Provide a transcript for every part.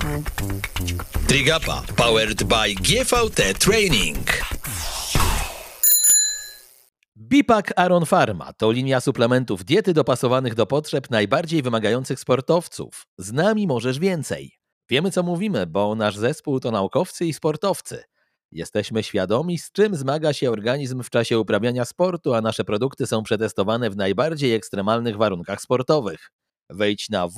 Trigapa powered by GVT Training. Bipak Aron Pharma to linia suplementów diety dopasowanych do potrzeb najbardziej wymagających sportowców. Z nami możesz więcej. Wiemy, co mówimy, bo nasz zespół to naukowcy i sportowcy. Jesteśmy świadomi, z czym zmaga się organizm w czasie uprawiania sportu, a nasze produkty są przetestowane w najbardziej ekstremalnych warunkach sportowych. Wejdź na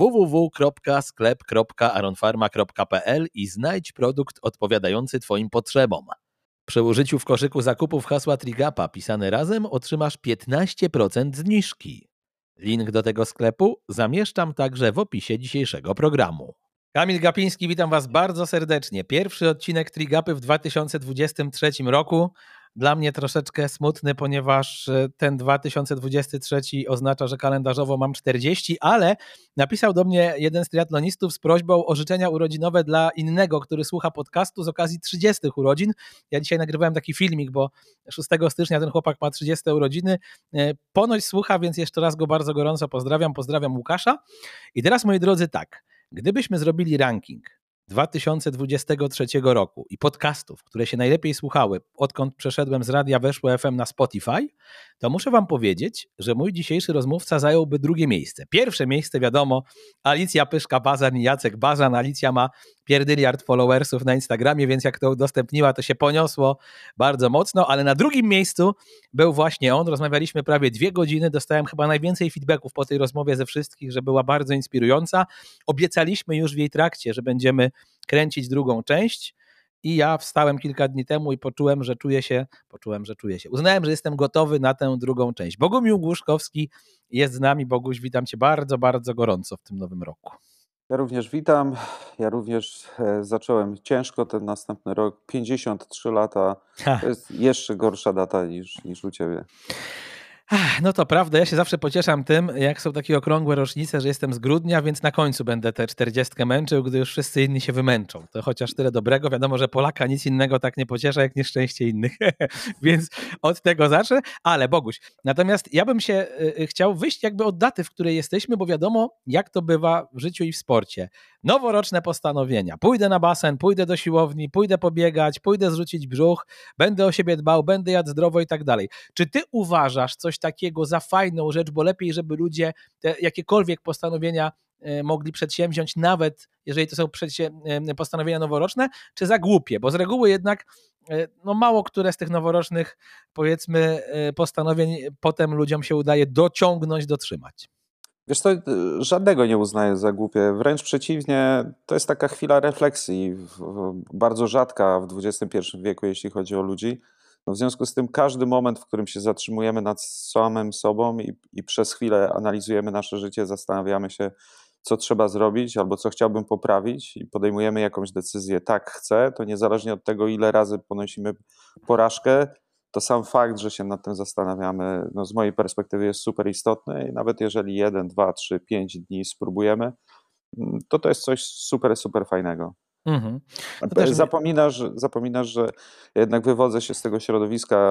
www.sklep.aronpharma.pl i znajdź produkt odpowiadający Twoim potrzebom. Przy użyciu w koszyku zakupów hasła Trigapa pisane razem otrzymasz 15% zniżki. Link do tego sklepu zamieszczam także w opisie dzisiejszego programu. Kamil Gapiński, witam Was bardzo serdecznie. Pierwszy odcinek Trigapy w 2023 roku. Dla mnie troszeczkę smutny, ponieważ ten 2023 oznacza, że kalendarzowo mam 40, ale napisał do mnie jeden z triatlonistów z prośbą o życzenia urodzinowe dla innego, który słucha podcastu z okazji 30 urodzin. Ja dzisiaj nagrywałem taki filmik, bo 6 stycznia ten chłopak ma 30 urodziny. Ponoć słucha, więc jeszcze raz go bardzo gorąco pozdrawiam. Pozdrawiam Łukasza. I teraz, moi drodzy, tak. Gdybyśmy zrobili ranking 2023 roku i podcastów, które się najlepiej słuchały, odkąd przeszedłem z Radia Weszło FM na Spotify, to muszę wam powiedzieć, że mój dzisiejszy rozmówca zająłby drugie miejsce. Pierwsze miejsce, wiadomo, Alicja Pyszka-Bazan i Jacek Bazan. Alicja ma pierdyliard followersów na Instagramie, więc jak to udostępniła, to się poniosło bardzo mocno, ale na drugim miejscu był właśnie on. Rozmawialiśmy prawie 2 godziny, dostałem chyba najwięcej feedbacków po tej rozmowie ze wszystkich, że była bardzo inspirująca. Obiecaliśmy już w jej trakcie, że będziemy kręcić drugą część i ja wstałem kilka dni temu i poczułem, że czuję się. Uznałem, że jestem gotowy na tę drugą część. Bogumił Głuszkowski jest z nami. Boguś, witam cię bardzo, bardzo gorąco w tym nowym roku. Ja również witam. Ja również zacząłem ciężko ten następny rok. 53 lata. To jest jeszcze gorsza data niż u ciebie. No to prawda, ja się zawsze pocieszam tym, jak są takie okrągłe rocznice, że jestem z grudnia, więc na końcu będę tę 40 męczył, gdy już wszyscy inni się wymęczą. To chociaż tyle dobrego. Wiadomo, że Polaka nic innego tak nie pociesza, jak nieszczęście innych. Więc od tego zacznę. Ale Boguś, natomiast ja bym się chciał wyjść jakby od daty, w której jesteśmy, bo wiadomo, jak to bywa w życiu i w sporcie. Noworoczne postanowienia. Pójdę na basen, pójdę do siłowni, pójdę pobiegać, pójdę zrzucić brzuch, będę o siebie dbał, będę jadł zdrowo i tak dalej. Czy ty uważasz coś takiego za fajną rzecz, bo lepiej, żeby ludzie te jakiekolwiek postanowienia mogli przedsięwziąć, nawet jeżeli to są postanowienia noworoczne, czy za głupie? Bo z reguły jednak mało które z tych noworocznych, powiedzmy, postanowień potem ludziom się udaje dociągnąć, dotrzymać. Wiesz co, żadnego nie uznaję za głupie. Wręcz przeciwnie, to jest taka chwila refleksji, bardzo rzadka w XXI wieku, jeśli chodzi o ludzi. No w związku z tym każdy moment, w którym się zatrzymujemy nad samym sobą i przez chwilę analizujemy nasze życie, zastanawiamy się, co trzeba zrobić albo co chciałbym poprawić i podejmujemy jakąś decyzję, tak chcę, to niezależnie od tego, ile razy ponosimy porażkę, to sam fakt, że się nad tym zastanawiamy, no z mojej perspektywy jest super istotny i nawet jeżeli 1, 2, 3, 5 dni spróbujemy, to jest coś super, super fajnego. Mhm. Zapominasz, że jednak wywodzę się z tego środowiska,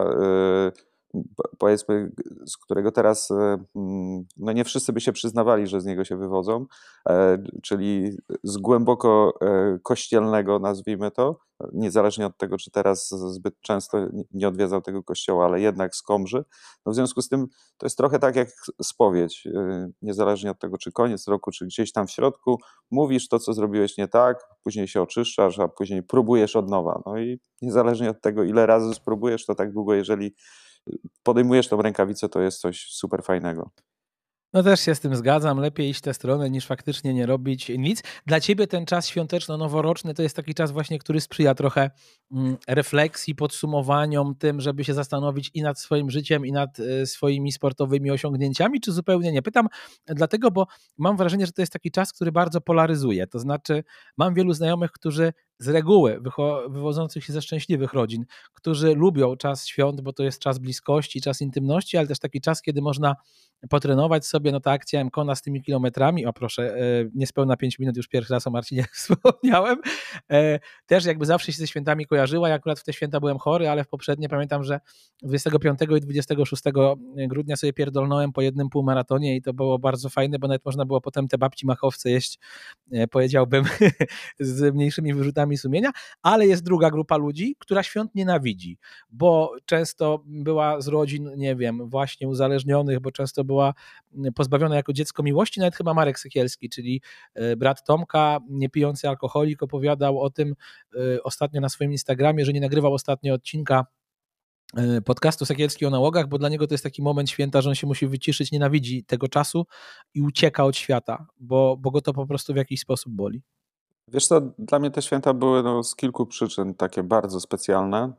powiedzmy, z którego teraz no nie wszyscy by się przyznawali, że z niego się wywodzą, czyli z głęboko kościelnego, nazwijmy to, niezależnie od tego, czy teraz zbyt często nie odwiedzał tego kościoła, ale jednak z Komży. No w związku z tym to jest trochę tak jak spowiedź, niezależnie od tego, czy koniec roku, czy gdzieś tam w środku, mówisz to, co zrobiłeś nie tak, później się oczyszczasz, a później próbujesz od nowa. No i niezależnie od tego, ile razy spróbujesz, to tak długo, jeżeli podejmujesz tą rękawicę, to jest coś super fajnego. No też się z tym zgadzam. Lepiej iść tę stronę niż faktycznie nie robić nic. Dla ciebie ten czas świąteczno-noworoczny to jest taki czas właśnie, który sprzyja trochę refleksji, podsumowaniom, tym, żeby się zastanowić i nad swoim życiem, i nad swoimi sportowymi osiągnięciami, czy zupełnie nie? Pytam dlatego, bo mam wrażenie, że to jest taki czas, który bardzo polaryzuje. To znaczy mam wielu znajomych, którzy z reguły wywodzących się ze szczęśliwych rodzin, którzy lubią czas świąt, bo to jest czas bliskości, czas intymności, ale też taki czas, kiedy można potrenować sobie, no ta akcja Mkona z tymi kilometrami, o proszę, niespełna 5 minut, już pierwszy raz o Marcinie wspomniałem, też jakby zawsze się ze świętami kojarzyła, ja akurat w te święta byłem chory, ale w poprzednie pamiętam, że 25 i 26 grudnia sobie pierdolnąłem po jednym półmaratonie i to było bardzo fajne, bo nawet można było potem te babci machowce jeść, powiedziałbym, z mniejszymi wyrzutami sumienia, ale jest druga grupa ludzi, która świąt nienawidzi, bo często była z rodzin, nie wiem, właśnie uzależnionych, bo często była pozbawiona jako dziecko miłości, nawet chyba Marek Sykielski, czyli brat Tomka, niepijący alkoholik, opowiadał o tym ostatnio na swoim Instagramie, że nie nagrywał ostatnio odcinka podcastu Sekielski o nałogach, bo dla niego to jest taki moment święta, że on się musi wyciszyć, nienawidzi tego czasu i ucieka od świata, bo go to po prostu w jakiś sposób boli. Wiesz co, dla mnie te święta były z kilku przyczyn takie bardzo specjalne.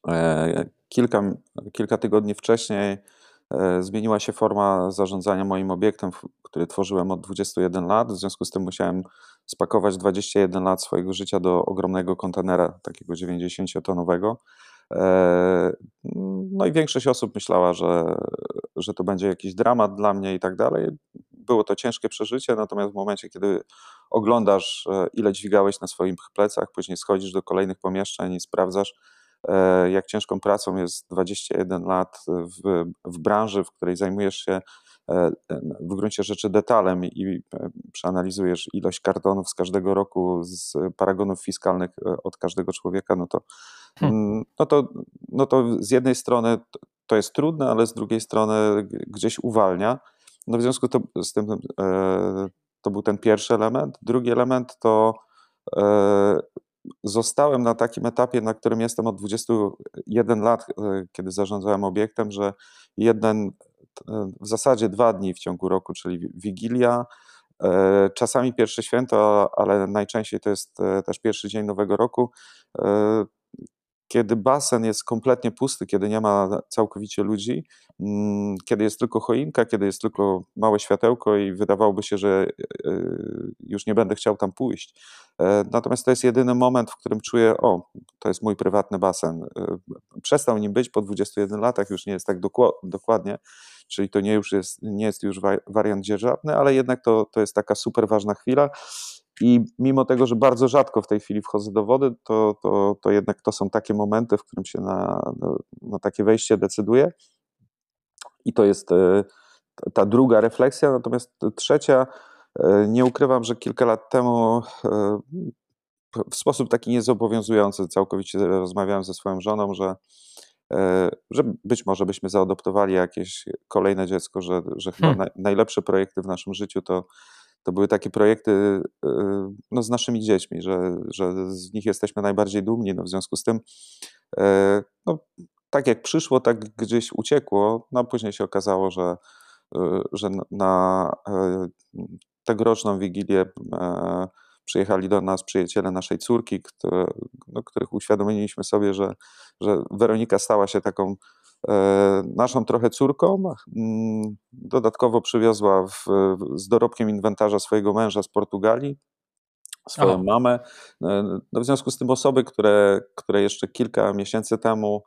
Kilka tygodni wcześniej zmieniła się forma zarządzania moim obiektem, który tworzyłem od 21 lat. W związku z tym musiałem spakować 21 lat swojego życia do ogromnego kontenera, takiego 90-tonowego. No i większość osób myślała, że to będzie jakiś dramat dla mnie i tak dalej. Było to ciężkie przeżycie, natomiast w momencie, kiedy oglądasz, ile dźwigałeś na swoich plecach, później schodzisz do kolejnych pomieszczeń i sprawdzasz, jak ciężką pracą jest 21 lat w branży, w której zajmujesz się w gruncie rzeczy detalem i przeanalizujesz ilość kartonów z każdego roku, z paragonów fiskalnych od każdego człowieka, no to z jednej strony to jest trudne, ale z drugiej strony gdzieś uwalnia. No w związku z tym to był ten pierwszy element. Drugi element to zostałem na takim etapie, na którym jestem od 21 lat, kiedy zarządzałem obiektem, że w zasadzie 2 dni w ciągu roku, czyli Wigilia, czasami pierwsze święto, ale najczęściej to jest też pierwszy dzień Nowego Roku, kiedy basen jest kompletnie pusty, kiedy nie ma całkowicie ludzi, kiedy jest tylko choinka, kiedy jest tylko małe światełko i wydawałoby się, że już nie będę chciał tam pójść. Natomiast to jest jedyny moment, w którym czuję, to jest mój prywatny basen. Przestał nim być po 21 latach, już nie jest tak dokładnie, czyli to nie jest już wariant dzierżawny, ale jednak to jest taka super ważna chwila. I mimo tego, że bardzo rzadko w tej chwili wchodzę do wody, to jednak to są takie momenty, w którym się na takie wejście decyduję. I to jest ta druga refleksja. Natomiast trzecia, nie ukrywam, że kilka lat temu w sposób taki niezobowiązujący całkowicie rozmawiałem ze swoją żoną, że być może byśmy zaadoptowali jakieś kolejne dziecko, że chyba najlepsze projekty w naszym życiu to były takie projekty z naszymi dziećmi, że z nich jesteśmy najbardziej dumni. W związku z tym tak jak przyszło, tak gdzieś uciekło. No a później się okazało, że na tegoroczną Wigilię przyjechali do nas przyjaciele naszej córki, których uświadomiliśmy sobie, że Weronika stała się taką naszą trochę córką. Dodatkowo przywiozła z dorobkiem inwentarza swojego męża z Portugalii, swoją mamę. W związku z tym osoby, które jeszcze kilka miesięcy temu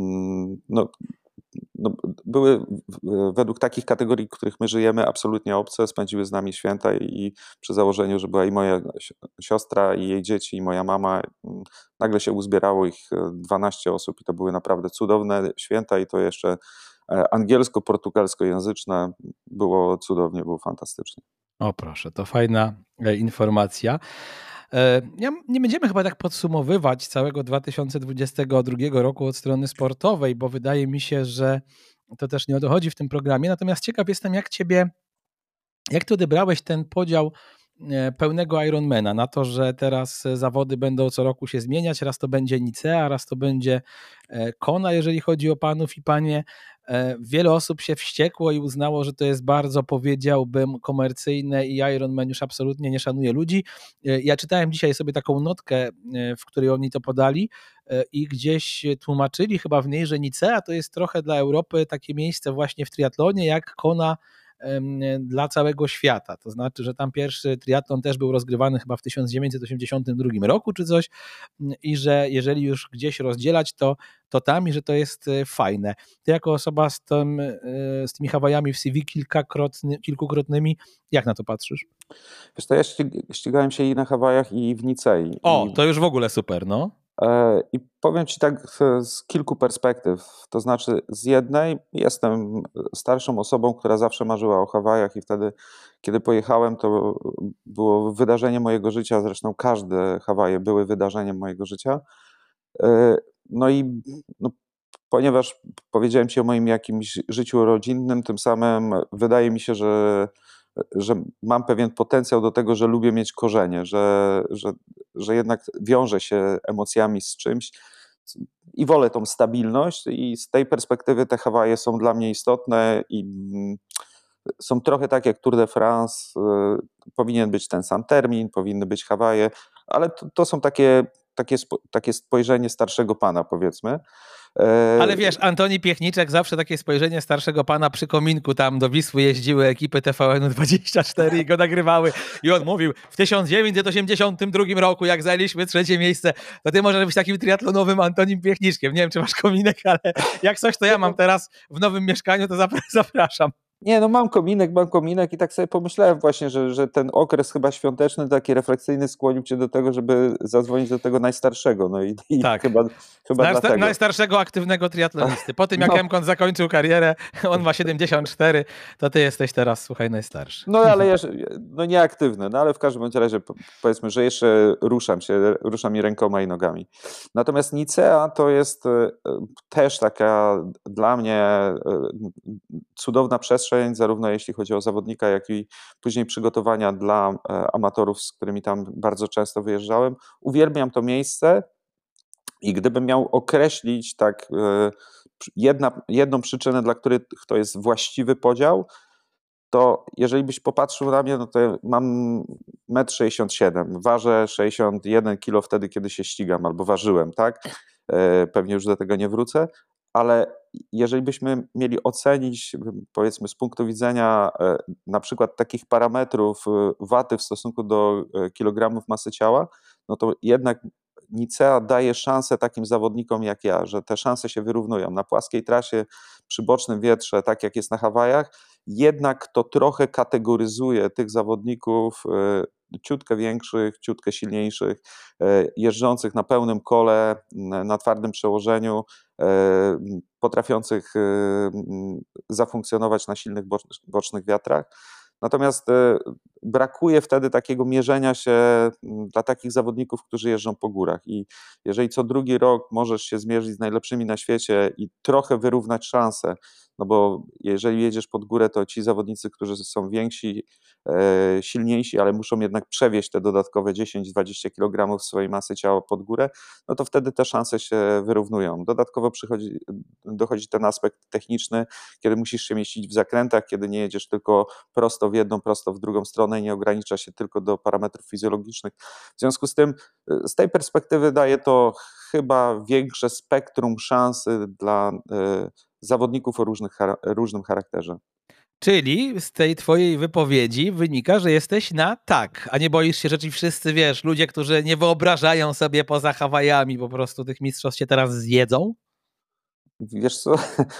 były według takich kategorii, w których my żyjemy, absolutnie obce, spędziły z nami święta i przy założeniu, że była i moja siostra, i jej dzieci, i moja mama, nagle się uzbierało ich 12 osób i to były naprawdę cudowne święta i to jeszcze angielsko-portugalskojęzyczne. Było cudownie, było fantastycznie. O proszę, to fajna informacja. Nie będziemy chyba tak podsumowywać całego 2022 roku od strony sportowej, bo wydaje mi się, że to też nie o to chodzi w tym programie. Natomiast ciekaw jestem, jak ty odebrałeś ten podział pełnego Ironmana na to, że teraz zawody będą co roku się zmieniać, raz to będzie Nicea, raz to będzie Kona, jeżeli chodzi o panów i panie. Wiele osób się wściekło i uznało, że to jest bardzo, powiedziałbym, komercyjne i Ironman już absolutnie nie szanuje ludzi. Ja czytałem dzisiaj sobie taką notkę, w której oni to podali i gdzieś tłumaczyli chyba w niej, że Nicea to jest trochę dla Europy takie miejsce właśnie w triatlonie, jak Kona dla całego świata. To znaczy, że tam pierwszy triatlon też był rozgrywany chyba w 1982 roku czy coś i że jeżeli już gdzieś rozdzielać, to tam i że to jest fajne. Ty jako osoba z tymi Hawajami w CV kilkukrotnymi, jak na to patrzysz? Wiesz to ja ścigałem się i na Hawajach, i w Nicei. To już w ogóle super, no. I powiem ci tak z kilku perspektyw. To znaczy, z jednej jestem starszą osobą, która zawsze marzyła o Hawajach i wtedy, kiedy pojechałem, to było wydarzenie mojego życia. Zresztą każde Hawaje były wydarzeniem mojego życia. No i ponieważ powiedziałem ci o moim jakimś życiu rodzinnym, tym samym wydaje mi się, że mam pewien potencjał do tego, że lubię mieć korzenie, że jednak wiążę się emocjami z czymś i wolę tą stabilność, i z tej perspektywy te Hawaje są dla mnie istotne i są trochę tak jak Tour de France. Powinien być ten sam termin, powinny być Hawaje, ale to są takie spojrzenie starszego pana, powiedzmy. Ale wiesz, Antoni Piechniczek, zawsze takie spojrzenie starszego pana przy kominku, tam do Wisły jeździły ekipy TVN-24 i go nagrywały i on mówił, w 1982 roku, jak zajęliśmy 3. miejsce, to ty możesz być takim triatlonowym Antonim Piechniczkiem. Nie wiem, czy masz kominek, ale jak coś, to ja mam teraz w nowym mieszkaniu, to zapraszam. Nie, no mam kominek i tak sobie pomyślałem właśnie, że ten okres chyba świąteczny, taki refleksyjny skłonił cię do tego, żeby zadzwonić do tego najstarszego. No i tak. chyba dlatego. Najstarszego aktywnego triatlonisty. Po tym jak Emkon zakończył karierę, on ma 74, to ty jesteś teraz, słuchaj, najstarszy. No ale nieaktywny, no ale w każdym razie powiedzmy, że jeszcze ruszam i rękoma i nogami. Natomiast Nicea to jest też taka dla mnie cudowna przestrzeń, zarówno jeśli chodzi o zawodnika, jak i później przygotowania dla amatorów, z którymi tam bardzo często wyjeżdżałem. Uwielbiam to miejsce i gdybym miał określić tak jedną przyczynę, dla której to jest właściwy podział, to jeżeli byś popatrzył na mnie, no to mam 1,67 m, ważę 61 kg wtedy, kiedy się ścigam, albo ważyłem, tak? Pewnie już do tego nie wrócę, ale jeżeli byśmy mieli ocenić, powiedzmy, z punktu widzenia na przykład takich parametrów waty w stosunku do kilogramów masy ciała, no to jednak Nicea daje szansę takim zawodnikom jak ja, że te szanse się wyrównują. Na płaskiej trasie, przy bocznym wietrze, tak jak jest na Hawajach, jednak to trochę kategoryzuje tych zawodników ciutkę większych, ciutkę silniejszych, jeżdżących na pełnym kole, na twardym przełożeniu, potrafiących zafunkcjonować na silnych bocznych wiatrach. Natomiast brakuje wtedy takiego mierzenia się dla takich zawodników, którzy jeżdżą po górach. I jeżeli co drugi rok możesz się zmierzyć z najlepszymi na świecie i trochę wyrównać szanse, no bo jeżeli jedziesz pod górę, to ci zawodnicy, którzy są więksi, silniejsi, ale muszą jednak przewieźć te dodatkowe 10-20 kg swojej masy ciała pod górę, no to wtedy te szanse się wyrównują. Dodatkowo dochodzi ten aspekt techniczny, kiedy musisz się mieścić w zakrętach, kiedy nie jedziesz tylko prosto w jedną, prosto w drugą stronę i nie ogranicza się tylko do parametrów fizjologicznych. W związku z tym, z tej perspektywy daje to chyba większe spektrum szansy dla zawodników o różnym charakterze. Czyli z tej twojej wypowiedzi wynika, że jesteś na tak, a nie boisz się, że ci wszyscy, wiesz, ludzie, którzy nie wyobrażają sobie poza Hawajami, po prostu tych mistrzostw się teraz zjedzą? Wiesz co,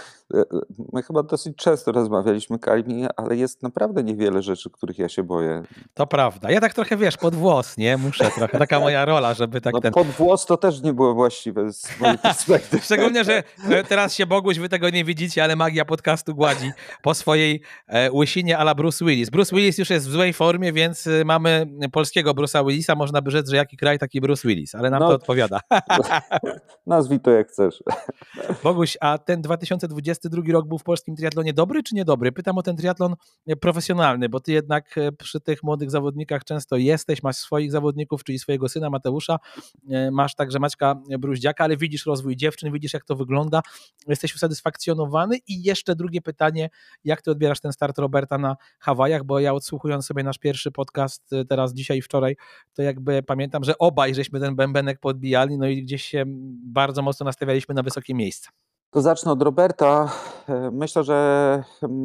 my chyba dosyć często rozmawialiśmy, Kalmi, ale jest naprawdę niewiele rzeczy, których ja się boję. To prawda. Ja tak trochę, wiesz, pod włos, nie? Muszę trochę. Taka moja rola, żeby tak Pod włos to też nie było właściwe z mojej perspektywy. Szczególnie, że teraz się Boguś, wy tego nie widzicie, ale magia podcastu gładzi po swojej łysinie a la Bruce Willis. Bruce Willis już jest w złej formie, więc mamy polskiego Bruce'a Willisa. Można by rzec, że jaki kraj, taki Bruce Willis, ale nam to odpowiada. Nazwij to jak chcesz. Boguś, a ten 2022 rok był w polskim triatlonie dobry czy niedobry? Pytam o ten triatlon profesjonalny, bo ty jednak przy tych młodych zawodnikach często jesteś, masz swoich zawodników, czyli swojego syna Mateusza, masz także Maćka Bruździaka, ale widzisz rozwój dziewczyn, widzisz jak to wygląda, jesteś usatysfakcjonowany. I jeszcze drugie pytanie, jak ty odbierasz ten start Roberta na Hawajach, bo ja odsłuchując sobie nasz pierwszy podcast teraz, dzisiaj i wczoraj, to jakby pamiętam, że obaj żeśmy ten bębenek podbijali, no i gdzieś się bardzo mocno nastawialiśmy na wysokie miejsca. To zacznę od Roberta. Myślę, że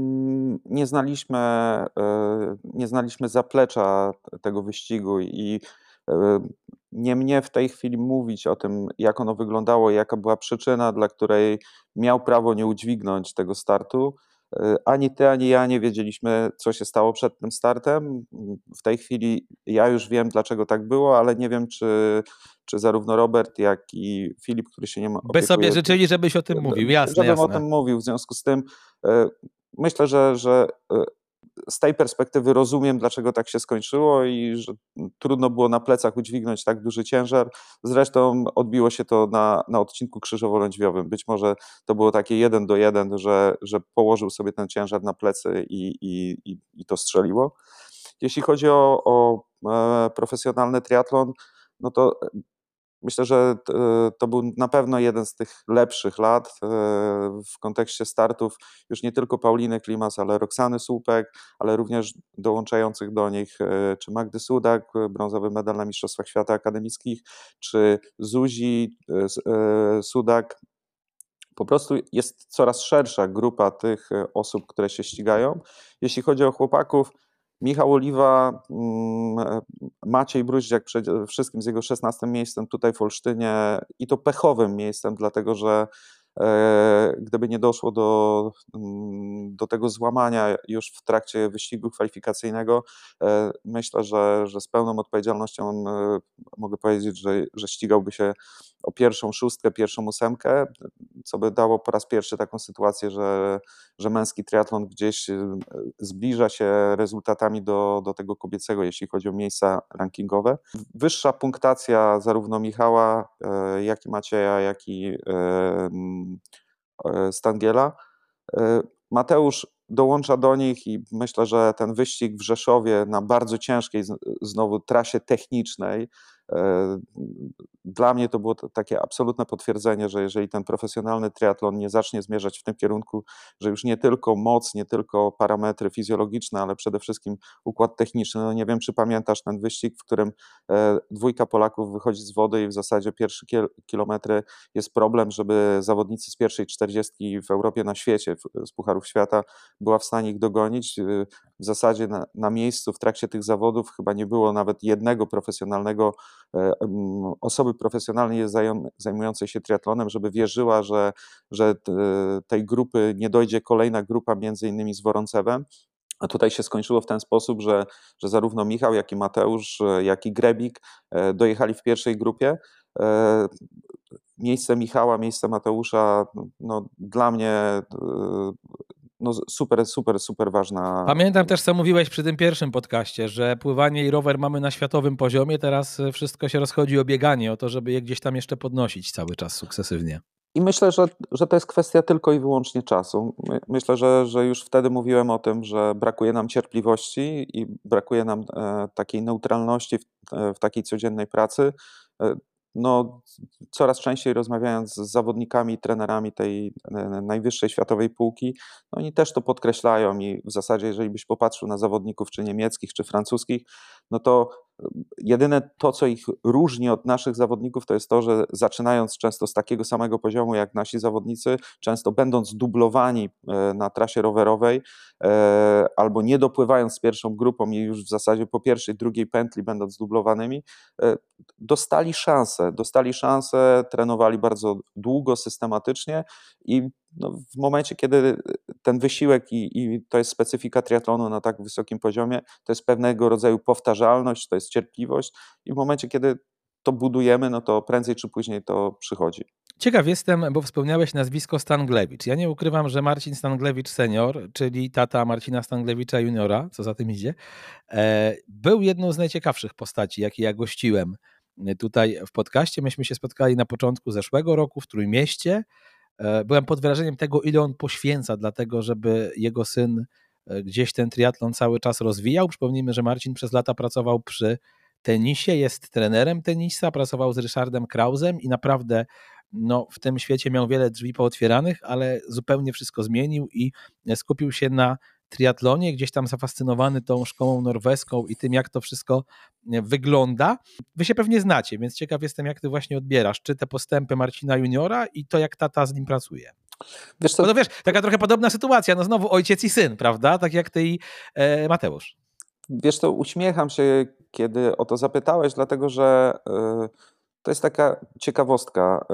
nie znaliśmy zaplecza tego wyścigu i nie mnie w tej chwili mówić o tym, jak ono wyglądało, jaka była przyczyna, dla której miał prawo nie udźwignąć tego startu. Ani ty, ani ja nie wiedzieliśmy, co się stało przed tym startem. W tej chwili ja już wiem, dlaczego tak było, ale nie wiem, czy zarówno Robert, jak i Filip, który się nim By sobie opiekuje, życzyli, żebyś o tym mówił, jasne, żebym o jasne. tym mówił. W związku z tym myślę, że z tej perspektywy rozumiem, dlaczego tak się skończyło i że trudno było na plecach udźwignąć tak duży ciężar. Zresztą odbiło się to na odcinku krzyżowo-lędźwiowym. Być może to było takie 1:1, że położył sobie ten ciężar na plecy i to strzeliło. Jeśli chodzi o profesjonalny triatlon, no to myślę, że to był na pewno jeden z tych lepszych lat w kontekście startów już nie tylko Pauliny Klimas, ale Roxany Słupek, ale również dołączających do nich czy Magdy Sudak, brązowy medal na Mistrzostwach Świata Akademickich, czy Zuzi Sudak. Po prostu jest coraz szersza grupa tych osób, które się ścigają. Jeśli chodzi o chłopaków, Michał Oliwa, Maciej Bruździak przede wszystkim z jego 16 miejscem tutaj w Olsztynie i to pechowym miejscem, dlatego że gdyby nie doszło do tego złamania już w trakcie wyścigu kwalifikacyjnego, myślę, że z pełną odpowiedzialnością mogę powiedzieć, że ścigałby się o pierwszą szóstkę, pierwszą ósemkę, co by dało po raz pierwszy taką sytuację, że męski triatlon gdzieś zbliża się rezultatami do tego kobiecego, jeśli chodzi o miejsca rankingowe. Wyższa punktacja zarówno Michała, jak i Macieja, jak i Stangiela. Mateusz dołącza do nich i myślę, że ten wyścig w Rzeszowie na bardzo ciężkiej znowu trasie technicznej, dla mnie to było takie absolutne potwierdzenie, że jeżeli ten profesjonalny triatlon nie zacznie zmierzać w tym kierunku, że już nie tylko moc, nie tylko parametry fizjologiczne, ale przede wszystkim układ techniczny. No nie wiem, czy pamiętasz ten wyścig, w którym dwójka Polaków wychodzi z wody i w zasadzie pierwsze kilometry jest problem, żeby zawodnicy z pierwszej 40 w Europie, na świecie, z Pucharów Świata była w stanie ich dogonić. W zasadzie na miejscu w trakcie tych zawodów chyba nie było nawet jednego profesjonalnego osoby profesjonalnie zajmującej się triatlonem, żeby wierzyła, że tej grupy nie dojdzie kolejna grupa, między innymi z Woroncewem. A tutaj się skończyło w ten sposób, że zarówno Michał, jak i Mateusz, jak i Grebik dojechali w pierwszej grupie. Miejsce Michała, miejsce Mateusza, no, dla mnie no, super ważna. Pamiętam też, co mówiłeś przy tym pierwszym podcaście, że pływanie i rower mamy na światowym poziomie, teraz wszystko się rozchodzi o bieganie, o to, żeby je gdzieś tam jeszcze podnosić cały czas sukcesywnie. I myślę, że to jest kwestia tylko i wyłącznie czasu. Myślę, że już wtedy mówiłem o tym, że brakuje nam cierpliwości i brakuje nam takiej neutralności w takiej codziennej pracy. No, coraz częściej rozmawiając z zawodnikami, trenerami tej najwyższej światowej półki, no oni też to podkreślają i w zasadzie jeżeli byś popatrzył na zawodników czy niemieckich, czy francuskich, no to jedyne to, co ich różni od naszych zawodników, to jest to, że zaczynając często z takiego samego poziomu jak nasi zawodnicy, często będąc dublowani na trasie rowerowej albo nie dopływając z pierwszą grupą i już w zasadzie po pierwszej, drugiej pętli będąc dublowanymi, dostali szansę, trenowali bardzo długo, systematycznie i no, w momencie, kiedy ten wysiłek i to jest specyfika triatlonu na tak wysokim poziomie, to jest pewnego rodzaju powtarzalność, to jest cierpliwość i w momencie, kiedy to budujemy, no to prędzej czy później to przychodzi. Ciekaw jestem, bo wspomniałeś nazwisko Stanglewicz. Ja nie ukrywam, że Marcin Stanglewicz senior, czyli tata Marcina Stanglewicza juniora, co za tym idzie, był jedną z najciekawszych postaci, jakie ja gościłem tutaj w podcaście. Myśmy się spotkali na początku zeszłego roku w Trójmieście. Byłem pod wrażeniem tego, ile on poświęca dlatego, żeby jego syn gdzieś ten triatlon cały czas rozwijał. Przypomnijmy, że Marcin przez lata pracował przy tenisie, jest trenerem tenisa, pracował z Ryszardem Krausem i naprawdę no, w tym świecie miał wiele drzwi pootwieranych, ale zupełnie wszystko zmienił i skupił się na triatlonie, gdzieś tam zafascynowany tą szkołą norweską i tym, jak to wszystko wygląda. Wy się pewnie znacie, więc ciekaw jestem, jak ty właśnie odbierasz, czy te postępy Marcina juniora i to, jak tata z nim pracuje. Wiesz co, Bo to wiesz, taka trochę podobna sytuacja, no znowu ojciec i syn, prawda? Tak jak ty i Mateusz. Wiesz co, uśmiecham się, kiedy o to zapytałeś, dlatego że to jest taka ciekawostka.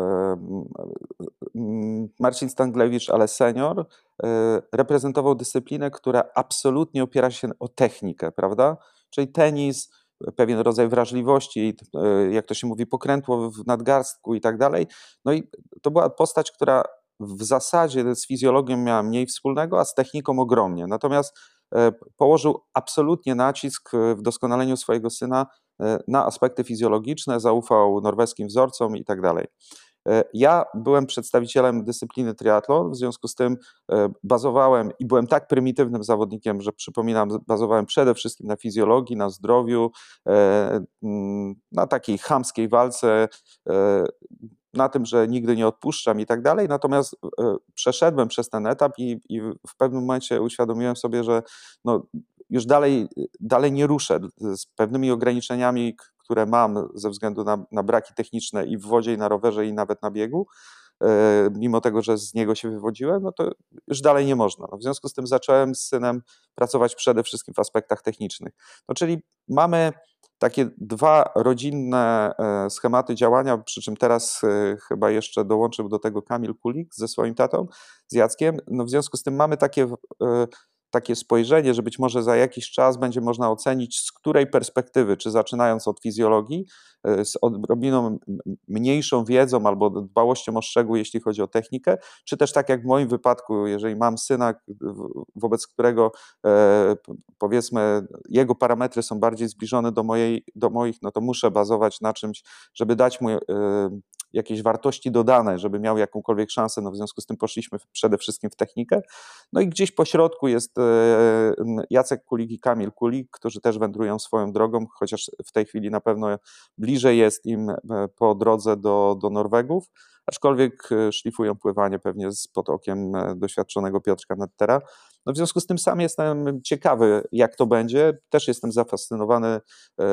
Marcin Stanglewicz, ale senior, reprezentował dyscyplinę, która absolutnie opiera się o technikę, prawda? Czyli tenis, pewien rodzaj wrażliwości, jak to się mówi, pokrętło w nadgarstku i tak dalej. No i to była postać, która w zasadzie z fizjologią miała mniej wspólnego, a z techniką ogromnie. Natomiast położył absolutnie nacisk w doskonaleniu swojego syna na aspekty fizjologiczne, zaufał norweskim wzorcom i tak dalej. Ja byłem przedstawicielem dyscypliny triatlon, w związku z tym bazowałem i byłem tak prymitywnym zawodnikiem, że przypominam, bazowałem przede wszystkim na fizjologii, na zdrowiu, na takiej chamskiej walce, na tym, że nigdy nie odpuszczam i tak dalej, natomiast przeszedłem przez ten etap i w pewnym momencie uświadomiłem sobie, że no, już dalej nie ruszę z pewnymi ograniczeniami, które mam ze względu na braki techniczne i w wodzie, i na rowerze, i nawet na biegu, mimo tego, że z niego się wywodziłem, no to już dalej nie można. No, w związku z tym zacząłem z synem pracować przede wszystkim w aspektach technicznych. No, czyli mamy takie dwa rodzinne schematy działania, przy czym teraz chyba jeszcze dołączył do tego Kamil Kulik ze swoim tatą, z Jackiem. No, w związku z tym mamy takie spojrzenie, że być może za jakiś czas będzie można ocenić, z której perspektywy, czy zaczynając od fizjologii, z odrobiną mniejszą wiedzą albo dbałością o szczegół, jeśli chodzi o technikę, czy też tak jak w moim wypadku, jeżeli mam syna, wobec którego powiedzmy jego parametry są bardziej zbliżone do moich, no to muszę bazować na czymś, żeby dać mu jakieś wartości dodane, żeby miał jakąkolwiek szansę, no w związku z tym poszliśmy przede wszystkim w technikę. No i gdzieś po środku jest Jacek Kulik i Kamil Kulik, którzy też wędrują swoją drogą, chociaż w tej chwili na pewno bliżej jest im po drodze do Norwegów, aczkolwiek szlifują pływanie pewnie pod okiem doświadczonego Piotrka Nettera. No w związku z tym sam jestem ciekawy, jak to będzie. Też jestem zafascynowany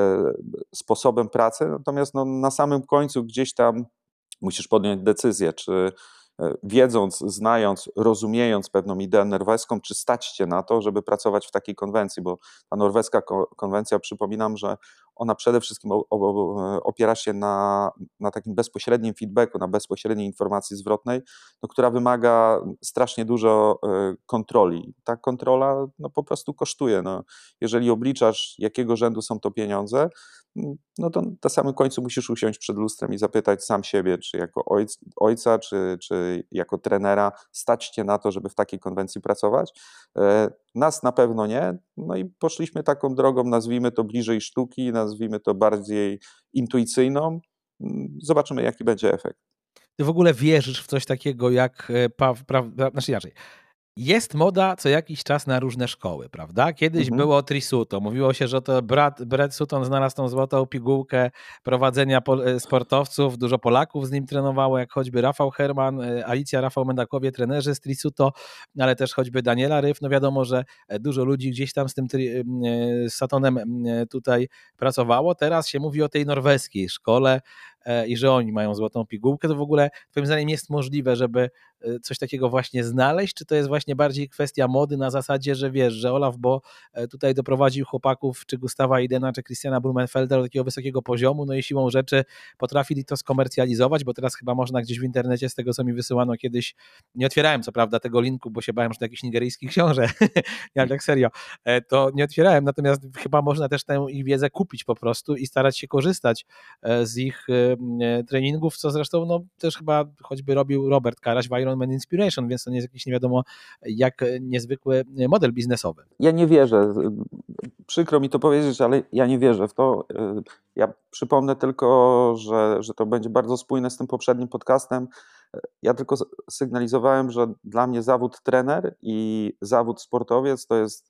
sposobem pracy, natomiast no, na samym końcu gdzieś tam musisz podjąć decyzję, czy wiedząc, znając, rozumiejąc pewną ideę norweską, czy stać cię na to, żeby pracować w takiej konwencji, bo ta norweska konwencja, przypominam, że ona przede wszystkim opiera się na takim bezpośrednim feedbacku, na bezpośredniej informacji zwrotnej, no, która wymaga strasznie dużo kontroli. Ta kontrola no, po prostu kosztuje. No, jeżeli obliczasz, jakiego rzędu są to pieniądze, no to na samym końcu musisz usiąść przed lustrem i zapytać sam siebie, czy jako ojca, czy jako trenera stać cię na to, żeby w takiej konwencji pracować. Nas na pewno nie, no i poszliśmy taką drogą, nazwijmy to bliżej sztuki, nazwijmy to bardziej intuicyjną. Zobaczymy, jaki będzie efekt. Ty w ogóle wierzysz w coś takiego jak, znaczy inaczej, jest moda co jakiś czas na różne szkoły, prawda? Kiedyś było Trisuto. Mówiło się, że to Brett Sutton znalazł tą złotą pigułkę prowadzenia sportowców. Dużo Polaków z nim trenowało, jak choćby Rafał Herman, Alicja, Rafał Mendakowie, trenerzy z Trisuto, ale też choćby Daniela Ryf. No wiadomo, że dużo ludzi gdzieś tam z tym Suttonem tutaj pracowało. Teraz się mówi o tej norweskiej szkole i że oni mają złotą pigułkę. To w ogóle twoim zdaniem jest możliwe, żeby coś takiego właśnie znaleźć, czy to jest właśnie bardziej kwestia mody na zasadzie, że wiesz, że Olaf Bo tutaj doprowadził chłopaków, czy Gustawa Idena, czy Christiana Blumenfelda do takiego wysokiego poziomu, no i siłą rzeczy potrafili to skomercjalizować, bo teraz chyba można gdzieś w internecie, z tego co mi wysyłano kiedyś, nie otwierałem co prawda tego linku, bo się bałem, że to jakiś nigeryjski książę, ja tak serio, to nie otwierałem, natomiast chyba można też tę ich wiedzę kupić po prostu i starać się korzystać z ich treningów, co zresztą no, też chyba choćby robił Robert Karaś w Ironman Inspiration, więc to nie jest jakiś nie wiadomo jak niezwykły model biznesowy. Ja nie wierzę, przykro mi to powiedzieć, ale ja nie wierzę w to. Ja przypomnę tylko, że to będzie bardzo spójne z tym poprzednim podcastem. Ja tylko sygnalizowałem, że dla mnie zawód trener i zawód sportowiec to jest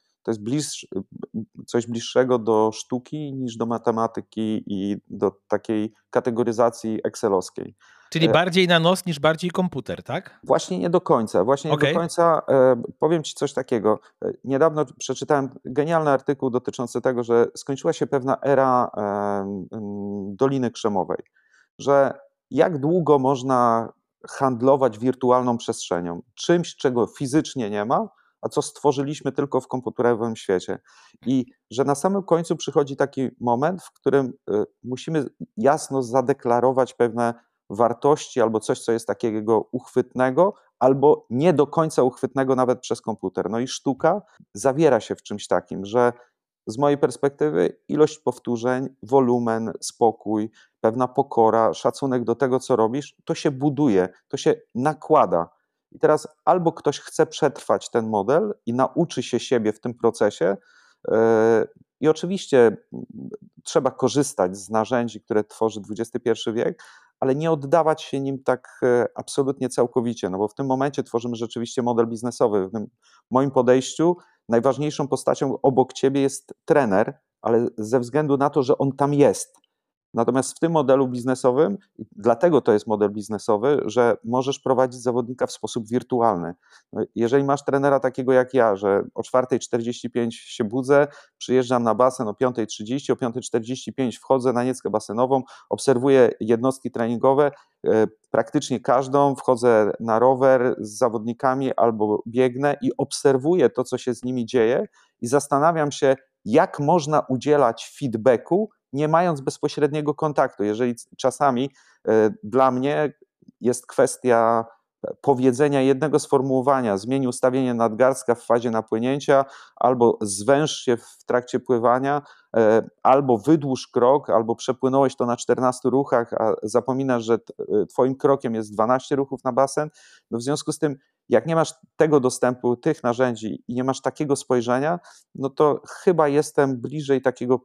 coś bliższego do sztuki niż do matematyki i do takiej kategoryzacji excelowskiej. Czyli bardziej na nos niż bardziej komputer, tak? Właśnie nie do końca. Powiem ci coś takiego. Niedawno przeczytałem genialny artykuł dotyczący tego, że skończyła się pewna era Doliny Krzemowej. Że jak długo można handlować wirtualną przestrzenią, czymś, czego fizycznie nie ma, a co stworzyliśmy tylko w komputerowym świecie. I że na samym końcu przychodzi taki moment, w którym musimy jasno zadeklarować pewne wartości albo coś, co jest takiego uchwytnego, albo nie do końca uchwytnego nawet przez komputer. No i sztuka zawiera się w czymś takim, że z mojej perspektywy ilość powtórzeń, wolumen, spokój, pewna pokora, szacunek do tego, co robisz, to się buduje, to się nakłada. I teraz albo ktoś chce przetrwać ten model i nauczy się siebie w tym procesie, i oczywiście trzeba korzystać z narzędzi, które tworzy XXI wiek, ale nie oddawać się nim tak absolutnie całkowicie, no bo w tym momencie tworzymy rzeczywiście model biznesowy. W tym moim podejściu najważniejszą postacią obok ciebie jest trener, ale ze względu na to, że on tam jest. Natomiast w tym modelu biznesowym, dlatego to jest model biznesowy, że możesz prowadzić zawodnika w sposób wirtualny. Jeżeli masz trenera takiego jak ja, że o 4:45 się budzę, przyjeżdżam na basen o 5:30, o 5:45 wchodzę na nieckę basenową, obserwuję jednostki treningowe, praktycznie każdą, wchodzę na rower z zawodnikami albo biegnę i obserwuję to, co się z nimi dzieje i zastanawiam się, jak można udzielać feedbacku, nie mając bezpośredniego kontaktu. Jeżeli czasami dla mnie jest kwestia powiedzenia jednego sformułowania, zmień ustawienie nadgarstka w fazie napłynięcia, albo zwęż się w trakcie pływania, albo wydłuż krok, albo przepłynąłeś to na 14 ruchach, a zapominasz, że twoim krokiem jest 12 ruchów na basen. No w związku z tym, jak nie masz tego dostępu, tych narzędzi i nie masz takiego spojrzenia, no to chyba jestem bliżej takiego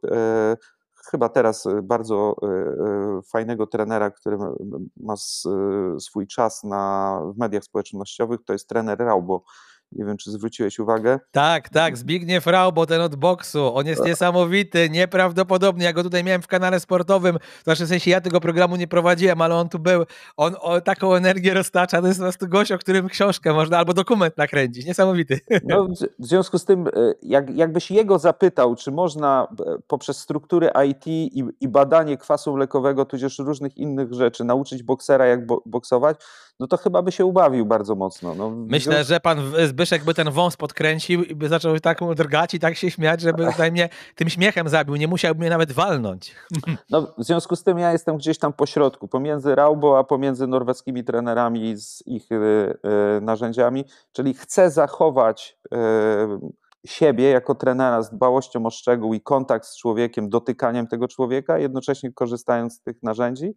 chyba teraz bardzo fajnego trenera, który ma swój czas w mediach społecznościowych, to jest trener Raubo. Nie wiem, czy zwróciłeś uwagę. Tak, Zbigniew Raubo, ten od boksu, on jest niesamowity, nieprawdopodobny, ja go tutaj miałem w kanale sportowym, znaczy w sensie ja tego programu nie prowadziłem, ale on tu był, on taką energię roztacza, to jest po prostu gość, o którym książkę można albo dokument nakręcić, niesamowity. No, w związku z tym, jakbyś jego zapytał, czy można poprzez struktury IT i badanie kwasu mlekowego, tudzież różnych innych rzeczy nauczyć boksera, jak boksować, no to chyba by się ubawił bardzo mocno. No, myślę, że pan Zbyszek by ten wąs podkręcił i by zaczął tak drgać i tak się śmiać, żeby tutaj mnie tym śmiechem zabił, nie musiałby mnie nawet walnąć. No, w związku z tym ja jestem gdzieś tam po środku, pomiędzy Raubo, a pomiędzy norweskimi trenerami z ich narzędziami, czyli chcę zachować siebie jako trenera z dbałością o szczegół i kontakt z człowiekiem, dotykaniem tego człowieka, jednocześnie korzystając z tych narzędzi.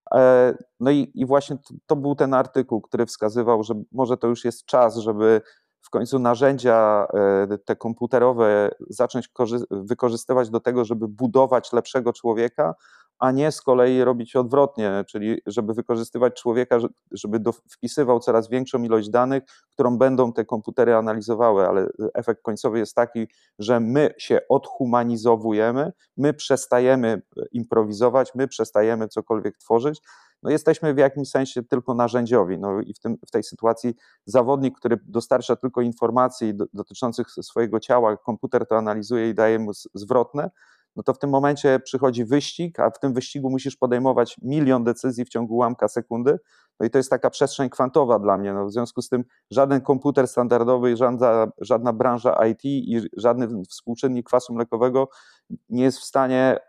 No i właśnie to był ten artykuł, który wskazywał, że może to już jest czas, żeby w końcu narzędzia te komputerowe zacząć wykorzystywać do tego, żeby budować lepszego człowieka, a nie z kolei robić odwrotnie, czyli żeby wykorzystywać człowieka, żeby wpisywał coraz większą ilość danych, którą będą te komputery analizowały, ale efekt końcowy jest taki, że my się odhumanizowujemy, my przestajemy improwizować, my przestajemy cokolwiek tworzyć, no jesteśmy w jakimś sensie tylko narzędziowi. No i w tej sytuacji zawodnik, który dostarcza tylko informacji dotyczących swojego ciała, komputer to analizuje i daje mu zwrotne, no to w tym momencie przychodzi wyścig, a w tym wyścigu musisz podejmować 1 000 000 decyzji w ciągu ułamka sekundy. No i to jest taka przestrzeń kwantowa dla mnie. No w związku z tym żaden komputer standardowy, żadna branża IT i żaden współczynnik kwasu mlekowego nie jest w stanie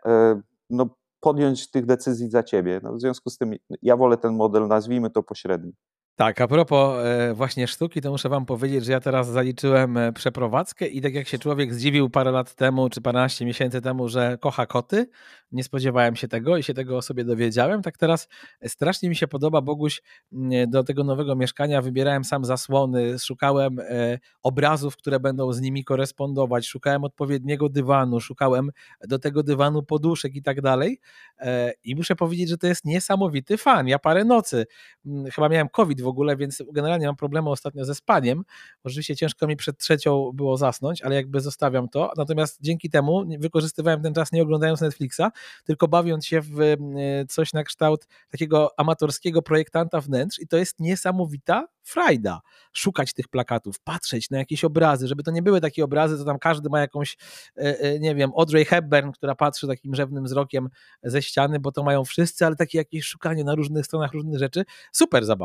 podjąć tych decyzji za ciebie. No w związku z tym ja wolę ten model, nazwijmy to pośredni. Tak, a propos właśnie sztuki, to muszę wam powiedzieć, że ja teraz zaliczyłem przeprowadzkę i tak jak się człowiek zdziwił parę lat temu, czy paręnaście miesięcy temu, że kocha koty, nie spodziewałem się tego i się tego o sobie dowiedziałem, tak teraz strasznie mi się podoba, Boguś, do tego nowego mieszkania wybierałem sam zasłony, szukałem obrazów, które będą z nimi korespondować, szukałem odpowiedniego dywanu, szukałem do tego dywanu poduszek i tak dalej i muszę powiedzieć, że to jest niesamowity fan. Ja parę nocy, chyba miałem COVID w ogóle, więc generalnie mam problemy ostatnio ze spaniem. Oczywiście ciężko mi przed 3 było zasnąć, ale jakby zostawiam to. Natomiast dzięki temu wykorzystywałem ten czas nie oglądając Netflixa, tylko bawiąc się w coś na kształt takiego amatorskiego projektanta wnętrz i to jest niesamowita frajda. Szukać tych plakatów, patrzeć na jakieś obrazy, żeby to nie były takie obrazy, to tam każdy ma jakąś, nie wiem, Audrey Hepburn, która patrzy takim rzewnym wzrokiem ze ściany, bo to mają wszyscy, ale takie jakieś szukanie na różnych stronach różnych rzeczy. Super zabawa.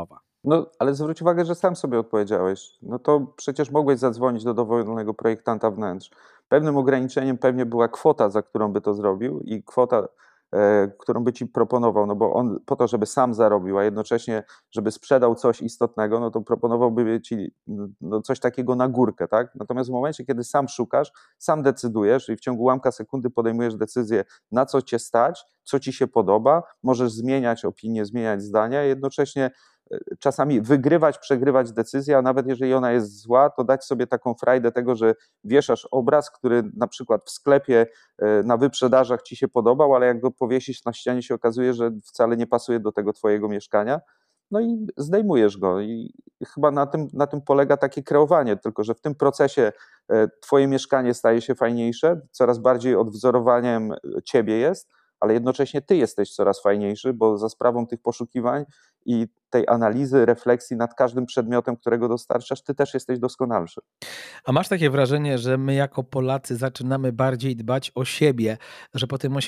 No, ale zwróć uwagę, że sam sobie odpowiedziałeś. No to przecież mogłeś zadzwonić do dowolnego projektanta wnętrz. Pewnym ograniczeniem pewnie była kwota, za którą by to zrobił i kwota, którą by ci proponował, no bo on po to, żeby sam zarobił, a jednocześnie, żeby sprzedał coś istotnego, no to proponowałby ci no, coś takiego na górkę, tak? Natomiast w momencie, kiedy sam szukasz, sam decydujesz i w ciągu ułamka sekundy podejmujesz decyzję, na co cię stać, co ci się podoba, możesz zmieniać opinię, zmieniać zdania i jednocześnie czasami wygrywać, przegrywać decyzję, a nawet jeżeli ona jest zła, to dać sobie taką frajdę tego, że wieszasz obraz, który na przykład w sklepie na wyprzedażach ci się podobał, ale jak go powiesisz na ścianie, się okazuje, że wcale nie pasuje do tego twojego mieszkania. No i zdejmujesz go. I chyba na tym polega takie kreowanie, tylko że w tym procesie twoje mieszkanie staje się fajniejsze, coraz bardziej odwzorowaniem ciebie jest, ale jednocześnie ty jesteś coraz fajniejszy, bo za sprawą tych poszukiwań i tej analizy, refleksji nad każdym przedmiotem, którego dostarczasz, ty też jesteś doskonalszy. A masz takie wrażenie, że my jako Polacy zaczynamy bardziej dbać o siebie, że po tym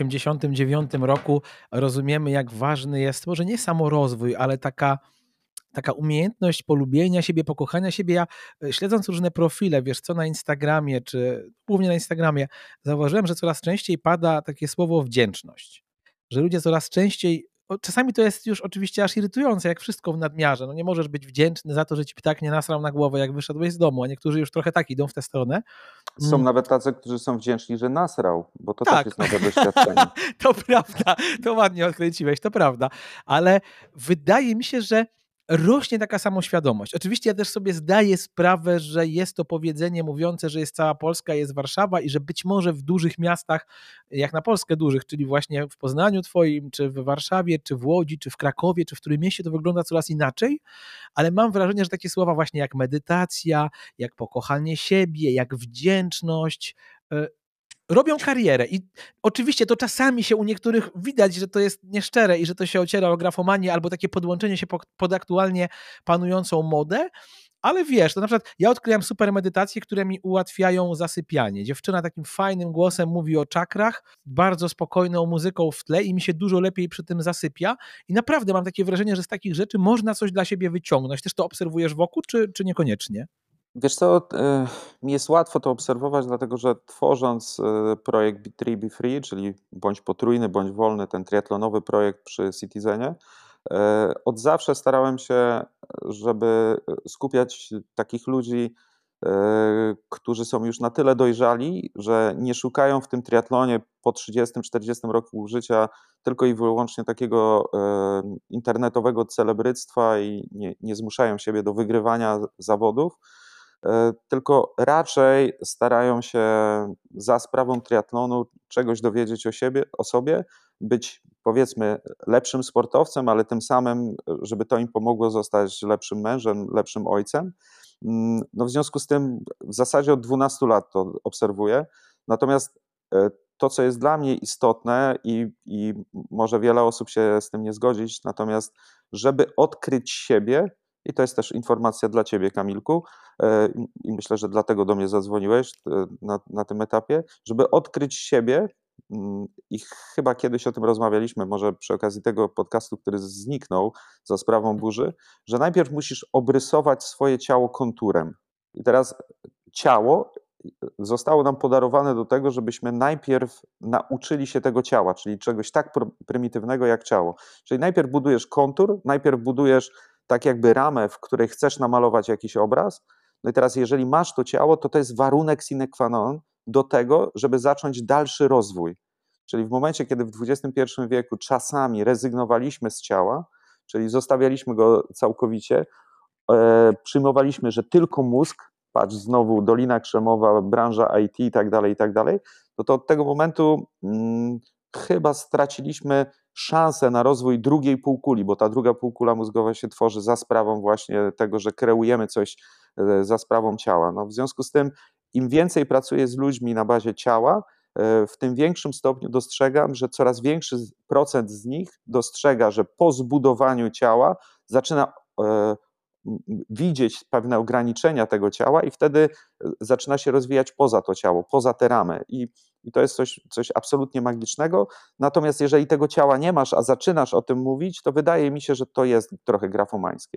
89 roku rozumiemy, jak ważny jest może nie samorozwój, ale taka umiejętność polubienia siebie, pokochania siebie. Ja śledząc różne profile, wiesz co, na Instagramie, czy głównie na Instagramie, zauważyłem, że coraz częściej pada takie słowo wdzięczność. Że ludzie coraz częściej, czasami to jest już oczywiście aż irytujące, jak wszystko w nadmiarze. No nie możesz być wdzięczny za to, że ci ptak nie nasrał na głowę, jak wyszedłeś z domu, a niektórzy już trochę tak idą w tę stronę. Są nawet tacy, którzy są wdzięczni, że nasrał, bo to też Tak, jest nowe doświadczenie. to prawda, to ładnie odkręciłeś, to prawda, ale wydaje mi się, że rośnie taka samoświadomość. Oczywiście ja też sobie zdaję sprawę, że jest to powiedzenie mówiące, że jest cała Polska, jest Warszawa i że być może w dużych miastach, jak na Polskę dużych, czyli właśnie w Poznaniu twoim, czy w Warszawie, czy w Łodzi, czy w Krakowie, czy w którym mieście to wygląda coraz inaczej, ale mam wrażenie, że takie słowa właśnie jak medytacja, jak pokochanie siebie, jak wdzięczność, robią karierę i oczywiście to czasami się u niektórych widać, że to jest nieszczere i że to się ociera o grafomanię albo takie podłączenie się pod aktualnie panującą modę, ale wiesz, to na przykład ja odkryłem super medytacje, które mi ułatwiają zasypianie. Dziewczyna takim fajnym głosem mówi o czakrach, bardzo spokojną muzyką w tle i mi się dużo lepiej przy tym zasypia i naprawdę mam takie wrażenie, że z takich rzeczy można coś dla siebie wyciągnąć. Też to obserwujesz wokół, czy niekoniecznie? Wiesz co, mi jest łatwo to obserwować, dlatego że tworząc projekt Be 3 Be Free, czyli bądź potrójny, bądź wolny, ten triatlonowy projekt przy Citizenie, od zawsze starałem się, żeby skupiać takich ludzi, którzy są już na tyle dojrzali, że nie szukają w tym triatlonie po 30-40 roku życia tylko i wyłącznie takiego internetowego celebryctwa i nie zmuszają siebie do wygrywania zawodów, tylko raczej starają się za sprawą triatlonu czegoś dowiedzieć o sobie, być powiedzmy lepszym sportowcem, ale tym samym, żeby to im pomogło zostać lepszym mężem, lepszym ojcem. No w związku z tym w zasadzie od 12 lat to obserwuję. Natomiast to, co jest dla mnie istotne i może wiele osób się z tym nie zgodzić, natomiast żeby odkryć siebie, i to jest też informacja dla ciebie, Kamilku, i myślę, że dlatego do mnie zadzwoniłeś na tym etapie, żeby odkryć siebie, i chyba kiedyś o tym rozmawialiśmy, może przy okazji tego podcastu, który zniknął za sprawą burzy, że najpierw musisz obrysować swoje ciało konturem. I teraz ciało zostało nam podarowane do tego, żebyśmy najpierw nauczyli się tego ciała, czyli czegoś tak prymitywnego jak ciało. Czyli najpierw budujesz kontur, najpierw budujesz tak jakby ramę, w której chcesz namalować jakiś obraz. No i teraz jeżeli masz to ciało, to jest warunek sine qua non do tego, żeby zacząć dalszy rozwój. Czyli w momencie, kiedy w XXI wieku czasami rezygnowaliśmy z ciała, czyli zostawialiśmy go całkowicie, przyjmowaliśmy, że tylko mózg, patrz znowu Dolina Krzemowa, branża IT i tak dalej, no to od tego momentu chyba straciliśmy szansę na rozwój drugiej półkuli, bo ta druga półkula mózgowa się tworzy za sprawą właśnie tego, że kreujemy coś za sprawą ciała. No w związku z tym im więcej pracuję z ludźmi na bazie ciała, w tym większym stopniu dostrzegam, że coraz większy procent z nich dostrzega, że po zbudowaniu ciała zaczyna widzieć pewne ograniczenia tego ciała i wtedy zaczyna się rozwijać poza to ciało, poza te ramy i to jest coś absolutnie magicznego, natomiast jeżeli tego ciała nie masz, a zaczynasz o tym mówić, to wydaje mi się, że to jest trochę grafomańskie.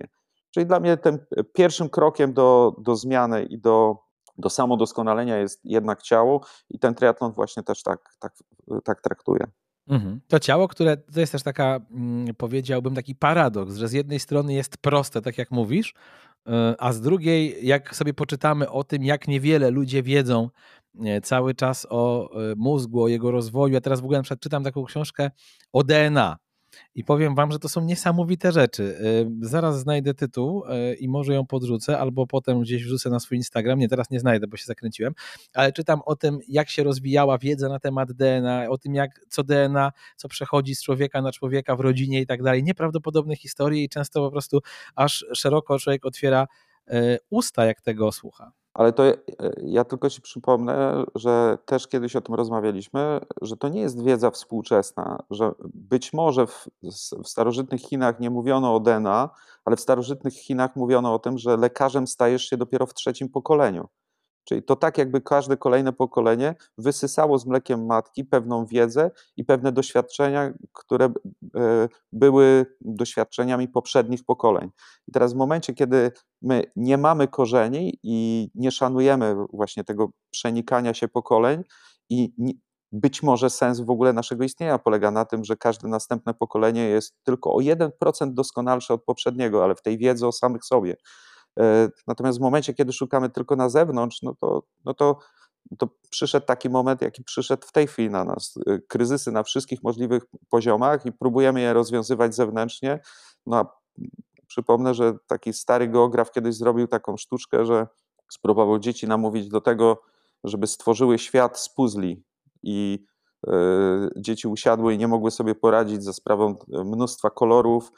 Czyli dla mnie tym pierwszym krokiem do zmiany i do samodoskonalenia jest jednak ciało i ten triatlon właśnie też tak traktuje. To ciało, które to jest też taka, powiedziałbym, taki paradoks, że z jednej strony jest proste, tak jak mówisz, a z drugiej, jak sobie poczytamy o tym, jak niewiele ludzie wiedzą cały czas o mózgu, o jego rozwoju. Ja teraz w ogóle na przykład czytam taką książkę o DNA. I powiem wam, że to są niesamowite rzeczy. Zaraz znajdę tytuł i może ją podrzucę, albo potem gdzieś wrzucę na swój Instagram. Nie, teraz nie znajdę, bo się zakręciłem, ale czytam o tym, jak się rozwijała wiedza na temat DNA, o tym, co DNA, co przechodzi z człowieka na człowieka w rodzinie i tak dalej. Nieprawdopodobne historie i często po prostu aż szeroko człowiek otwiera usta, jak tego słucha. Ale to ja tylko ci przypomnę, że też kiedyś o tym rozmawialiśmy, że to nie jest wiedza współczesna, że być może w starożytnych Chinach nie mówiono o DNA, ale w starożytnych Chinach mówiono o tym, że lekarzem stajesz się dopiero w 3. pokoleniu. Czyli to tak jakby każde kolejne pokolenie wysysało z mlekiem matki pewną wiedzę i pewne doświadczenia, które były doświadczeniami poprzednich pokoleń. I teraz w momencie, kiedy my nie mamy korzeni i nie szanujemy właśnie tego przenikania się pokoleń i być może sens w ogóle naszego istnienia polega na tym, że każde następne pokolenie jest tylko o 1% doskonalsze od poprzedniego, ale w tej wiedzy o samych sobie. Natomiast w momencie, kiedy szukamy tylko na zewnątrz, to przyszedł taki moment, jaki przyszedł w tej chwili na nas. Kryzysy na wszystkich możliwych poziomach i próbujemy je rozwiązywać zewnętrznie. No a przypomnę, że taki stary geograf kiedyś zrobił taką sztuczkę, że spróbował dzieci namówić do tego, żeby stworzyły świat z puzli i dzieci usiadły i nie mogły sobie poradzić za sprawą mnóstwa kolorów.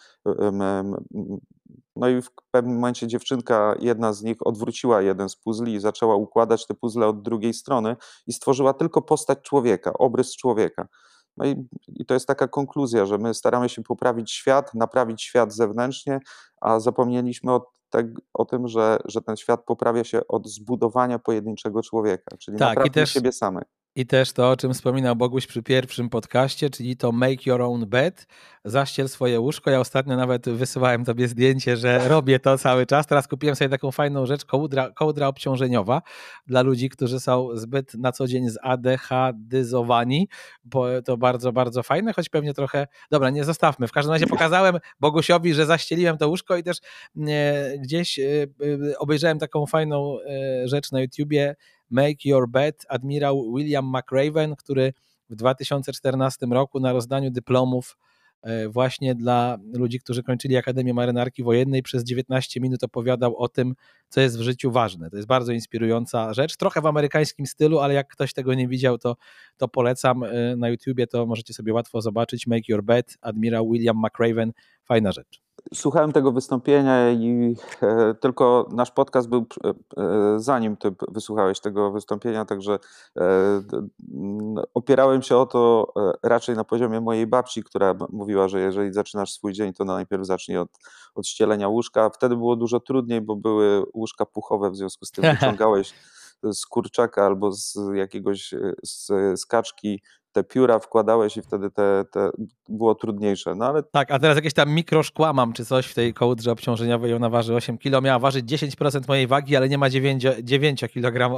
No i w pewnym momencie dziewczynka, jedna z nich odwróciła jeden z puzli i zaczęła układać te puzzle od drugiej strony i stworzyła tylko postać człowieka, obrys człowieka. No i to jest taka konkluzja, że my staramy się poprawić świat, naprawić świat zewnętrznie, a zapomnieliśmy o tym, że ten świat poprawia się od zbudowania pojedynczego człowieka, czyli naprawdę siebie samych. I też to, o czym wspominał Boguś przy pierwszym podcaście, czyli to make your own bed, zaściel swoje łóżko. Ja ostatnio nawet wysyłałem tobie zdjęcie, że robię to cały czas. Teraz kupiłem sobie taką fajną rzecz, kołdra obciążeniowa dla ludzi, którzy są zbyt na co dzień zadechadyzowani, bo to bardzo, bardzo fajne, choć pewnie trochę... Dobra, nie zostawmy. W każdym razie pokazałem Bogusiowi, że zaścieliłem to łóżko i też gdzieś obejrzałem taką fajną rzecz na YouTubie, Make Your Bed, admirał William McRaven, który w 2014 roku na rozdaniu dyplomów właśnie dla ludzi, którzy kończyli Akademię Marynarki Wojennej, przez 19 minut opowiadał o tym, co jest w życiu ważne. To jest bardzo inspirująca rzecz, trochę w amerykańskim stylu, ale jak ktoś tego nie widział, to polecam na YouTubie, to możecie sobie łatwo zobaczyć. Make Your Bed, admirał William McRaven, fajna rzecz. Słuchałem tego wystąpienia i tylko nasz podcast był zanim ty wysłuchałeś tego wystąpienia, także opierałem się o to raczej na poziomie mojej babci, która mówiła, że jeżeli zaczynasz swój dzień, to najpierw zacznij od ścielenia łóżka. Wtedy było dużo trudniej, bo były łóżka puchowe, w związku z tym wyciągałeś z kurczaka albo z jakiegoś z kaczki te pióra wkładałeś i wtedy te było trudniejsze. No ale... Tak, a teraz jakieś tam mikroszkła mam czy coś w tej kołdrze obciążeniowej, ona waży 8 kg, miała ważyć 10% mojej wagi, ale nie ma 9 kg,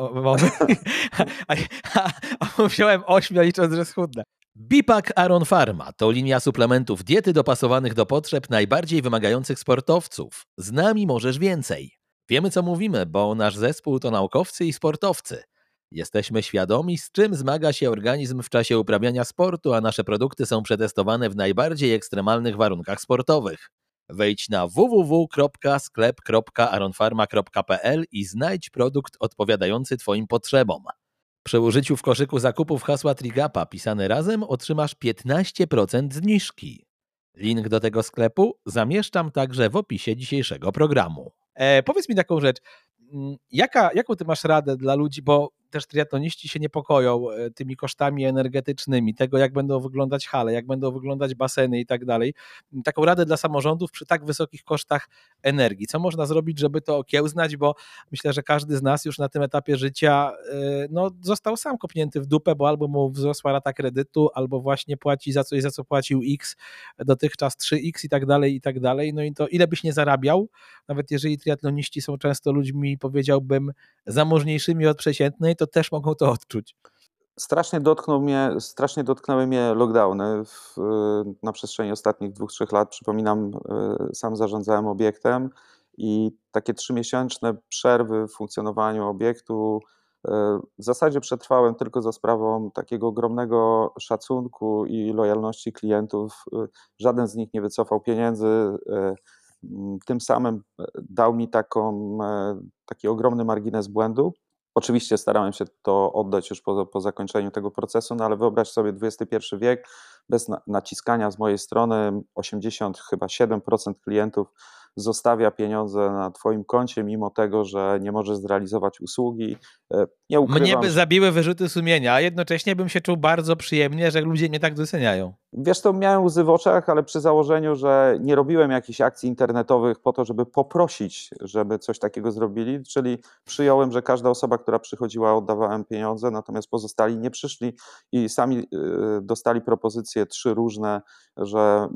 a wziąłem 8, licząc, że schudnę. Bipak Aron Pharma to linia suplementów diety dopasowanych do potrzeb najbardziej wymagających sportowców. Z nami możesz więcej. Wiemy, co mówimy, bo nasz zespół to naukowcy i sportowcy. Jesteśmy świadomi, z czym zmaga się organizm w czasie uprawiania sportu, a nasze produkty są przetestowane w najbardziej ekstremalnych warunkach sportowych. Wejdź na www.sklep.aronpharma.pl i znajdź produkt odpowiadający Twoim potrzebom. Przy użyciu w koszyku zakupów hasła Trigapa pisane razem otrzymasz 15% zniżki. Link do tego sklepu zamieszczam także w opisie dzisiejszego programu. Powiedz mi taką rzecz, jaką ty masz radę dla ludzi, bo też triatloniści się niepokoją tymi kosztami energetycznymi, tego jak będą wyglądać hale, jak będą wyglądać baseny i tak dalej. Taką radę dla samorządów przy tak wysokich kosztach energii. Co można zrobić, żeby to okiełznać, bo myślę, że każdy z nas już na tym etapie życia został sam kopnięty w dupę, bo albo mu wzrosła rata kredytu, albo właśnie płaci za coś, za co płacił X, dotychczas 3X i tak dalej, i tak dalej. No i to ile byś nie zarabiał, nawet jeżeli triatloniści są często ludźmi, powiedziałbym, zamożniejszymi od przeciętnej, to też mogą to odczuć. Strasznie dotknęły mnie lockdowny na przestrzeni ostatnich 2-3 lat. Przypominam, sam zarządzałem obiektem i takie 3-miesięczne przerwy w funkcjonowaniu obiektu w zasadzie przetrwałem tylko za sprawą takiego ogromnego szacunku i lojalności klientów. Żaden z nich nie wycofał pieniędzy. Tym samym dał mi taki ogromny margines błędu. Oczywiście starałem się to oddać już po zakończeniu tego procesu, no ale wyobraź sobie XXI wiek, bez naciskania z mojej strony 87% klientów zostawia pieniądze na twoim koncie, mimo tego, że nie możesz zrealizować usługi. Nie ukrywam, mnie by zabiły wyrzuty sumienia, a jednocześnie bym się czuł bardzo przyjemnie, że ludzie mnie tak doceniają. Wiesz, to miałem łzy w oczach, ale przy założeniu, że nie robiłem jakichś akcji internetowych po to, żeby poprosić, żeby coś takiego zrobili, czyli przyjąłem, że każda osoba, która przychodziła, oddawałem pieniądze, natomiast pozostali nie przyszli i sami dostali propozycje 3 różne, że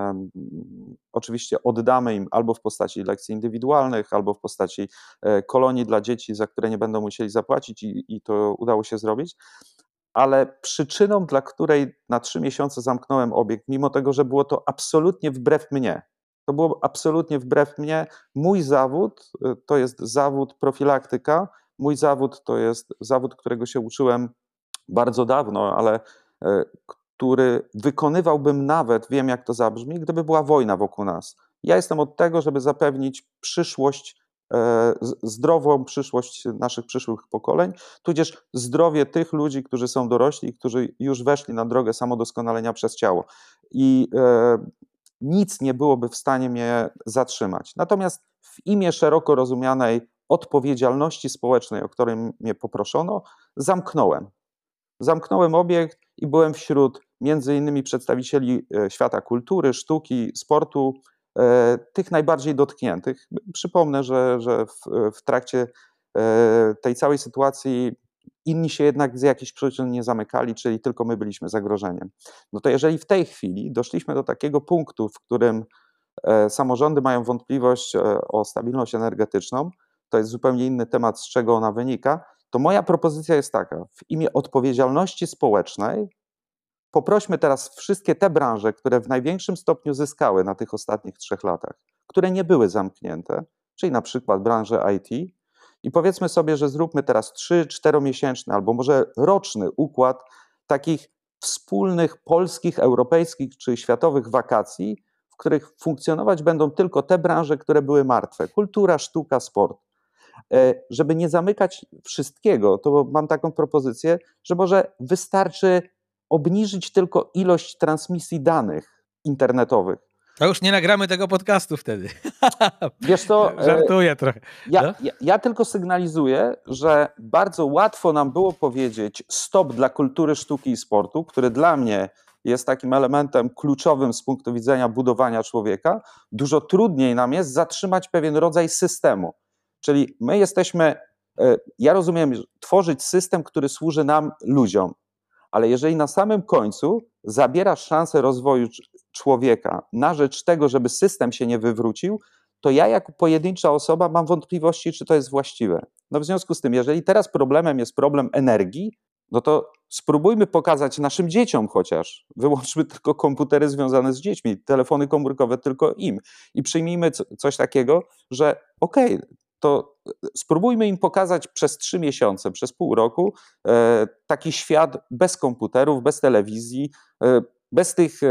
oczywiście oddamy im albo w postaci lekcji indywidualnych, albo w postaci kolonii dla dzieci, za które nie będą musieli zapłacić i to udało się zrobić. Ale przyczyną, dla której na 3 miesiące zamknąłem obiekt, mimo tego, że było to absolutnie wbrew mnie, to było absolutnie wbrew mnie, mój zawód to jest zawód profilaktyka, mój zawód to jest zawód, którego się uczyłem bardzo dawno, ale który wykonywałbym nawet, wiem jak to zabrzmi, gdyby była wojna wokół nas. Ja jestem od tego, żeby zapewnić zdrową przyszłość naszych przyszłych pokoleń, tudzież zdrowie tych ludzi, którzy są dorośli, którzy już weszli na drogę samodoskonalenia przez ciało. I nic nie byłoby w stanie mnie zatrzymać. Natomiast w imię szeroko rozumianej odpowiedzialności społecznej, o której mnie poproszono, zamknąłem obiekt i byłem wśród między innymi przedstawicieli świata kultury, sztuki, sportu, tych najbardziej dotkniętych. Przypomnę, że w trakcie tej całej sytuacji inni się jednak z jakichś przyczyn nie zamykali, czyli tylko my byliśmy zagrożeniem. No to jeżeli w tej chwili doszliśmy do takiego punktu, w którym samorządy mają wątpliwość o stabilność energetyczną, to jest zupełnie inny temat, z czego ona wynika, to moja propozycja jest taka: w imię odpowiedzialności społecznej poprośmy teraz wszystkie te branże, które w największym stopniu zyskały na tych ostatnich 3 latach, które nie były zamknięte, czyli na przykład branżę IT, i powiedzmy sobie, że zróbmy teraz 3-4-miesięczny albo może roczny układ takich wspólnych polskich, europejskich czy światowych wakacji, w których funkcjonować będą tylko te branże, które były martwe: kultura, sztuka, sport. Żeby nie zamykać wszystkiego, to mam taką propozycję, że może wystarczy obniżyć tylko ilość transmisji danych internetowych. To już nie nagramy tego podcastu wtedy. Wiesz co, żartuję trochę. Ja tylko sygnalizuję, że bardzo łatwo nam było powiedzieć stop dla kultury, sztuki i sportu, który dla mnie jest takim elementem kluczowym z punktu widzenia budowania człowieka. Dużo trudniej nam jest zatrzymać pewien rodzaj systemu. Czyli my jesteśmy, ja rozumiem, tworzyć system, który służy nam, ludziom, ale jeżeli na samym końcu zabierasz szansę rozwoju człowieka na rzecz tego, żeby system się nie wywrócił, to ja jako pojedyncza osoba mam wątpliwości, czy to jest właściwe. No w związku z tym, jeżeli teraz problemem jest problem energii, no to spróbujmy pokazać naszym dzieciom chociaż, wyłączmy tylko komputery związane z dziećmi, telefony komórkowe tylko im i przyjmijmy coś takiego, że okej, to spróbujmy im pokazać przez 3 miesiące, przez pół roku taki świat bez komputerów, bez telewizji, bez tych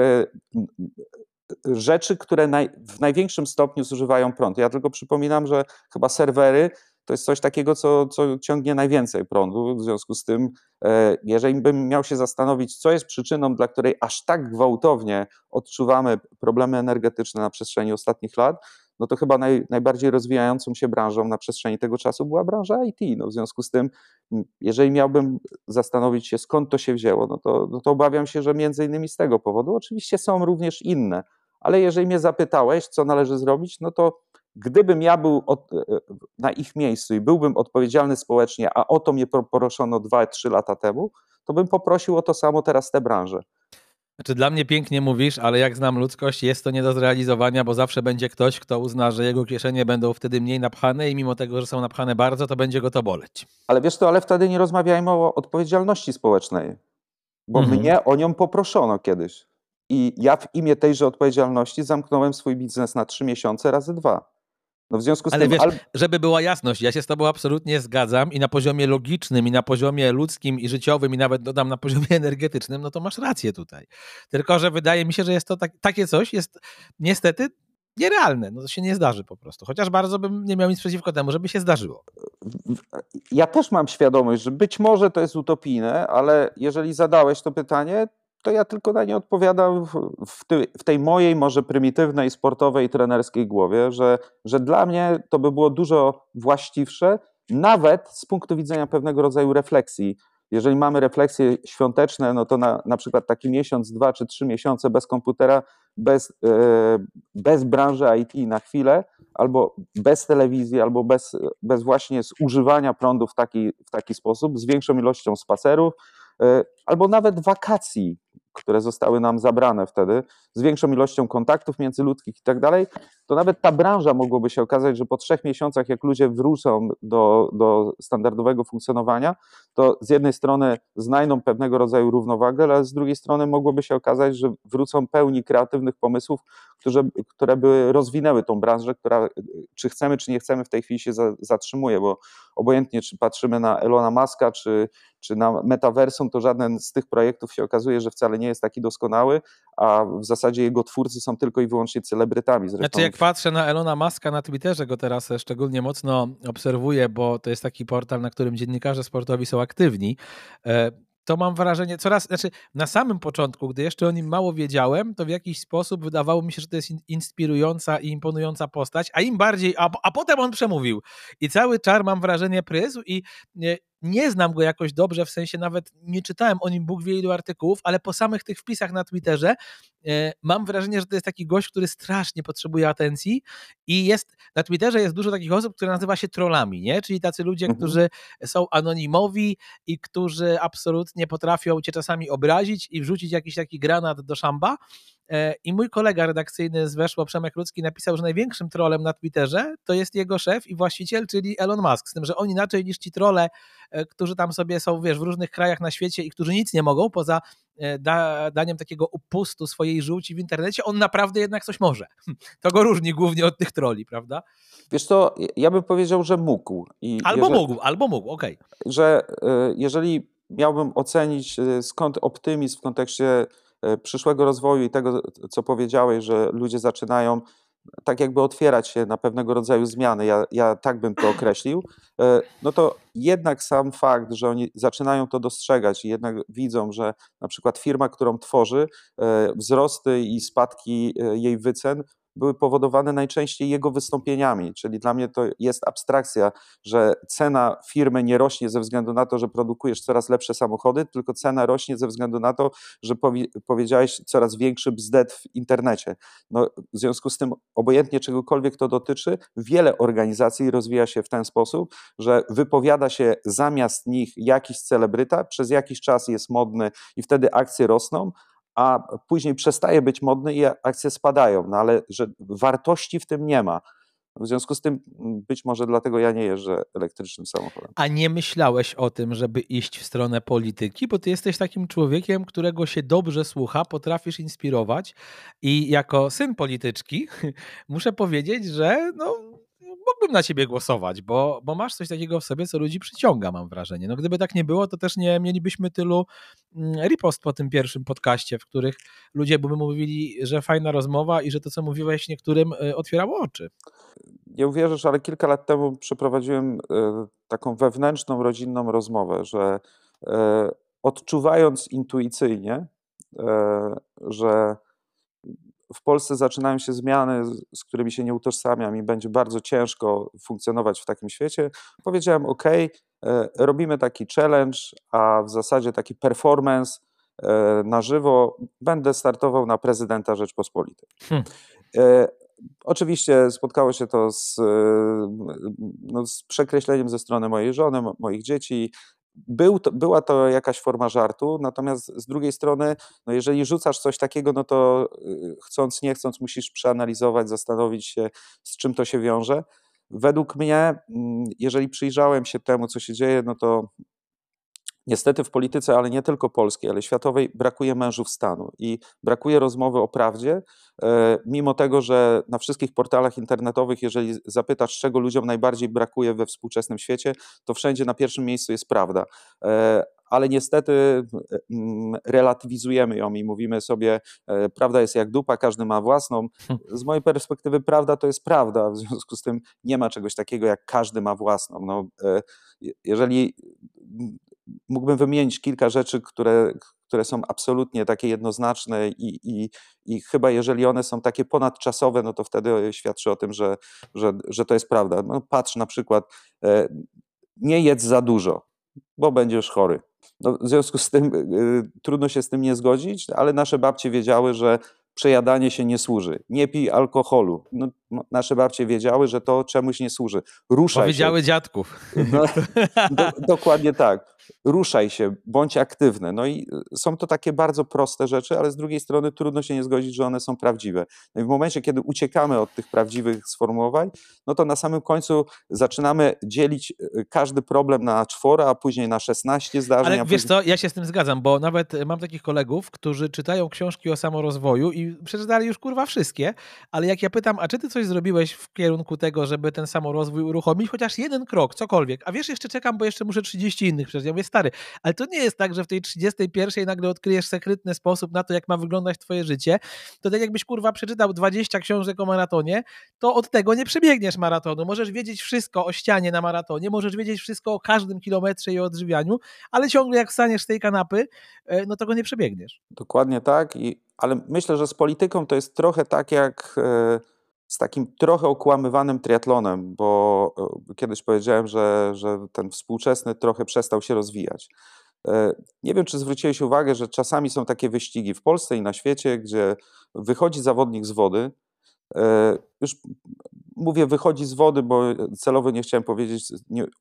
rzeczy, które w największym stopniu zużywają prąd. Ja tylko przypominam, że chyba serwery to jest coś takiego, co ciągnie najwięcej prądu. W związku z tym, jeżeli bym miał się zastanowić, co jest przyczyną, dla której aż tak gwałtownie odczuwamy problemy energetyczne na przestrzeni ostatnich lat, no to chyba najbardziej rozwijającą się branżą na przestrzeni tego czasu była branża IT. No w związku z tym, jeżeli miałbym zastanowić się, skąd to się wzięło, no to obawiam się, że między innymi z tego powodu. Oczywiście są również inne, ale jeżeli mnie zapytałeś, co należy zrobić, no to gdybym ja był na ich miejscu i byłbym odpowiedzialny społecznie, a o to mnie proszono 2-3 lata temu, to bym poprosił o to samo teraz tę branżę. Znaczy, dla mnie pięknie mówisz, ale jak znam ludzkość, jest to nie do zrealizowania, bo zawsze będzie ktoś, kto uzna, że jego kieszenie będą wtedy mniej napchane i mimo tego, że są napchane bardzo, to będzie go to boleć. Ale wiesz co, ale wtedy nie rozmawiajmy o odpowiedzialności społecznej, bo mnie o nią poproszono kiedyś. I ja w imię tejże odpowiedzialności zamknąłem swój biznes na 3 miesiące razy 2. No w związku z Ale tym... wiesz, żeby była jasność, ja się z tobą absolutnie zgadzam i na poziomie logicznym, i na poziomie ludzkim, i życiowym, i nawet dodam na poziomie energetycznym, no to masz rację tutaj. Tylko, że wydaje mi się, że jest to takie coś, jest niestety nierealne. No to się nie zdarzy po prostu. Chociaż bardzo bym nie miał nic przeciwko temu, żeby się zdarzyło. Ja też mam świadomość, że być może to jest utopijne, ale jeżeli zadałeś to pytanie, to ja tylko na nie odpowiadam w tej mojej może prymitywnej, sportowej, trenerskiej głowie, że dla mnie to by było dużo właściwsze, nawet z punktu widzenia pewnego rodzaju refleksji. Jeżeli mamy refleksje świąteczne, no to na przykład taki miesiąc, 2 czy 3 miesiące bez komputera, bez branży IT na chwilę, albo bez telewizji, albo bez właśnie zużywania prądu w taki sposób, z większą ilością spacerów, albo nawet wakacji, które zostały nam zabrane wtedy, z większą ilością kontaktów międzyludzkich i tak dalej, to nawet ta branża mogłoby się okazać, że po 3 miesiącach, jak ludzie wrócą do standardowego funkcjonowania, to z jednej strony znajdą pewnego rodzaju równowagę, ale z drugiej strony mogłoby się okazać, że wrócą pełni kreatywnych pomysłów, które by rozwinęły tą branżę, która, czy chcemy, czy nie chcemy, w tej chwili się zatrzymuje, bo obojętnie, czy patrzymy na Elona Muska, czy na metaversum, to żaden z tych projektów się okazuje, że wcale nie jest taki doskonały, a w zasadzie jego twórcy są tylko i wyłącznie celebrytami. Zresztą... Znaczy, jak patrzę na Elona Muska na Twitterze, go teraz szczególnie mocno obserwuję, bo to jest taki portal, na którym dziennikarze sportowi są aktywni, to mam wrażenie, na samym początku, gdy jeszcze o nim mało wiedziałem, to w jakiś sposób wydawało mi się, że to jest inspirująca i imponująca postać, a im bardziej, a potem on przemówił i cały czar, mam wrażenie, prysł i nie znam go jakoś dobrze, w sensie nawet nie czytałem o nim Bóg wie ilu artykułów, ale po samych tych wpisach na Twitterze mam wrażenie, że to jest taki gość, który strasznie potrzebuje atencji i na Twitterze jest dużo takich osób, które nazywa się trollami, nie? Czyli tacy ludzie, którzy są anonimowi i którzy absolutnie potrafią cię czasami obrazić i wrzucić jakiś taki granat do szamba. I mój kolega redakcyjny z Weszło, Przemek Ludzki, napisał, że największym trollem na Twitterze to jest jego szef i właściciel, czyli Elon Musk, z tym, że on inaczej niż ci trolle, którzy tam sobie są, wiesz, w różnych krajach na świecie i którzy nic nie mogą poza daniem takiego upustu swojej żółci w internecie, on naprawdę jednak coś może. To go różni głównie od tych trolli, prawda? Wiesz co, ja bym powiedział, że mógł. Albo mógł, okej. Że jeżeli miałbym ocenić, skąd optymizm w kontekście przyszłego rozwoju i tego, co powiedziałeś, że ludzie zaczynają tak jakby otwierać się na pewnego rodzaju zmiany, ja tak bym to określił, no to jednak sam fakt, że oni zaczynają to dostrzegać i jednak widzą, że na przykład firma, którą tworzy, wzrosty i spadki jej wycen były powodowane najczęściej jego wystąpieniami, czyli dla mnie to jest abstrakcja, że cena firmy nie rośnie ze względu na to, że produkujesz coraz lepsze samochody, tylko cena rośnie ze względu na to, że powiedziałeś coraz większy bzdet w internecie. No, w związku z tym, obojętnie czegokolwiek to dotyczy, wiele organizacji rozwija się w ten sposób, że wypowiada się zamiast nich jakiś celebryta, przez jakiś czas jest modny i wtedy akcje rosną, a później przestaje być modny i akcje spadają, no ale że wartości w tym nie ma. W związku z tym być może dlatego ja nie jeżdżę elektrycznym samochodem. A nie myślałeś o tym, żeby iść w stronę polityki? Bo ty jesteś takim człowiekiem, którego się dobrze słucha, potrafisz inspirować i jako syn polityczki muszę powiedzieć, że mógłbym na ciebie głosować, bo masz coś takiego w sobie, co ludzi przyciąga, mam wrażenie. No gdyby tak nie było, to też nie mielibyśmy tylu ripost po tym pierwszym podcaście, w których ludzie by mówili, że fajna rozmowa i że to, co mówiłeś, niektórym otwierało oczy. Nie uwierzysz, ale kilka lat temu przeprowadziłem taką wewnętrzną, rodzinną rozmowę, że odczuwając intuicyjnie, że w Polsce zaczynają się zmiany, z którymi się nie utożsamiam i będzie bardzo ciężko funkcjonować w takim świecie, powiedziałem OK, robimy taki challenge, a w zasadzie taki performance na żywo, będę startował na prezydenta Rzeczpospolitej. Oczywiście spotkało się to z przekreśleniem ze strony mojej żony, moich dzieci. Była to jakaś forma żartu, natomiast z drugiej strony, no jeżeli rzucasz coś takiego, no to chcąc, nie chcąc musisz przeanalizować, zastanowić się, z czym to się wiąże. Według mnie, jeżeli przyjrzałem się temu, co się dzieje, no to niestety w polityce, ale nie tylko polskiej, ale światowej, brakuje mężów stanu i brakuje rozmowy o prawdzie, mimo tego, że na wszystkich portalach internetowych, jeżeli zapytasz, czego ludziom najbardziej brakuje we współczesnym świecie, to wszędzie na pierwszym miejscu jest prawda. Ale niestety relatywizujemy ją i mówimy sobie, prawda jest jak dupa, każdy ma własną. Z mojej perspektywy prawda to jest prawda, w związku z tym nie ma czegoś takiego jak każdy ma własną. No, jeżeli mógłbym wymienić kilka rzeczy, które są absolutnie takie jednoznaczne i chyba jeżeli one są takie ponadczasowe, no to wtedy świadczy o tym, że to jest prawda. No, patrz na przykład, nie jedz za dużo, bo będziesz chory. No, w związku z tym trudno się z tym nie zgodzić, ale nasze babcie wiedziały, że przejadanie się nie służy. Nie pij alkoholu. No, nasze babcie wiedziały, że to czemuś nie służy. Ruszaj Powiedziały się. dziadków. No, dokładnie tak. Ruszaj się, bądź aktywny. No i są to takie bardzo proste rzeczy, ale z drugiej strony trudno się nie zgodzić, że one są prawdziwe. No i w momencie, kiedy uciekamy od tych prawdziwych sformułowań, no to na samym końcu zaczynamy dzielić każdy problem na 4, a później na 16 zdarzeń. Ale wiesz co, ja się z tym zgadzam, bo nawet mam takich kolegów, którzy czytają książki o samorozwoju i przeczytali już kurwa wszystkie, ale jak ja pytam, a czy ty coś zrobiłeś w kierunku tego, żeby ten samorozwój uruchomić, chociaż jeden krok, cokolwiek, a wiesz, jeszcze czekam, bo jeszcze muszę 30 innych przecież. Ja mówię, stary, ale to nie jest tak, że w tej 31 nagle odkryjesz sekretny sposób na to, jak ma wyglądać twoje życie, to tak jakbyś kurwa przeczytał 20 książek o maratonie, to od tego nie przebiegniesz maratonu. Możesz wiedzieć wszystko o ścianie na maratonie, możesz wiedzieć wszystko o każdym kilometrze i o odżywianiu, ale ciągle jak wstaniesz z tej kanapy, no to go nie przebiegniesz. Dokładnie tak, ale myślę, że z polityką to jest trochę tak jak z takim trochę okłamywanym triatlonem, bo kiedyś powiedziałem, że ten współczesny trochę przestał się rozwijać. Nie wiem, czy zwróciłeś uwagę, że czasami są takie wyścigi w Polsce i na świecie, gdzie wychodzi zawodnik z wody, już mówię wychodzi z wody, bo celowo nie chciałem powiedzieć,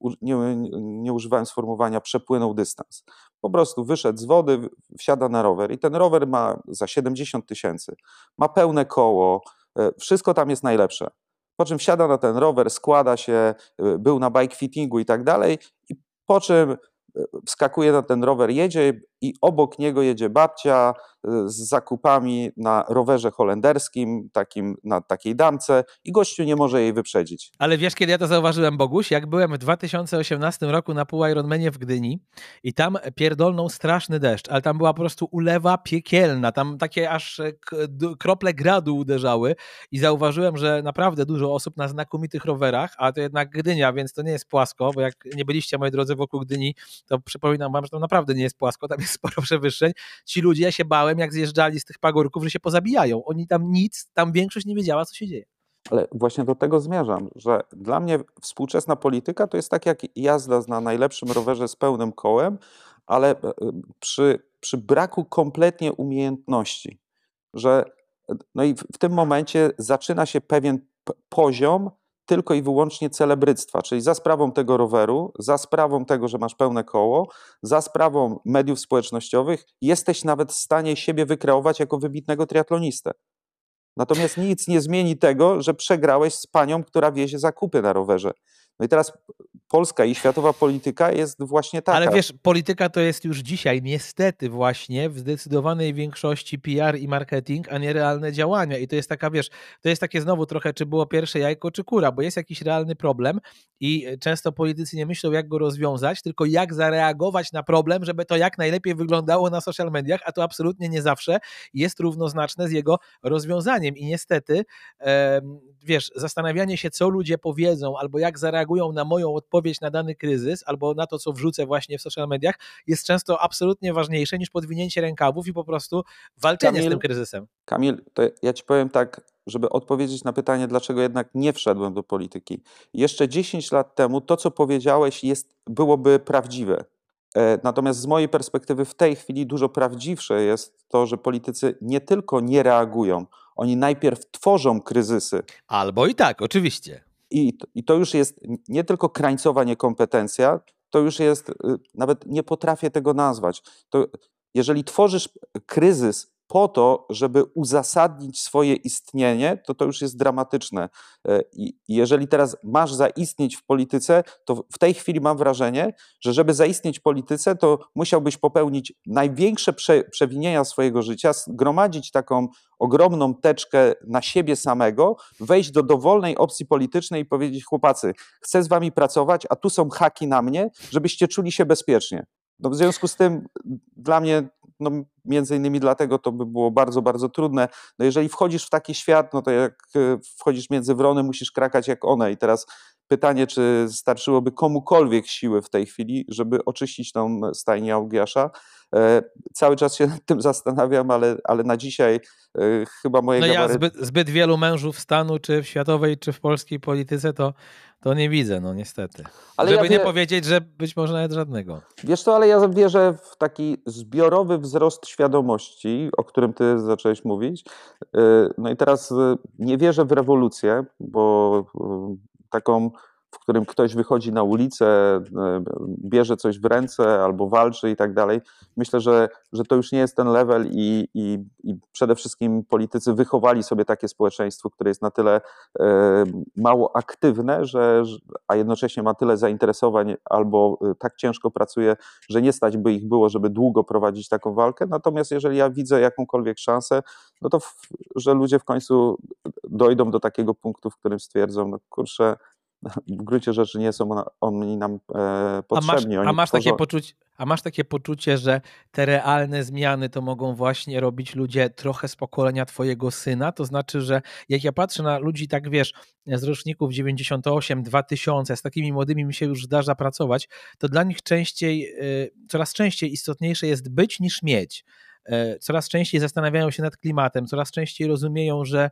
nie używałem sformułowania przepłynął dystans. Po prostu wyszedł z wody, wsiada na rower i ten rower ma za 70 000, ma pełne koło, wszystko tam jest najlepsze. Po czym wsiada na ten rower, składa się, był na bike fittingu i tak dalej i po czym wskakuje na ten rower, jedzie i obok niego jedzie babcia z zakupami na rowerze holenderskim, na takiej damce i gościu nie może jej wyprzedzić. Ale wiesz, kiedy ja to zauważyłem, Boguś? Jak byłem w 2018 roku na pół Ironmanie w Gdyni i tam pierdolnął straszny deszcz, ale tam była po prostu ulewa piekielna, tam takie aż krople gradu uderzały i zauważyłem, że naprawdę dużo osób na znakomitych rowerach, a to jednak Gdynia, więc to nie jest płasko, bo jak nie byliście, moi drodzy, wokół Gdyni, to przypominam wam, że to naprawdę nie jest płasko, tam jest sporo przewyższeń. Ci ludzie, ja się bałem, jak zjeżdżali z tych pagórków, że się pozabijają. Oni tam nic, tam większość nie wiedziała, co się dzieje. Ale właśnie do tego zmierzam, że dla mnie współczesna polityka to jest tak jak jazda na najlepszym rowerze z pełnym kołem, ale przy braku kompletnie umiejętności, że no i w tym momencie zaczyna się pewien poziom tylko i wyłącznie celebryctwa, czyli za sprawą tego roweru, za sprawą tego, że masz pełne koło, za sprawą mediów społecznościowych jesteś nawet w stanie siebie wykreować jako wybitnego triatlonistę. Natomiast nic nie zmieni tego, że przegrałeś z panią, która wiezie zakupy na rowerze. No i teraz polska i światowa polityka jest właśnie taka. Ale wiesz, polityka to jest już dzisiaj niestety właśnie w zdecydowanej większości PR i marketing, a nie realne działania. I to jest taka, wiesz, to jest takie znowu trochę, czy było pierwsze jajko, czy kura, bo jest jakiś realny problem i często politycy nie myślą, jak go rozwiązać, tylko jak zareagować na problem, żeby to jak najlepiej wyglądało na social mediach, a to absolutnie nie zawsze jest równoznaczne z jego rozwiązaniem. I niestety, wiesz, zastanawianie się, co ludzie powiedzą, albo jak zareagować reagują na moją odpowiedź na dany kryzys albo na to, co wrzucę właśnie w social mediach, jest często absolutnie ważniejsze niż podwinięcie rękawów i po prostu walczenie z tym kryzysem. Kamil, to ja ci powiem tak, żeby odpowiedzieć na pytanie, dlaczego jednak nie wszedłem do polityki. Jeszcze 10 lat temu to, co powiedziałeś, byłoby prawdziwe. Natomiast z mojej perspektywy w tej chwili dużo prawdziwsze jest to, że politycy nie tylko nie reagują, oni najpierw tworzą kryzysy. Albo i tak, oczywiście. I to już jest nie tylko krańcowa niekompetencja, to już jest, nawet nie potrafię tego nazwać. To jeżeli tworzysz kryzys po to, żeby uzasadnić swoje istnienie, to już jest dramatyczne. I jeżeli teraz masz zaistnieć w polityce, to w tej chwili mam wrażenie, że żeby zaistnieć w polityce, to musiałbyś popełnić największe przewinienia swojego życia, zgromadzić taką ogromną teczkę na siebie samego, wejść do dowolnej opcji politycznej i powiedzieć: chłopacy, chcę z wami pracować, a tu są haki na mnie, żebyście czuli się bezpiecznie. No w związku z tym dla mnie, no między innymi dlatego to by było bardzo, bardzo trudne. No jeżeli wchodzisz w taki świat, no to jak wchodzisz między wrony, musisz krakać jak one. I teraz pytanie, czy starczyłoby komukolwiek siły w tej chwili, żeby oczyścić tą stajnię Augiasza. Cały czas się nad tym zastanawiam, ale na dzisiaj chyba moje gabaryty... Ja zbyt wielu mężów stanu, czy w światowej, czy w polskiej polityce, to nie widzę, no niestety. Ale żeby nie powiedzieć, że być może nawet żadnego. Wiesz co, ale ja wierzę w taki zbiorowy wzrost świadomości, o którym ty zacząłeś mówić. No i teraz nie wierzę w rewolucję, bo taką, w którym ktoś wychodzi na ulicę, bierze coś w ręce albo walczy i tak dalej. Myślę, że to już nie jest ten level i przede wszystkim politycy wychowali sobie takie społeczeństwo, które jest na tyle mało aktywne, a jednocześnie ma tyle zainteresowań albo tak ciężko pracuje, że nie stać by ich było, żeby długo prowadzić taką walkę. Natomiast jeżeli ja widzę jakąkolwiek szansę, no to że ludzie w końcu dojdą do takiego punktu, w którym stwierdzą: no kurczę, w gruncie rzeczy nie są oni nam potrzebni. A masz takie poczucie, że te realne zmiany to mogą właśnie robić ludzie trochę z pokolenia twojego syna? To znaczy, że jak ja patrzę na ludzi, tak wiesz, z roczników 98, 2000, z takimi młodymi mi się już zdarza pracować, to dla nich coraz częściej istotniejsze jest być niż mieć. Coraz częściej zastanawiają się nad klimatem, coraz częściej rozumieją, że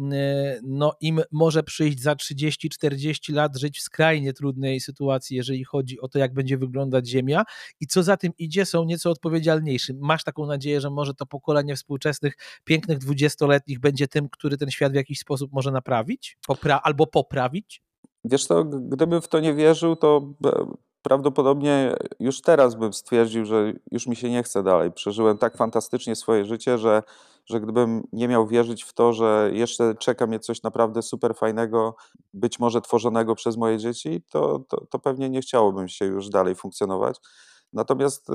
no, im może przyjść za 30-40 lat żyć w skrajnie trudnej sytuacji, jeżeli chodzi o to, jak będzie wyglądać Ziemia, i co za tym idzie, są nieco odpowiedzialniejsi. Masz taką nadzieję, że może to pokolenie współczesnych, pięknych 20-letnich będzie tym, który ten świat w jakiś sposób może naprawić albo poprawić? Wiesz co, gdybym w to nie wierzył, to prawdopodobnie już teraz bym stwierdził, że już mi się nie chce dalej. Przeżyłem tak fantastycznie swoje życie, że gdybym nie miał wierzyć w to, że jeszcze czeka mnie coś naprawdę super fajnego, być może tworzonego przez moje dzieci, to pewnie nie chciałoby się już dalej funkcjonować. Natomiast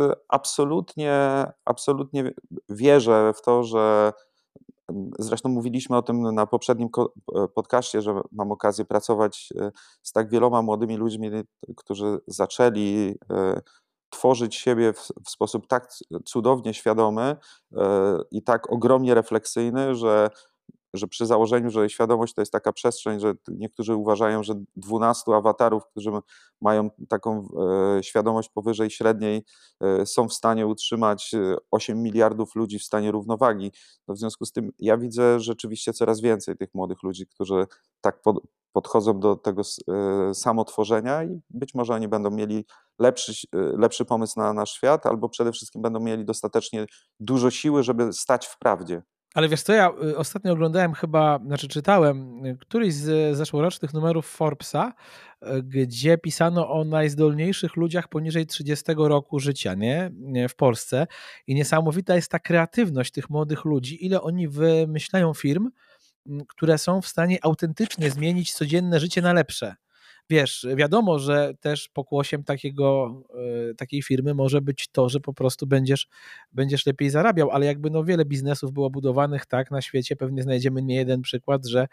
absolutnie wierzę w to, że zresztą mówiliśmy o tym na poprzednim podcaście, że mam okazję pracować z tak wieloma młodymi ludźmi, którzy zaczęli tworzyć siebie w sposób tak cudownie świadomy i tak ogromnie refleksyjny, że przy założeniu, że świadomość to jest taka przestrzeń, że niektórzy uważają, że 12 awatarów, którzy mają taką świadomość powyżej średniej, są w stanie utrzymać 8 miliardów ludzi w stanie równowagi. No w związku z tym ja widzę rzeczywiście coraz więcej tych młodych ludzi, którzy tak podchodzą do tego samotworzenia i być może oni będą mieli lepszy pomysł na nasz świat, albo przede wszystkim będą mieli dostatecznie dużo siły, żeby stać w prawdzie. Ale wiesz co, ja ostatnio oglądałem czytałem któryś z zeszłorocznych numerów Forbesa, gdzie pisano o najzdolniejszych ludziach poniżej 30 roku życia, nie? W Polsce. I niesamowita jest ta kreatywność tych młodych ludzi, ile oni wymyślają firm, które są w stanie autentycznie zmienić codzienne życie na lepsze. Wiesz, wiadomo, że też pokłosiem takiej firmy może być to, że po prostu będziesz lepiej zarabiał, ale jakby wiele biznesów było budowanych tak na świecie, pewnie znajdziemy nie jeden przykład, że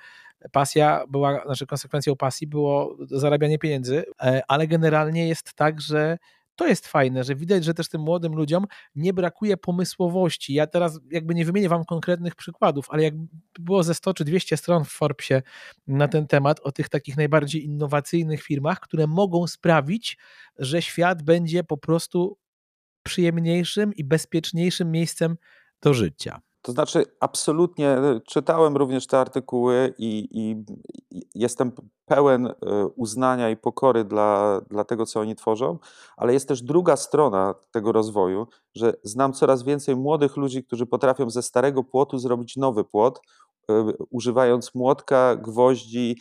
konsekwencją pasji było zarabianie pieniędzy, ale generalnie jest tak, że to jest fajne, że widać, że też tym młodym ludziom nie brakuje pomysłowości. Ja teraz jakby nie wymienię wam konkretnych przykładów, ale jak było ze 100 czy 200 stron w Forbesie na ten temat o tych takich najbardziej innowacyjnych firmach, które mogą sprawić, że świat będzie po prostu przyjemniejszym i bezpieczniejszym miejscem do życia. To znaczy, absolutnie czytałem również te artykuły i jestem pełen uznania i pokory dla tego, co oni tworzą, ale jest też druga strona tego rozwoju, że znam coraz więcej młodych ludzi, którzy potrafią ze starego płotu zrobić nowy płot, używając młotka, gwoździ,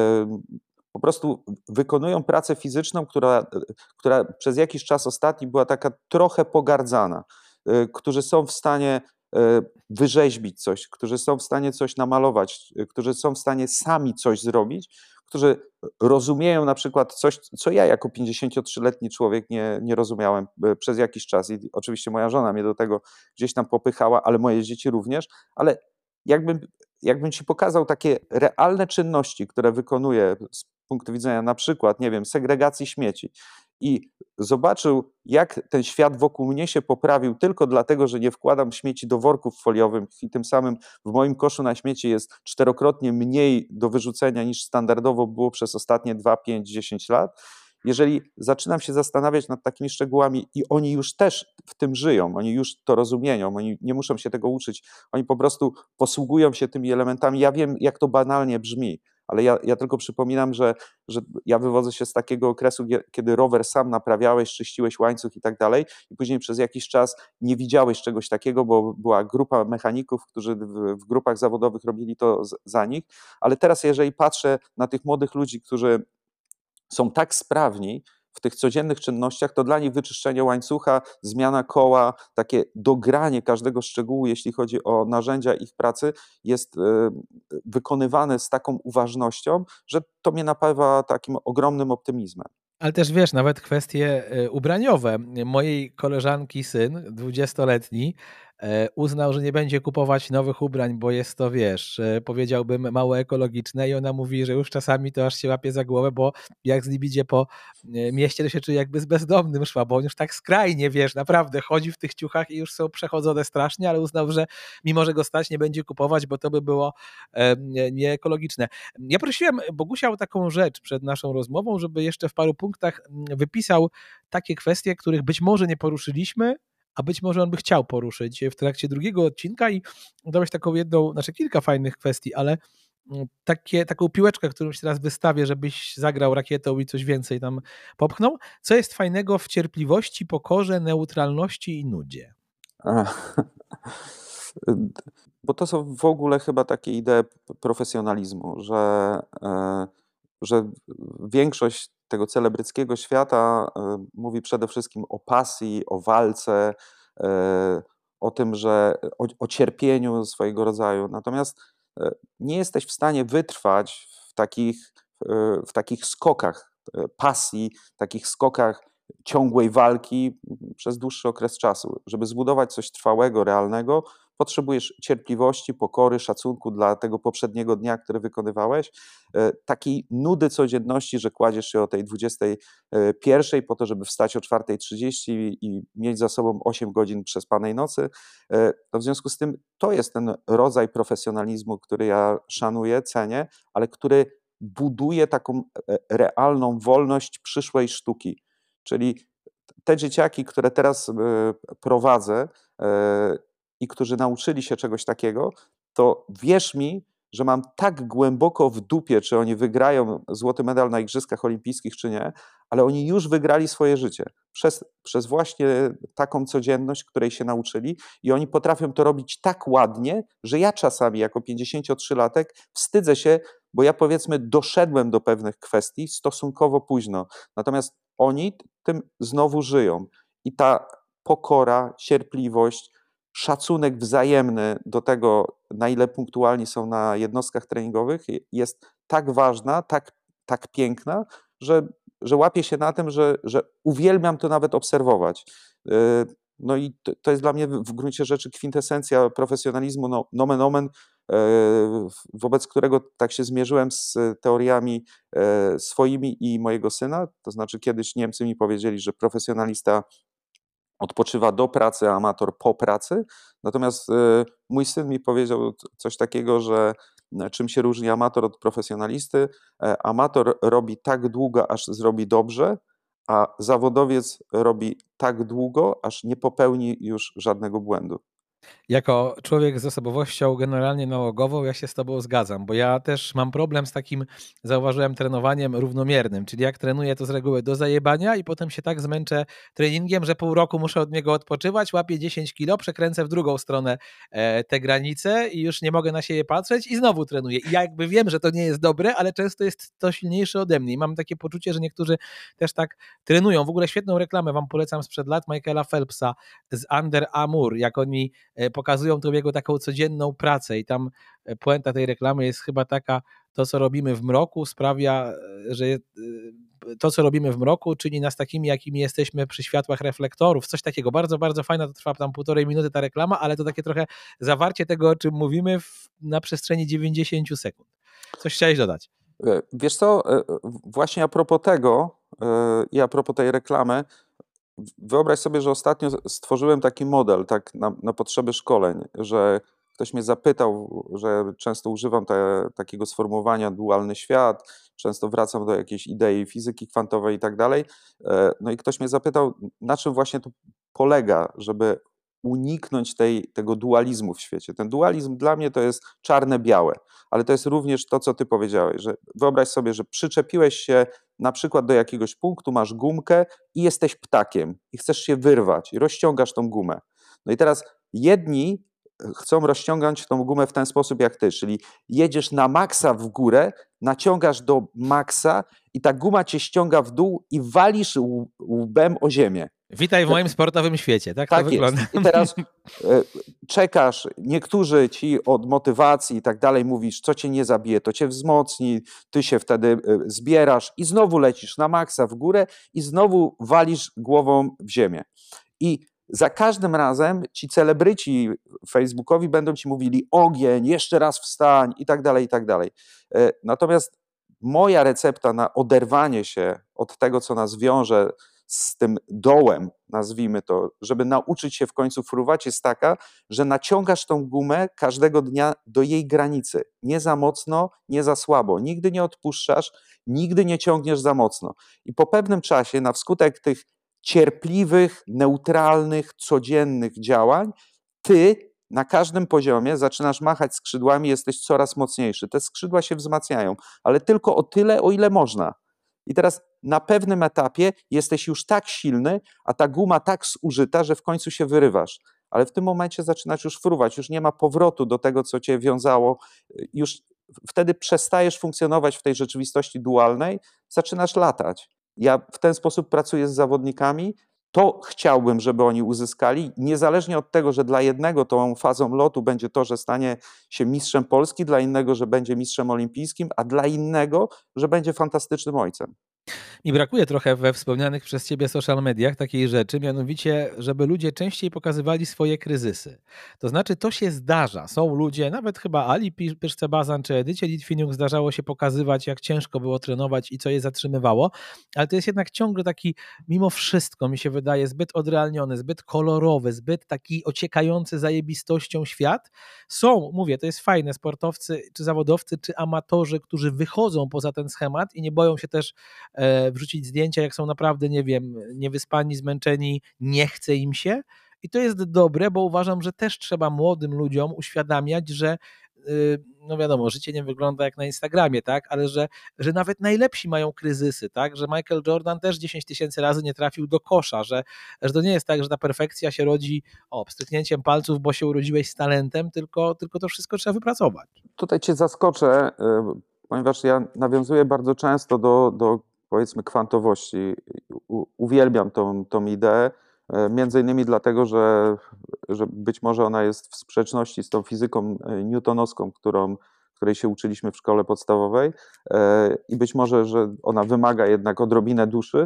po prostu wykonują pracę fizyczną, która przez jakiś czas ostatni była taka trochę pogardzana, którzy są w stanie wyrzeźbić coś, którzy są w stanie coś namalować, którzy są w stanie sami coś zrobić, którzy rozumieją na przykład coś, co ja jako 53-letni człowiek nie rozumiałem przez jakiś czas i oczywiście moja żona mnie do tego gdzieś tam popychała, ale moje dzieci również, ale jakbym ci pokazał takie realne czynności, które wykonuję z punktu widzenia na przykład, nie wiem, segregacji śmieci i zobaczył, jak ten świat wokół mnie się poprawił tylko dlatego, że nie wkładam śmieci do worków foliowych i tym samym w moim koszu na śmieci jest 4-krotnie mniej do wyrzucenia niż standardowo było przez ostatnie 2, 5, 10 lat. Jeżeli zaczynam się zastanawiać nad takimi szczegółami i oni już też w tym żyją, oni już to rozumieją, oni nie muszą się tego uczyć, oni po prostu posługują się tymi elementami. Ja wiem, jak to banalnie brzmi, ale ja tylko przypominam, że ja wywodzę się z takiego okresu, kiedy rower sam naprawiałeś, czyściłeś łańcuch i tak dalej i później przez jakiś czas nie widziałeś czegoś takiego, bo była grupa mechaników, którzy w grupach zawodowych robili to za nich, ale teraz jeżeli patrzę na tych młodych ludzi, którzy są tak sprawni w tych codziennych czynnościach, to dla nich wyczyszczenie łańcucha, zmiana koła, takie dogranie każdego szczegółu, jeśli chodzi o narzędzia ich pracy, jest wykonywane z taką uważnością, że to mnie napawa takim ogromnym optymizmem. Ale też wiesz, nawet kwestie ubraniowe. Mojej koleżanki syn, 20-letni, uznał, że nie będzie kupować nowych ubrań, bo jest to, wiesz, powiedziałbym mało ekologiczne i ona mówi, że już czasami to aż się łapie za głowę, bo jak z nim idzie po mieście, to się czuje jakby z bezdomnym szła, bo on już tak skrajnie, wiesz, naprawdę chodzi w tych ciuchach i już są przechodzone strasznie, ale uznał, że mimo, że go stać, nie będzie kupować, bo to by było nieekologiczne. Ja prosiłem Bogusia o taką rzecz przed naszą rozmową, żeby jeszcze w paru punktach wypisał takie kwestie, których być może nie poruszyliśmy, a być może on by chciał poruszyć w trakcie drugiego odcinka i dałeś taką jedną, znaczy kilka fajnych kwestii, ale taką piłeczkę, którą się teraz wystawię, żebyś zagrał rakietą i coś więcej tam popchnął. Co jest fajnego w cierpliwości, pokorze, neutralności i nudzie? Bo to są w ogóle chyba takie idee profesjonalizmu, że większość tego celebryckiego świata mówi przede wszystkim o pasji, o walce, o tym, że o cierpieniu swojego rodzaju. Natomiast nie jesteś w stanie wytrwać w takich skokach pasji, takich skokach ciągłej walki przez dłuższy okres czasu. Żeby zbudować coś trwałego, realnego, potrzebujesz cierpliwości, pokory, szacunku dla tego poprzedniego dnia, który wykonywałeś, takiej nudy codzienności, że kładziesz się o tej 21 po to, żeby wstać o 4:30 i mieć za sobą 8 godzin przespanej nocy. No w związku z tym to jest ten rodzaj profesjonalizmu, który ja szanuję, cenię, ale który buduje taką realną wolność przyszłej sztuki. Czyli te dzieciaki, które teraz prowadzę i którzy nauczyli się czegoś takiego, to wierz mi, że mam tak głęboko w dupie, czy oni wygrają złoty medal na Igrzyskach Olimpijskich, czy nie, ale oni już wygrali swoje życie przez właśnie taką codzienność, której się nauczyli i oni potrafią to robić tak ładnie, że ja czasami jako 53-latek wstydzę się, bo ja powiedzmy doszedłem do pewnych kwestii stosunkowo późno. Natomiast oni tym znowu żyją i ta pokora, cierpliwość, szacunek wzajemny do tego, na ile punktualni są na jednostkach treningowych, jest tak ważna, tak piękna, że łapię się na tym, że uwielbiam to nawet obserwować. No i to jest dla mnie w gruncie rzeczy kwintesencja profesjonalizmu. No, nomen omen, wobec którego tak się zmierzyłem z teoriami swoimi i mojego syna. To znaczy kiedyś Niemcy mi powiedzieli, że profesjonalista odpoczywa do pracy, a amator po pracy. Natomiast mój syn mi powiedział coś takiego, że czym się różni amator od profesjonalisty. Amator robi tak długo, aż zrobi dobrze, a zawodowiec robi tak długo, aż nie popełni już żadnego błędu. Jako człowiek z osobowością generalnie nałogową, ja się z tobą zgadzam, bo ja też mam problem z takim, zauważyłem, trenowaniem równomiernym, czyli jak trenuję to z reguły do zajebania i potem się tak zmęczę treningiem, że pół roku muszę od niego odpoczywać, łapię 10 kilo, przekręcę w drugą stronę te granice i już nie mogę na siebie patrzeć i znowu trenuję. I ja jakby wiem, że to nie jest dobre, ale często jest to silniejsze ode mnie i mam takie poczucie, że niektórzy też tak trenują. W ogóle świetną reklamę wam polecam sprzed lat Michaela Phelpsa z Under Armour, jak oni pokazują tą jego taką codzienną pracę i tam puenta tej reklamy jest chyba taka, to co robimy w mroku sprawia, że to co robimy w mroku czyni nas takimi, jakimi jesteśmy przy światłach reflektorów, coś takiego, bardzo, bardzo fajna, to trwa tam 1,5 minuty ta reklama, ale to takie trochę zawarcie tego, o czym mówimy na przestrzeni 90 sekund. Coś chciałeś dodać? Wiesz co, właśnie a propos tego i a propos tej reklamy, wyobraź sobie, że ostatnio stworzyłem taki model tak na potrzeby szkoleń, że ktoś mnie zapytał, że często używam takiego sformułowania dualny świat, często wracam do jakiejś idei fizyki kwantowej i tak dalej. No i ktoś mnie zapytał, na czym właśnie to polega, żeby uniknąć tego dualizmu w świecie. Ten dualizm dla mnie to jest czarne-białe, ale to jest również to, co ty powiedziałeś, że wyobraź sobie, że przyczepiłeś się na przykład do jakiegoś punktu, masz gumkę i jesteś ptakiem i chcesz się wyrwać i rozciągasz tą gumę. No i teraz jedni chcą rozciągać tą gumę w ten sposób jak ty, czyli jedziesz na maksa w górę, naciągasz do maksa i ta guma cię ściąga w dół i walisz łbem o ziemię. Witaj w moim sportowym świecie, tak to Tak wygląda. jest. I teraz czekasz, niektórzy ci od motywacji i tak dalej mówisz, co cię nie zabije, to cię wzmocni, ty się wtedy zbierasz i znowu lecisz na maksa w górę i znowu walisz głową w ziemię. I za każdym razem ci celebryci facebookowi będą ci mówili ogień, jeszcze raz wstań i tak dalej, i tak dalej. Natomiast moja recepta na oderwanie się od tego, co nas wiąże z tym dołem, nazwijmy to, żeby nauczyć się w końcu fruwać, jest taka, że naciągasz tą gumę każdego dnia do jej granicy. Nie za mocno, nie za słabo. Nigdy nie odpuszczasz, nigdy nie ciągniesz za mocno. I po pewnym czasie, na wskutek tych cierpliwych, neutralnych, codziennych działań, ty na każdym poziomie zaczynasz machać skrzydłami, jesteś coraz mocniejszy. Te skrzydła się wzmacniają, ale tylko o tyle, o ile można. I teraz na pewnym etapie jesteś już tak silny, a ta guma tak zużyta, że w końcu się wyrywasz. Ale w tym momencie zaczynasz już fruwać, już nie ma powrotu do tego, co cię wiązało. Już wtedy przestajesz funkcjonować w tej rzeczywistości dualnej, zaczynasz latać. Ja w ten sposób pracuję z zawodnikami. To chciałbym, żeby oni uzyskali, niezależnie od tego, że dla jednego tą fazą lotu będzie to, że stanie się mistrzem Polski, dla innego, że będzie mistrzem olimpijskim, a dla innego, że będzie fantastycznym ojcem. Mi brakuje trochę we wspomnianych przez ciebie social mediach takiej rzeczy, mianowicie, żeby ludzie częściej pokazywali swoje kryzysy. To znaczy, to się zdarza. Są ludzie, nawet chyba Ali Pyszce-Bazan czy Edycie Litwiniuk zdarzało się pokazywać, jak ciężko było trenować i co je zatrzymywało, ale to jest jednak ciągle taki, mimo wszystko mi się wydaje, zbyt odrealniony, zbyt kolorowy, zbyt taki ociekający zajebistością świat. Są, mówię, to jest fajne, sportowcy, czy zawodowcy, czy amatorzy, którzy wychodzą poza ten schemat i nie boją się też wrzucić zdjęcia, jak są naprawdę, nie wiem, niewyspani, zmęczeni, nie chce im się. I to jest dobre, bo uważam, że też trzeba młodym ludziom uświadamiać, że no wiadomo, życie nie wygląda jak na Instagramie, tak, ale że nawet najlepsi mają kryzysy, tak, że Michael Jordan też 10 000 razy nie trafił do kosza, że to nie jest tak, że ta perfekcja się rodzi pstryknięciem palców, bo się urodziłeś z talentem, tylko to wszystko trzeba wypracować. Tutaj cię zaskoczę, ponieważ ja nawiązuję bardzo często do powiedzmy kwantowości. Uwielbiam tą ideę, między innymi dlatego, że być może ona jest w sprzeczności z tą fizyką newtonowską, której się uczyliśmy w szkole podstawowej i być może, że ona wymaga jednak odrobinę duszy,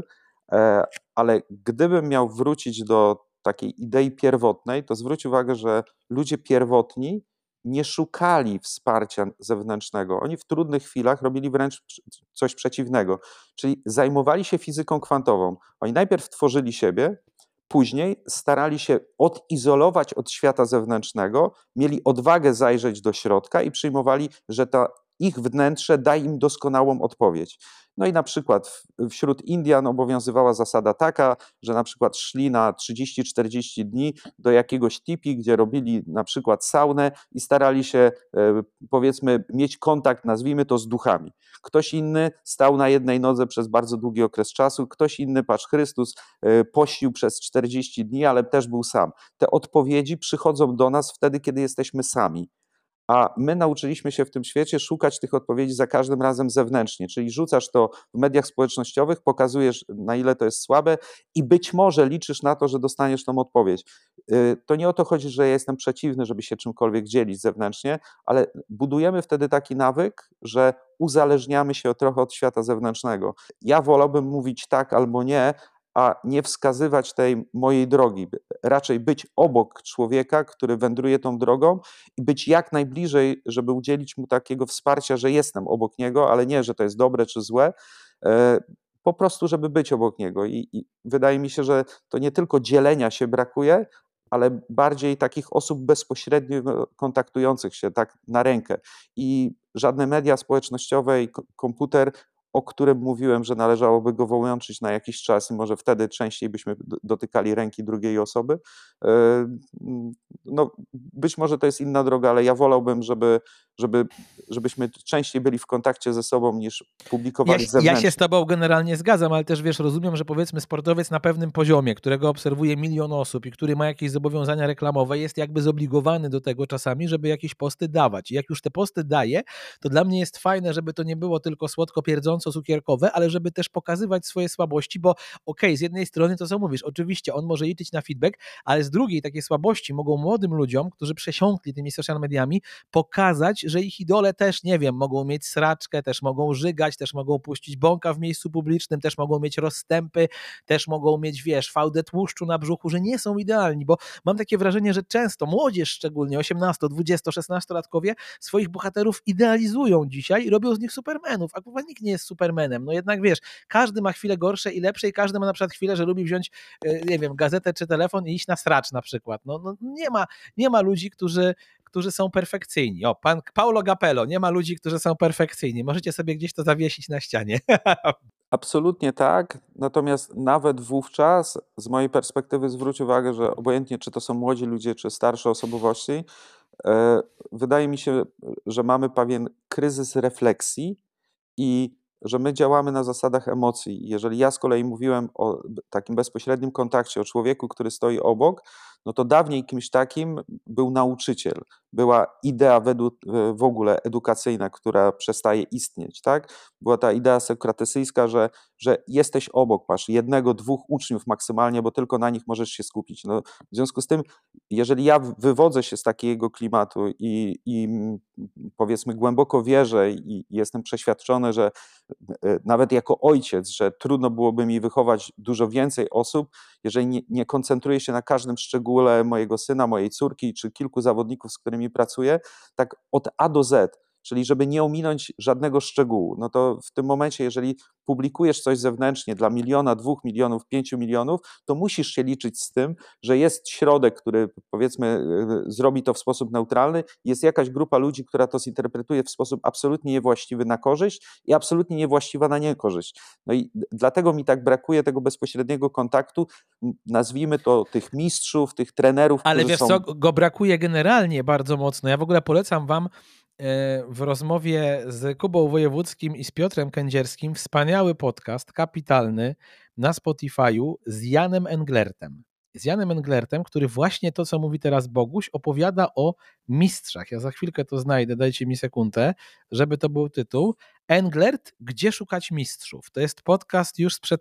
ale gdybym miał wrócić do takiej idei pierwotnej, to zwróć uwagę, że ludzie pierwotni nie szukali wsparcia zewnętrznego. Oni w trudnych chwilach robili wręcz coś przeciwnego, czyli zajmowali się fizyką kwantową. Oni najpierw tworzyli siebie, później starali się odizolować od świata zewnętrznego, mieli odwagę zajrzeć do środka i przyjmowali, że ta ich wnętrze da im doskonałą odpowiedź. No i na przykład wśród Indian obowiązywała zasada taka, że na przykład szli na 30-40 dni do jakiegoś tipi, gdzie robili na przykład saunę i starali się, powiedzmy, mieć kontakt, nazwijmy to, z duchami. Ktoś inny stał na jednej nodze przez bardzo długi okres czasu, ktoś inny, patrz Chrystus, pościł przez 40 dni, ale też był sam. Te odpowiedzi przychodzą do nas wtedy, kiedy jesteśmy sami. A my nauczyliśmy się w tym świecie szukać tych odpowiedzi za każdym razem zewnętrznie, czyli rzucasz to w mediach społecznościowych, pokazujesz, na ile to jest słabe i być może liczysz na to, że dostaniesz tą odpowiedź. To nie o to chodzi, że ja jestem przeciwny, żeby się czymkolwiek dzielić zewnętrznie, ale budujemy wtedy taki nawyk, że uzależniamy się trochę od świata zewnętrznego. Ja wolałbym mówić tak albo nie, a nie wskazywać tej mojej drogi. Raczej być obok człowieka, który wędruje tą drogą i być jak najbliżej, żeby udzielić mu takiego wsparcia, że jestem obok niego, ale nie, że to jest dobre czy złe, po prostu, żeby być obok niego. I wydaje mi się, że to nie tylko dzielenia się brakuje, ale bardziej takich osób bezpośrednio kontaktujących się tak na rękę. I żadne media społecznościowe i komputer, o którym mówiłem, że należałoby go wyłączyć na jakiś czas i może wtedy częściej byśmy dotykali ręki drugiej osoby. No, być może to jest inna droga, ale ja wolałbym, żebyśmy częściej byli w kontakcie ze sobą niż publikowali zewnętrznie. Ja się z tobą generalnie zgadzam, ale też wiesz, rozumiem, że powiedzmy sportowiec na pewnym poziomie, którego obserwuje 1 milion osób i który ma jakieś zobowiązania reklamowe, jest jakby zobligowany do tego czasami, żeby jakieś posty dawać. I jak już te posty daje, to dla mnie jest fajne, żeby to nie było tylko słodko pierdząco cukierkowe, ale żeby też pokazywać swoje słabości, bo okej, z jednej strony to co mówisz, oczywiście on może liczyć na feedback, ale z drugiej takie słabości mogą młodym ludziom, którzy przesiąkli tymi social mediami, pokazać, że ich idole też, nie wiem, mogą mieć sraczkę, też mogą żygać, też mogą puścić bąka w miejscu publicznym, też mogą mieć rozstępy, też mogą mieć, wiesz, fałdę tłuszczu na brzuchu, że nie są idealni, bo mam takie wrażenie, że często młodzież, szczególnie 18, 20, 16-latkowie swoich bohaterów idealizują dzisiaj i robią z nich supermenów, a kurwa nikt nie jest supermenem, no jednak wiesz, każdy ma chwile gorsze i lepsze i każdy ma na przykład chwilę, że lubi wziąć, nie wiem, gazetę czy telefon i iść na sracz na przykład, no nie ma ludzi, którzy są perfekcyjni. O, pan Paulo Capello, nie ma ludzi, którzy są perfekcyjni. Możecie sobie gdzieś to zawiesić na ścianie. Absolutnie tak, natomiast nawet wówczas z mojej perspektywy zwróć uwagę, że obojętnie czy to są młodzi ludzie, czy starsze osobowości, wydaje mi się, że mamy pewien kryzys refleksji i że my działamy na zasadach emocji. Jeżeli ja z kolei mówiłem o takim bezpośrednim kontakcie, o człowieku, który stoi obok, no to dawniej kimś takim był nauczyciel, była idea w ogóle edukacyjna, która przestaje istnieć, tak? Była ta idea sokratesyjska, że jesteś obok, masz 1, 2 uczniów maksymalnie, bo tylko na nich możesz się skupić. No, w związku z tym, jeżeli ja wywodzę się z takiego klimatu i powiedzmy głęboko wierzę i jestem przeświadczony, że nawet jako ojciec, że trudno byłoby mi wychować dużo więcej osób, jeżeli nie koncentruję się na każdym szczególe mojego syna, mojej córki czy kilku zawodników, z którymi pracuję, tak od A do Z, czyli żeby nie ominąć żadnego szczegółu. No to w tym momencie, jeżeli publikujesz coś zewnętrznie dla 1 miliona, 2 milionów, 5 milionów, to musisz się liczyć z tym, że jest środek, który powiedzmy zrobi to w sposób neutralny, jest jakaś grupa ludzi, która to zinterpretuje w sposób absolutnie niewłaściwy na korzyść i absolutnie niewłaściwa na niekorzyść. No i dlatego mi tak brakuje tego bezpośredniego kontaktu, nazwijmy to tych mistrzów, tych trenerów, ale którzy wiesz są... co, go brakuje generalnie bardzo mocno. Ja w ogóle polecam wam w rozmowie z Kubą Wojewódzkim i z Piotrem Kędzierskim wspaniały podcast, kapitalny, na Spotify'u z Janem Englertem. Z Janem Englertem, który właśnie to, co mówi teraz Boguś, opowiada o mistrzach. Ja za chwilkę to znajdę, dajcie mi sekundę, żeby to był tytuł. Englert, gdzie szukać mistrzów? To jest podcast już sprzed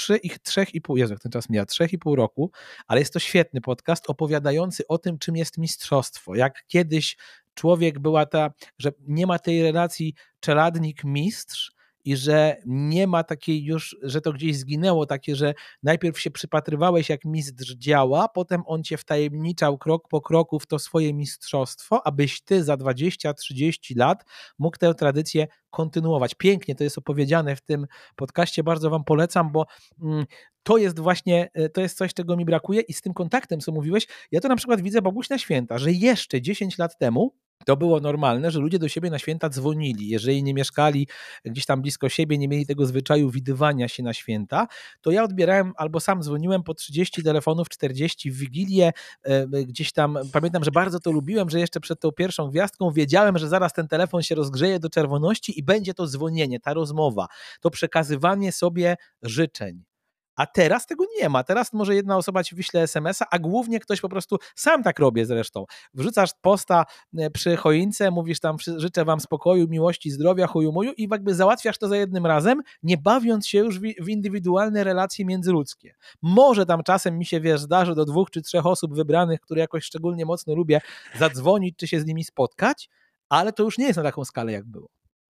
3,5, Jezu, jak ten czas mija, 3,5 roku, ale jest to świetny podcast opowiadający o tym, czym jest mistrzostwo. Jak kiedyś człowiek była że nie ma tej relacji czeladnik-mistrz i że nie ma takiej już, że to gdzieś zginęło, takie, że najpierw się przypatrywałeś, jak mistrz działa, potem on cię wtajemniczał krok po kroku w to swoje mistrzostwo, abyś ty za 20-30 lat mógł tę tradycję kontynuować. Pięknie to jest opowiedziane w tym podcaście, bardzo wam polecam, bo to jest właśnie, to jest coś, czego mi brakuje i z tym kontaktem, co mówiłeś, ja to na przykład widzę, Boguś, na święta, że jeszcze 10 lat temu to było normalne, że ludzie do siebie na święta dzwonili. Jeżeli nie mieszkali gdzieś tam blisko siebie, nie mieli tego zwyczaju widywania się na święta, to ja odbierałem albo sam dzwoniłem po 30 telefonów, 40 w Wigilię, gdzieś tam, pamiętam, że bardzo to lubiłem, że jeszcze przed tą pierwszą gwiazdką wiedziałem, że zaraz ten telefon się rozgrzeje do czerwoności i będzie to dzwonienie, ta rozmowa, to przekazywanie sobie życzeń. A teraz tego nie ma. Teraz może jedna osoba ci wyśle SMS-a, a głównie ktoś po prostu, sam tak robię zresztą, wrzucasz posta przy choince, mówisz tam życzę wam spokoju, miłości, zdrowia, chuju muju i jakby załatwiasz to za jednym razem, nie bawiąc się już w indywidualne relacje międzyludzkie. Może tam czasem mi się, zdarzy do 2 czy 3 osób wybranych, które jakoś szczególnie mocno lubię, zadzwonić czy się z nimi spotkać, ale to już nie jest na taką skalę, jak było.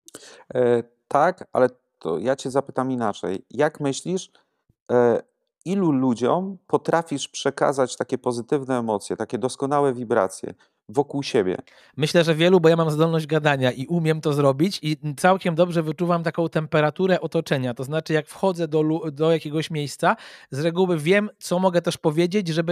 Tak, ale to ja cię zapytam inaczej. Jak myślisz, ilu ludziom potrafisz przekazać takie pozytywne emocje, takie doskonałe wibracje wokół siebie? Myślę, że wielu, bo ja mam zdolność gadania i umiem to zrobić i całkiem dobrze wyczuwam taką temperaturę otoczenia. To znaczy, jak wchodzę do jakiegoś miejsca, z reguły wiem, co mogę też powiedzieć, żeby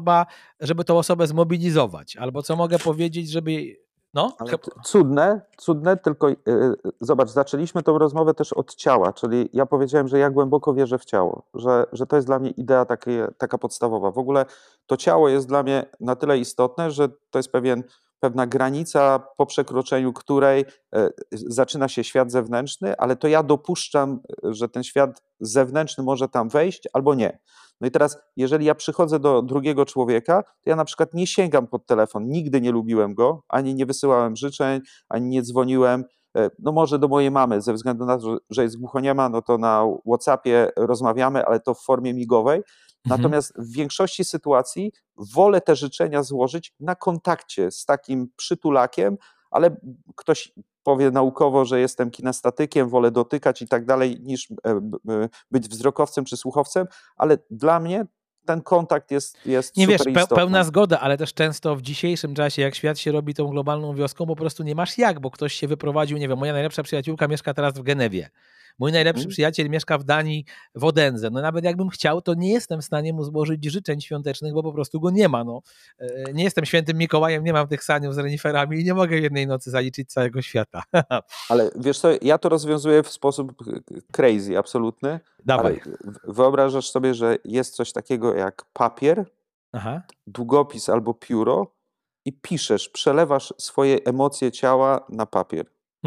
tą osobę zmobilizować, albo co mogę powiedzieć, żeby... No, ale cudne, tylko zobacz, zaczęliśmy tą rozmowę też od ciała, czyli ja powiedziałem, że ja głęboko wierzę w ciało, że to jest dla mnie idea taka podstawowa. W ogóle to ciało jest dla mnie na tyle istotne, że to jest pewna granica, po przekroczeniu której zaczyna się świat zewnętrzny, ale to ja dopuszczam, że ten świat zewnętrzny może tam wejść albo nie. No i teraz, jeżeli ja przychodzę do drugiego człowieka, to ja na przykład nie sięgam pod telefon, nigdy nie lubiłem go, ani nie wysyłałem życzeń, ani nie dzwoniłem. No może do mojej mamy, ze względu na to, że jest głuchoniema, no to na WhatsAppie rozmawiamy, ale to w formie migowej. Natomiast w większości sytuacji wolę te życzenia złożyć na kontakcie z takim przytulakiem, ale ktoś powie naukowo, że jestem kinestatykiem, wolę dotykać i tak dalej, niż być wzrokowcem czy słuchowcem, ale dla mnie ten kontakt jest nie super wiesz, istotny. Pełna zgoda, ale też często w dzisiejszym czasie, jak świat się robi tą globalną wioską, po prostu nie masz jak, bo ktoś się wyprowadził, nie wiem, moja najlepsza przyjaciółka mieszka teraz w Genewie. Mój najlepszy przyjaciel mieszka w Danii, w Odense. No nawet jakbym chciał, to nie jestem w stanie mu złożyć życzeń świątecznych, bo po prostu go nie ma. No. Nie jestem świętym Mikołajem, nie mam tych saniów z reniferami i nie mogę w jednej nocy zaliczyć całego świata. Ale wiesz co, ja to rozwiązuję w sposób crazy, absolutny. Dawaj. Ale wyobrażasz sobie, że jest coś takiego jak papier, długopis albo pióro i piszesz, przelewasz swoje emocje ciała na papier.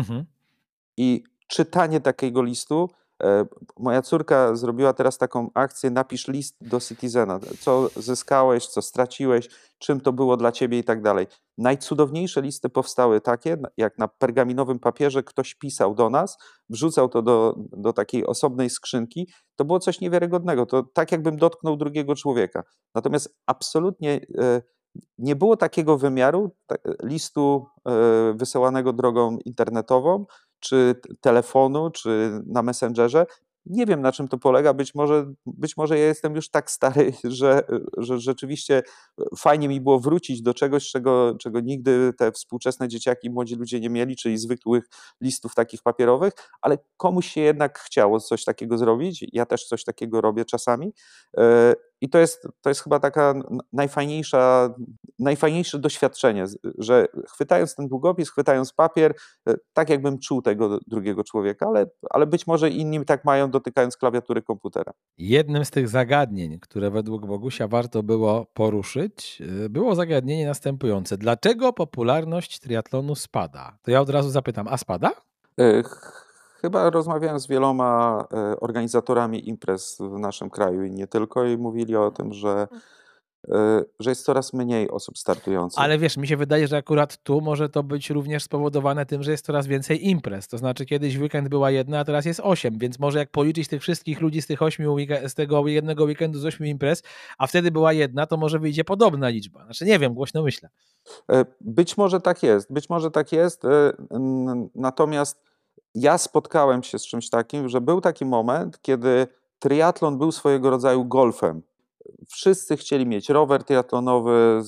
I czytanie takiego listu, moja córka zrobiła teraz taką akcję, napisz list do Citizena, co zyskałeś, co straciłeś, czym to było dla ciebie i tak dalej. Najcudowniejsze listy powstały takie, jak na pergaminowym papierze ktoś pisał do nas, wrzucał to do takiej osobnej skrzynki, to było coś niewiarygodnego, to tak jakbym dotknął drugiego człowieka. Natomiast absolutnie nie było takiego wymiaru listu wysyłanego drogą internetową, czy telefonu, czy na Messengerze. Nie wiem, na czym to polega. Być może ja jestem już tak stary, że rzeczywiście fajnie mi było wrócić do czegoś, czego nigdy te współczesne dzieciaki i młodzi ludzie nie mieli, czyli zwykłych listów takich papierowych, ale komuś się jednak chciało coś takiego zrobić. Ja też coś takiego robię czasami. I to jest chyba taka najfajniejsze doświadczenie, że chwytając ten długopis, chwytając papier, tak jakbym czuł tego drugiego człowieka, ale być może inni tak mają, dotykając klawiatury komputera. Jednym z tych zagadnień, które według Bogusia warto było poruszyć, było zagadnienie następujące. Dlaczego popularność triatlonu spada? To ja od razu zapytam, a spada? Chyba rozmawiałem z wieloma organizatorami imprez w naszym kraju i nie tylko, i mówili o tym, że jest coraz mniej osób startujących. Ale wiesz, mi się wydaje, że akurat tu może to być również spowodowane tym, że jest coraz więcej imprez. To znaczy kiedyś w weekend była jedna, a teraz jest 8, więc może jak policzyć tych wszystkich ludzi z tego jednego weekendu z 8 imprez, a wtedy była jedna, to może wyjdzie podobna liczba. Znaczy nie wiem, głośno myślę. Być może tak jest, natomiast ja spotkałem się z czymś takim, że był taki moment, kiedy triatlon był swojego rodzaju golfem. Wszyscy chcieli mieć rower triatlonowy,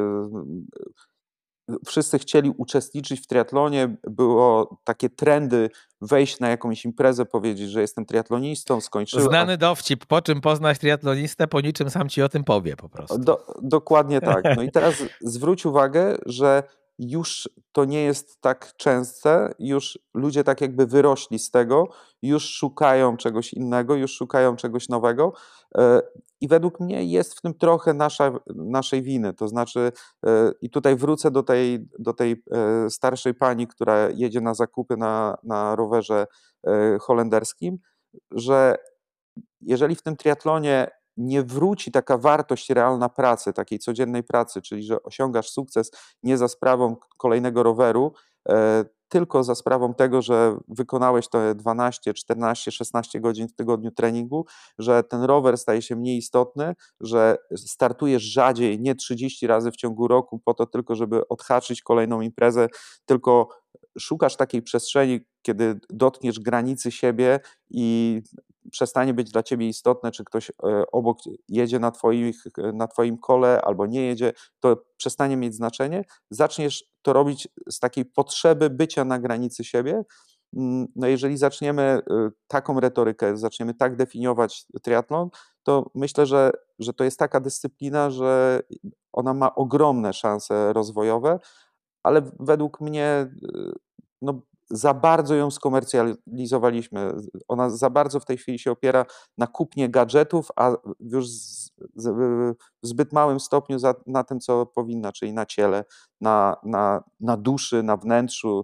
wszyscy chcieli uczestniczyć w triatlonie. Było takie trendy wejść na jakąś imprezę, powiedzieć, że jestem triatlonistą, skończyłem. Znany dowcip, po czym poznać triatlonistę, po niczym sam ci o tym powie po prostu. Dokładnie tak. No i teraz zwróć uwagę, że już to nie jest tak częste, już ludzie tak jakby wyrośli z tego, już szukają czegoś innego, już szukają czegoś nowego i według mnie jest w tym trochę naszej winy. To znaczy, i tutaj wrócę do tej starszej pani, która jedzie na zakupy na rowerze holenderskim, że jeżeli w tym triatlonie nie wróci taka wartość realna pracy, takiej codziennej pracy, czyli że osiągasz sukces nie za sprawą kolejnego roweru, tylko za sprawą tego, że wykonałeś te 12, 14, 16 godzin w tygodniu treningu, że ten rower staje się mniej istotny, że startujesz rzadziej, nie 30 razy w ciągu roku po to tylko, żeby odhaczyć kolejną imprezę, tylko szukasz takiej przestrzeni, kiedy dotkniesz granicy siebie i przestanie być dla ciebie istotne, czy ktoś obok jedzie na twoim kole albo nie jedzie, to przestanie mieć znaczenie. Zaczniesz to robić z takiej potrzeby bycia na granicy siebie. No jeżeli zaczniemy taką retorykę, zaczniemy tak definiować triatlon, to myślę, że to jest taka dyscyplina, że ona ma ogromne szanse rozwojowe, ale według mnie no, za bardzo ją skomercjalizowaliśmy. Ona za bardzo w tej chwili się opiera na kupnie gadżetów, a już w zbyt małym stopniu na tym, co powinna, czyli na ciele, na duszy, na wnętrzu,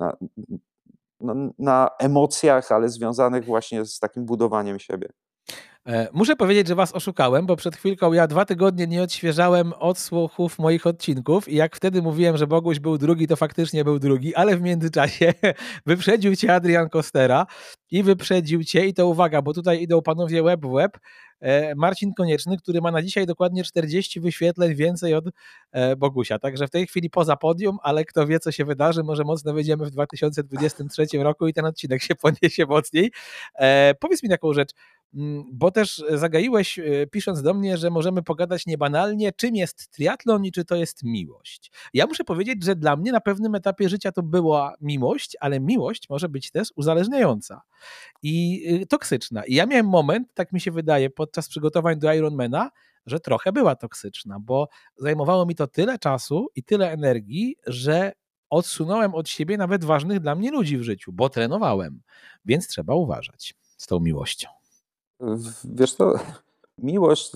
na emocjach, ale związanych właśnie z takim budowaniem siebie. Muszę powiedzieć, że was oszukałem, bo przed chwilką ja 2 tygodnie nie odświeżałem odsłuchów moich odcinków i jak wtedy mówiłem, że Boguś był drugi, to faktycznie był drugi, ale w międzyczasie wyprzedził cię Adrian Kostera i wyprzedził cię, i to uwaga, bo tutaj idą panowie łeb w łeb, Marcin Konieczny, który ma na dzisiaj dokładnie 40 wyświetleń więcej od Bogusia. Także w tej chwili poza podium, ale kto wie, co się wydarzy, może mocno wyjdziemy w 2023 roku i ten odcinek się podniesie mocniej. Powiedz mi taką rzecz, bo też zagaiłeś, pisząc do mnie, że możemy pogadać niebanalnie, czym jest triatlon i czy to jest miłość. Ja muszę powiedzieć, że dla mnie na pewnym etapie życia to była miłość, ale miłość może być też uzależniająca i toksyczna. I ja miałem moment, tak mi się wydaje, podczas przygotowań do Ironmana, że trochę była toksyczna, bo zajmowało mi to tyle czasu i tyle energii, że odsunąłem od siebie nawet ważnych dla mnie ludzi w życiu, bo trenowałem, więc trzeba uważać z tą miłością. Wiesz co, miłość,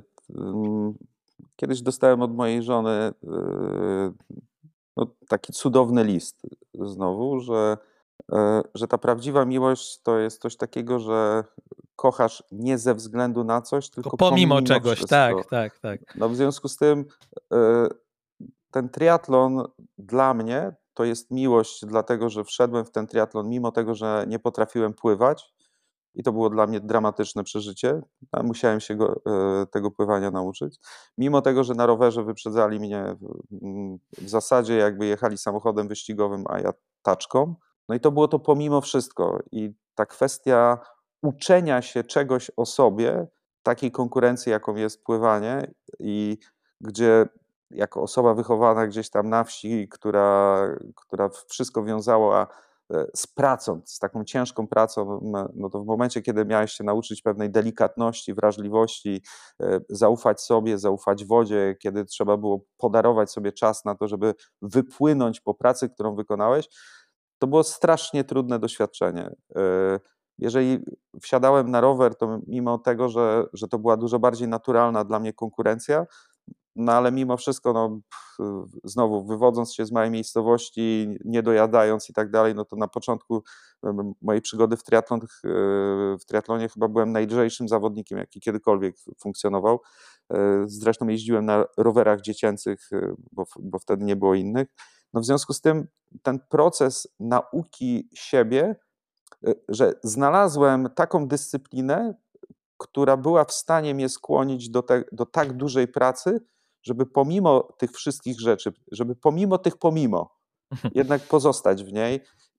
kiedyś dostałem od mojej żony no, taki cudowny list znowu, że ta prawdziwa miłość to jest coś takiego, że kochasz nie ze względu na coś, tylko pomimo czegoś, wszystko. tak. No w związku z tym ten triatlon dla mnie to jest miłość, dlatego że wszedłem w ten triatlon mimo tego, że nie potrafiłem pływać. I to było dla mnie dramatyczne przeżycie. Musiałem się tego pływania nauczyć. Mimo tego, że na rowerze wyprzedzali mnie w zasadzie jakby jechali samochodem wyścigowym, a ja taczką. No i to było to pomimo wszystko. I ta kwestia uczenia się czegoś o sobie, takiej konkurencji, jaką jest pływanie i gdzie jako osoba wychowana gdzieś tam na wsi, która wszystko wiązała z pracą, z taką ciężką pracą, no to w momencie, kiedy miałeś się nauczyć pewnej delikatności, wrażliwości, zaufać sobie, zaufać wodzie, kiedy trzeba było podarować sobie czas na to, żeby wypłynąć po pracy, którą wykonałeś, to było strasznie trudne doświadczenie. Jeżeli wsiadałem na rower, to mimo tego, że to była dużo bardziej naturalna dla mnie konkurencja, no ale mimo wszystko, no, znowu wywodząc się z małej miejscowości, nie dojadając i tak dalej, no to na początku mojej przygody w triatlonie chyba byłem najlżejszym zawodnikiem, jaki kiedykolwiek funkcjonował. Zresztą jeździłem na rowerach dziecięcych, bo wtedy nie było innych. No w związku z tym ten proces nauki siebie, że znalazłem taką dyscyplinę, która była w stanie mnie skłonić do tak dużej pracy, żeby pomimo tych wszystkich rzeczy, żeby pomimo jednak pozostać w niej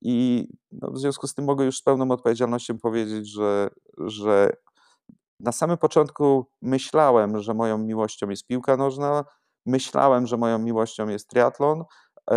I w związku z tym mogę już z pełną odpowiedzialnością powiedzieć, że na samym początku myślałem, że moją miłością jest piłka nożna, myślałem, że moją miłością jest triatlon,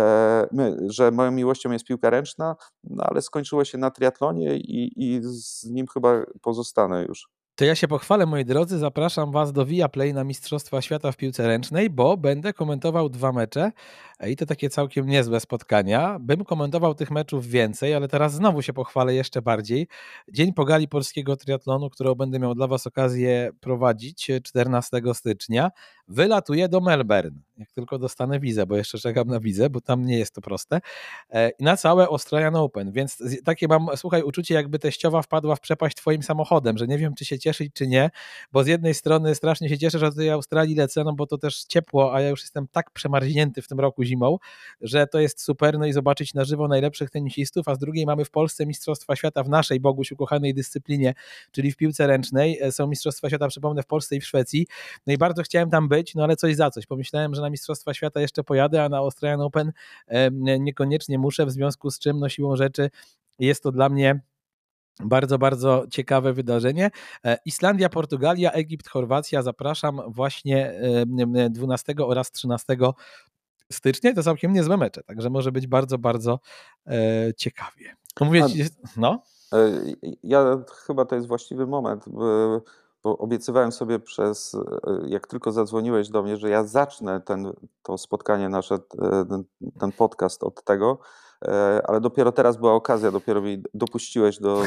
że moją miłością jest piłka ręczna, ale skończyło się na triatlonie i z nim chyba pozostanę już. To ja się pochwalę, moi drodzy, zapraszam was do Viaplay na Mistrzostwa Świata w piłce ręcznej, bo będę komentował 2 mecze i to takie całkiem niezłe spotkania. Bym komentował tych meczów więcej, ale teraz znowu się pochwalę jeszcze bardziej. Dzień pogali polskiego triatlonu, którą będę miał dla was okazję prowadzić 14 stycznia, wylatuję do Melbourne, jak tylko dostanę wizę, bo jeszcze czekam na wizę, bo tam nie jest to proste, na całe Australian Open, więc takie mam, słuchaj, uczucie, jakby teściowa wpadła w przepaść twoim samochodem, że nie wiem, czy się cieszyć, czy nie, bo z jednej strony strasznie się cieszę, że do tej Australii lecę, no bo to też ciepło, a ja już jestem tak przemarznięty w tym roku zimą, że to jest super, no i zobaczyć na żywo najlepszych tenisistów, a z drugiej mamy w Polsce Mistrzostwa Świata w naszej, Boguś, ukochanej dyscyplinie, czyli w piłce ręcznej. Są Mistrzostwa Świata, przypomnę, w Polsce i w Szwecji, no i bardzo chciałem tam być, no ale coś za coś. Pomyślałem, że na Mistrzostwa Świata jeszcze pojadę, a na Australian Open niekoniecznie muszę, w związku z czym, no siłą rzeczy jest to dla mnie bardzo, bardzo ciekawe wydarzenie. Islandia, Portugalia, Egipt, Chorwacja. Zapraszam właśnie 12 oraz 13 stycznia. To całkiem niezłe mecze, także może być bardzo, bardzo ciekawie. Mówię ci, no? Ja chyba to jest właściwy moment, bo obiecywałem sobie jak tylko zadzwoniłeś do mnie, że ja zacznę to spotkanie nasze, ten podcast od tego, ale dopiero teraz była okazja, dopiero mi dopuściłeś do...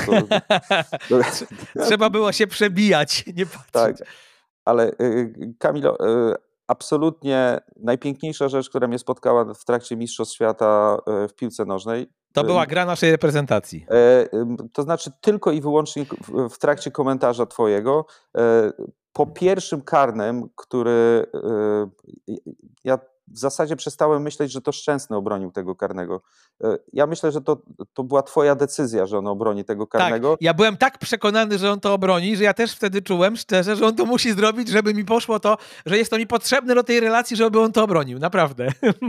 Trzeba było się przebijać, nie patrzeć. Tak, ale Kamilo, absolutnie najpiękniejsza rzecz, która mnie spotkała w trakcie Mistrzostw Świata w piłce nożnej. To była gra naszej reprezentacji. To znaczy tylko i wyłącznie w trakcie komentarza twojego. Po pierwszym karnym, który ja w zasadzie przestałem myśleć, że to Szczęsny obronił tego karnego. Ja myślę, że to była twoja decyzja, że on obroni tego karnego. Tak, ja byłem tak przekonany, że on to obroni, że ja też wtedy czułem szczerze, że on to musi zrobić, żeby mi poszło to, że jest to mi potrzebne do tej relacji, żeby on to obronił, naprawdę.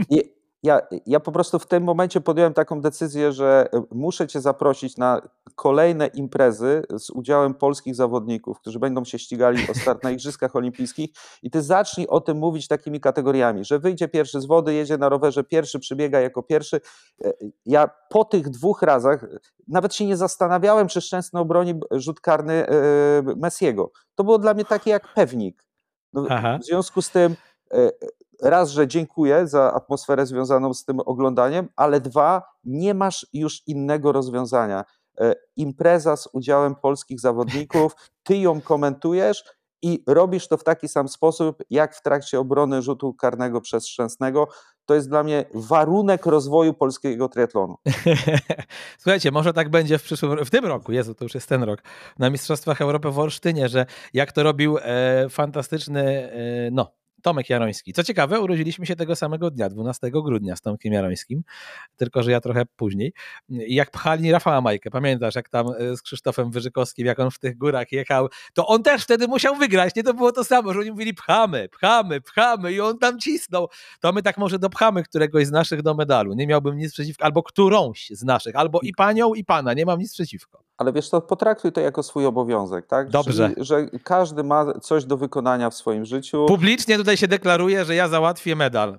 Ja po prostu w tym momencie podjąłem taką decyzję, że muszę cię zaprosić na kolejne imprezy z udziałem polskich zawodników, którzy będą się ścigali o start na Igrzyskach Olimpijskich i ty zacznij o tym mówić takimi kategoriami, że wyjdzie pierwszy z wody, jedzie na rowerze pierwszy, przybiega jako pierwszy. Ja po tych 2 razach nawet się nie zastanawiałem, czy Szczęsny obroni rzut karny Messiego. To było dla mnie takie jak pewnik. W związku z tym raz, że dziękuję za atmosferę związaną z tym oglądaniem, ale 2, nie masz już innego rozwiązania. Impreza z udziałem polskich zawodników, ty ją komentujesz i robisz to w taki sam sposób, jak w trakcie obrony rzutu karnego przez Szczęsnego. To jest dla mnie warunek rozwoju polskiego triatlonu. Słuchajcie, może tak będzie w tym roku, Jezu, to już jest ten rok, na Mistrzostwach Europy w Olsztynie, że jak to robił fantastyczny, Tomek Jaroński. Co ciekawe, urodziliśmy się tego samego dnia, 12 grudnia z Tomkiem Jarońskim, tylko że ja trochę później. Jak pchali Rafała Majkę, pamiętasz, jak tam z Krzysztofem Wyżykowskim, jak on w tych górach jechał, to on też wtedy musiał wygrać, nie? To było to samo, że oni mówili pchamy i on tam cisnął. To my tak może dopchamy któregoś z naszych do medalu. Nie miałbym nic przeciwko, albo którąś z naszych, albo i panią, i pana, nie mam nic przeciwko. Ale wiesz co, potraktuj to jako swój obowiązek, tak? Dobrze. Czyli, że każdy ma coś do wykonania w swoim życiu. Publicznie tutaj się deklaruje, że ja załatwię medal.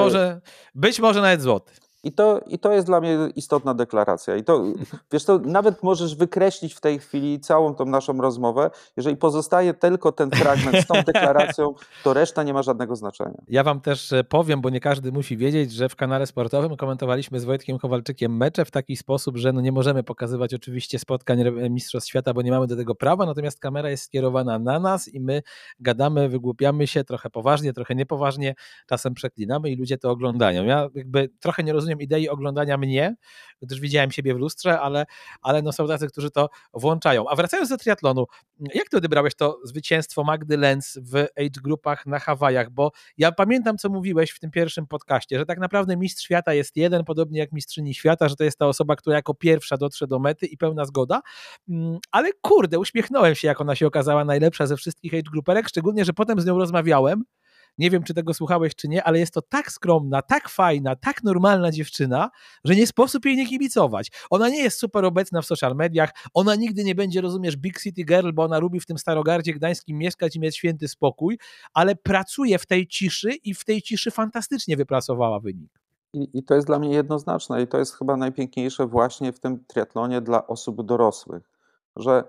Być może nawet złoty. I to jest dla mnie istotna deklaracja. I to, wiesz co, nawet możesz wykreślić w tej chwili całą tą naszą rozmowę. Jeżeli pozostaje tylko ten fragment z tą deklaracją, to reszta nie ma żadnego znaczenia. Ja wam też powiem, bo nie każdy musi wiedzieć, że w kanale sportowym komentowaliśmy z Wojtkiem Kowalczykiem mecze w taki sposób, że nie możemy pokazywać oczywiście spotkań Mistrzostw Świata, bo nie mamy do tego prawa, natomiast kamera jest skierowana na nas i my gadamy, wygłupiamy się trochę poważnie, trochę niepoważnie, czasem przeklinamy i ludzie to oglądają. Ja jakby trochę nie rozumiem idei oglądania mnie, gdyż widziałem siebie w lustrze, ale są tacy, którzy to włączają. A wracając do triatlonu, jak ty odebrałeś to zwycięstwo Magdy Lenz w age grupach na Hawajach? Bo ja pamiętam, co mówiłeś w tym pierwszym podcaście, że tak naprawdę mistrz świata jest jeden, podobnie jak mistrzyni świata, że to jest ta osoba, która jako pierwsza dotrze do mety i pełna zgoda, ale kurde, uśmiechnąłem się, jak ona się okazała najlepsza ze wszystkich age gruperek, szczególnie, że potem z nią rozmawiałem nie wiem, czy tego słuchałeś, czy nie, ale jest to tak skromna, tak fajna, tak normalna dziewczyna, że nie sposób jej nie kibicować. Ona nie jest super obecna w social mediach, ona nigdy nie będzie, rozumiesz, big city girl, bo ona lubi w tym Starogardzie Gdańskim mieszkać i mieć święty spokój, ale pracuje w tej ciszy i w tej ciszy fantastycznie wypracowała wynik. I to jest dla mnie jednoznaczne i to jest chyba najpiękniejsze właśnie w tym triatlonie dla osób dorosłych, że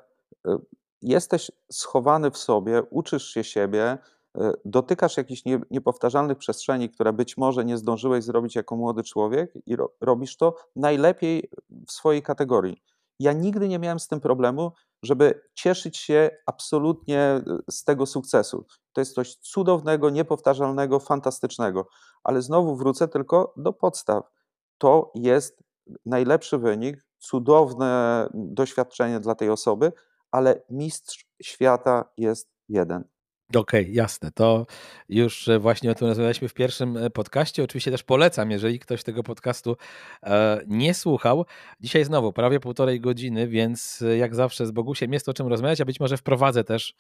jesteś schowany w sobie, uczysz się siebie, dotykasz jakichś niepowtarzalnych przestrzeni, które być może nie zdążyłeś zrobić jako młody człowiek i robisz to najlepiej w swojej kategorii. Ja nigdy nie miałem z tym problemu, żeby cieszyć się absolutnie z tego sukcesu. To jest coś cudownego, niepowtarzalnego, fantastycznego. Ale znowu wrócę tylko do podstaw. To jest najlepszy wynik, cudowne doświadczenie dla tej osoby, ale mistrz świata jest jeden. Okej, jasne. To już właśnie o tym rozmawialiśmy w pierwszym podcaście. Oczywiście też polecam, jeżeli ktoś tego podcastu nie słuchał. Dzisiaj znowu prawie 1,5 godziny, więc jak zawsze z Bogusiem jest o czym rozmawiać, a być może wprowadzę też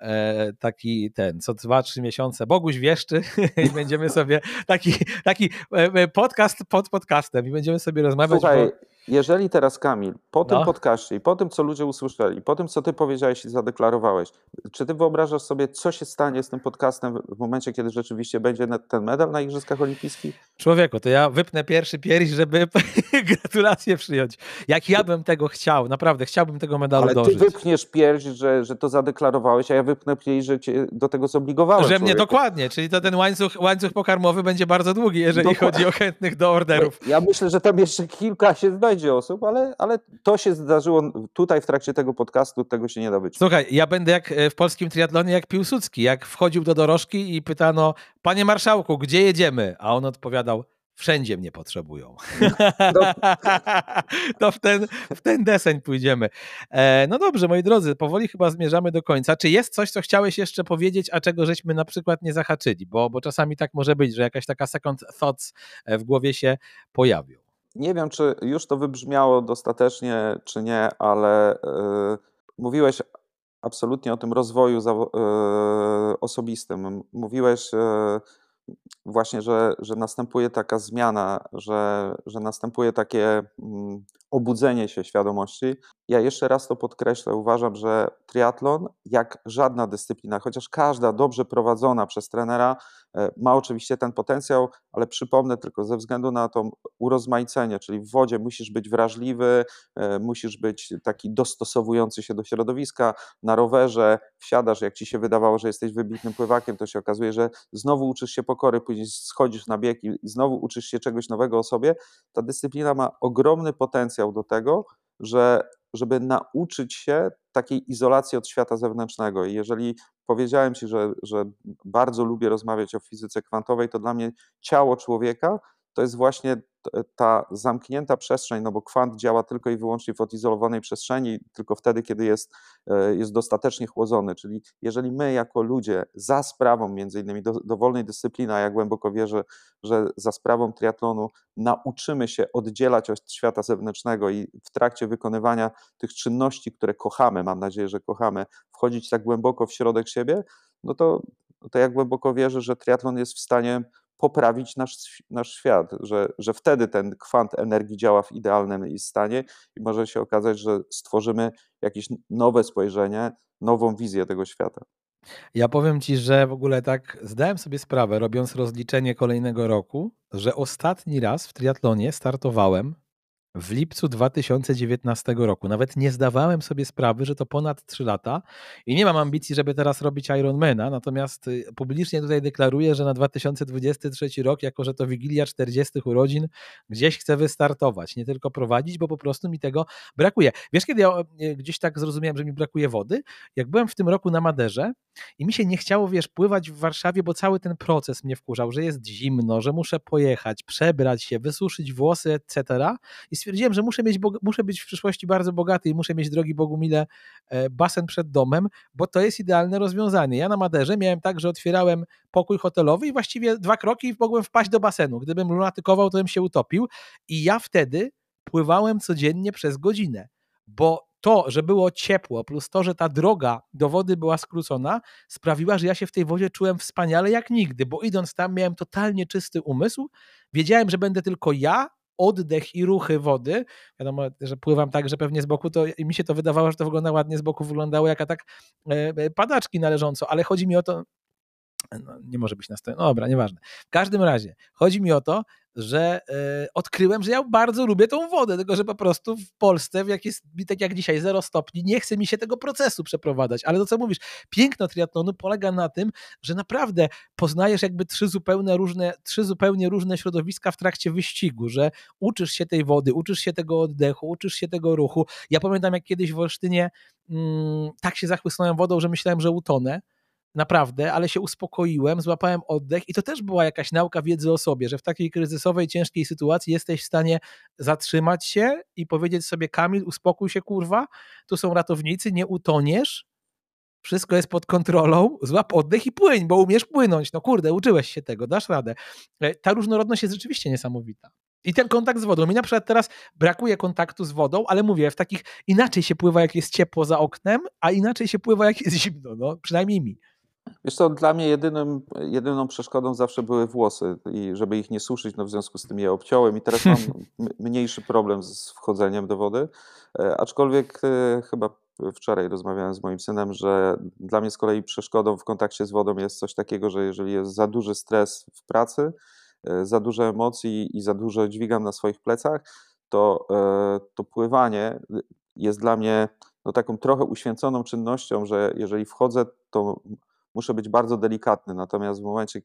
taki co 2-3 miesiące Boguś wieszczy i będziemy sobie taki podcast pod podcastem i będziemy sobie rozmawiać. Słuchaj, jeżeli teraz Kamil, po tym podcaście i po tym, co ludzie usłyszeli, po tym, co ty powiedziałeś i zadeklarowałeś, czy ty wyobrażasz sobie, co się stanie z tym podcastem w momencie, kiedy rzeczywiście będzie ten medal na Igrzyskach Olimpijskich? Człowieku, to ja wypnę pierwszy pierś, żeby gratulacje przyjąć. Jak ja bym tego chciał, naprawdę chciałbym tego medalu dożyć. Ale ty wypchniesz pierś, że to zadeklarowałeś, a ja wypnę pierś, że cię do tego zobligowałem. Że mnie dokładnie, czyli to ten łańcuch pokarmowy będzie bardzo długi, jeżeli chodzi o chętnych do orderów. Ja myślę, że tam jeszcze kilka się znajdzie osób, ale to się zdarzyło tutaj w trakcie tego podcastu, tego się nie da wyciągnąć. Słuchaj, ja będę jak w polskim triatlonie, jak Piłsudski, jak wchodził do dorożki i pytano: panie marszałku, gdzie jedziemy? A on odpowiadał: wszędzie mnie potrzebują. To w ten deseń pójdziemy. No dobrze, moi drodzy, powoli chyba zmierzamy do końca. Czy jest coś, co chciałeś jeszcze powiedzieć, a czego żeśmy na przykład nie zahaczyli? Bo czasami tak może być, że jakaś taka second thoughts w głowie się pojawią. Nie wiem, czy już to wybrzmiało dostatecznie, czy nie, ale mówiłeś absolutnie o tym rozwoju osobistym. Mówiłeś właśnie, że następuje taka zmiana, że następuje takie obudzenie się świadomości. Ja jeszcze raz to podkreślę. Uważam, że triatlon, jak żadna dyscyplina, chociaż każda dobrze prowadzona przez trenera, ma oczywiście ten potencjał, ale przypomnę tylko ze względu na to urozmaicenie, czyli w wodzie musisz być wrażliwy, musisz być taki dostosowujący się do środowiska, na rowerze wsiadasz, jak ci się wydawało, że jesteś wybitnym pływakiem, to się okazuje, że znowu uczysz się pokory, później schodzisz na bieg i znowu uczysz się czegoś nowego o sobie. Ta dyscyplina ma ogromny potencjał do tego, żeby nauczyć się takiej izolacji od świata zewnętrznego. I jeżeli powiedziałem ci, że bardzo lubię rozmawiać o fizyce kwantowej, to dla mnie ciało człowieka to jest właśnie ta zamknięta przestrzeń, no bo kwant działa tylko i wyłącznie w odizolowanej przestrzeni, tylko wtedy, kiedy jest dostatecznie chłodzony. Czyli jeżeli my jako ludzie za sprawą między innymi dowolnej dyscypliny, a ja głęboko wierzę, że za sprawą triatlonu nauczymy się oddzielać od świata zewnętrznego i w trakcie wykonywania tych czynności, które kochamy, mam nadzieję, że kochamy, wchodzić tak głęboko w środek siebie, no to ja głęboko wierzę, że triatlon jest w stanie poprawić nasz świat, że wtedy ten kwant energii działa w idealnym stanie i może się okazać, że stworzymy jakieś nowe spojrzenie, nową wizję tego świata. Ja powiem ci, że w ogóle tak zdałem sobie sprawę, robiąc rozliczenie kolejnego roku, że ostatni raz w triatlonie startowałem w lipcu 2019 roku. Nawet nie zdawałem sobie sprawy, że to ponad 3 lata i nie mam ambicji, żeby teraz robić Ironmana, natomiast publicznie tutaj deklaruję, że na 2023 rok, jako że to Wigilia 40 urodzin, gdzieś chcę wystartować, nie tylko prowadzić, bo po prostu mi tego brakuje. Wiesz, kiedy ja gdzieś tak zrozumiałem, że mi brakuje wody? Jak byłem w tym roku na Maderze i mi się nie chciało, pływać w Warszawie, bo cały ten proces mnie wkurzał, że jest zimno, że muszę pojechać, przebrać się, wysuszyć włosy, etc. I stwierdziłem, że muszę być w przyszłości bardzo bogaty i muszę mieć, drogi Bogumile, basen przed domem, bo to jest idealne rozwiązanie. Ja na Maderze miałem tak, że otwierałem pokój hotelowy i właściwie 2 kroki i mogłem wpaść do basenu. Gdybym lunatykował, to bym się utopił i ja wtedy pływałem codziennie przez godzinę, bo to, że było ciepło, plus to, że ta droga do wody była skrócona, sprawiła, że ja się w tej wodzie czułem wspaniale jak nigdy, bo idąc tam miałem totalnie czysty umysł, wiedziałem, że będę tylko ja, oddech i ruchy wody. Wiadomo, że pływam tak, że pewnie z boku to i mi się to wydawało, że to wygląda ładnie, z boku wyglądało jak tak padaczki należąco, ale chodzi mi o to, no, nie może być nastoję, no dobra, nieważne. W każdym razie chodzi mi o to, że odkryłem, że ja bardzo lubię tą wodę, tylko że po prostu w Polsce, jak jest tak jak dzisiaj 0 stopni, nie chce mi się tego procesu przeprowadzać. Ale to, co mówisz, piękno triatlonu polega na tym, że naprawdę poznajesz jakby trzy zupełnie różne środowiska w trakcie wyścigu, że uczysz się tej wody, uczysz się tego oddechu, uczysz się tego ruchu. Ja pamiętam, jak kiedyś w Olsztynie tak się zachłysnąłem wodą, że myślałem, że utonę. Naprawdę, ale się uspokoiłem, złapałem oddech i to też była jakaś nauka wiedzy o sobie, że w takiej kryzysowej, ciężkiej sytuacji jesteś w stanie zatrzymać się i powiedzieć sobie: Kamil, uspokój się, kurwa, tu są ratownicy, nie utoniesz, wszystko jest pod kontrolą, złap oddech i płyń, bo umiesz płynąć. No kurde, uczyłeś się tego, dasz radę. Ta różnorodność jest rzeczywiście niesamowita. I ten kontakt z wodą. Mi na przykład teraz brakuje kontaktu z wodą, ale mówię, w takich inaczej się pływa, jak jest ciepło za oknem, a inaczej się pływa, jak jest zimno, no przynajmniej mi. Wiesz co, dla mnie jedyną przeszkodą zawsze były włosy i żeby ich nie suszyć, no w związku z tym je obciąłem i teraz mam mniejszy problem z wchodzeniem do wody, aczkolwiek chyba wczoraj rozmawiałem z moim synem, że dla mnie z kolei przeszkodą w kontakcie z wodą jest coś takiego, że jeżeli jest za duży stres w pracy, za dużo emocji i za dużo dźwigam na swoich plecach, to pływanie jest dla mnie no, taką trochę uświęconą czynnością, że jeżeli wchodzę, to muszę być bardzo delikatny, natomiast w momencie,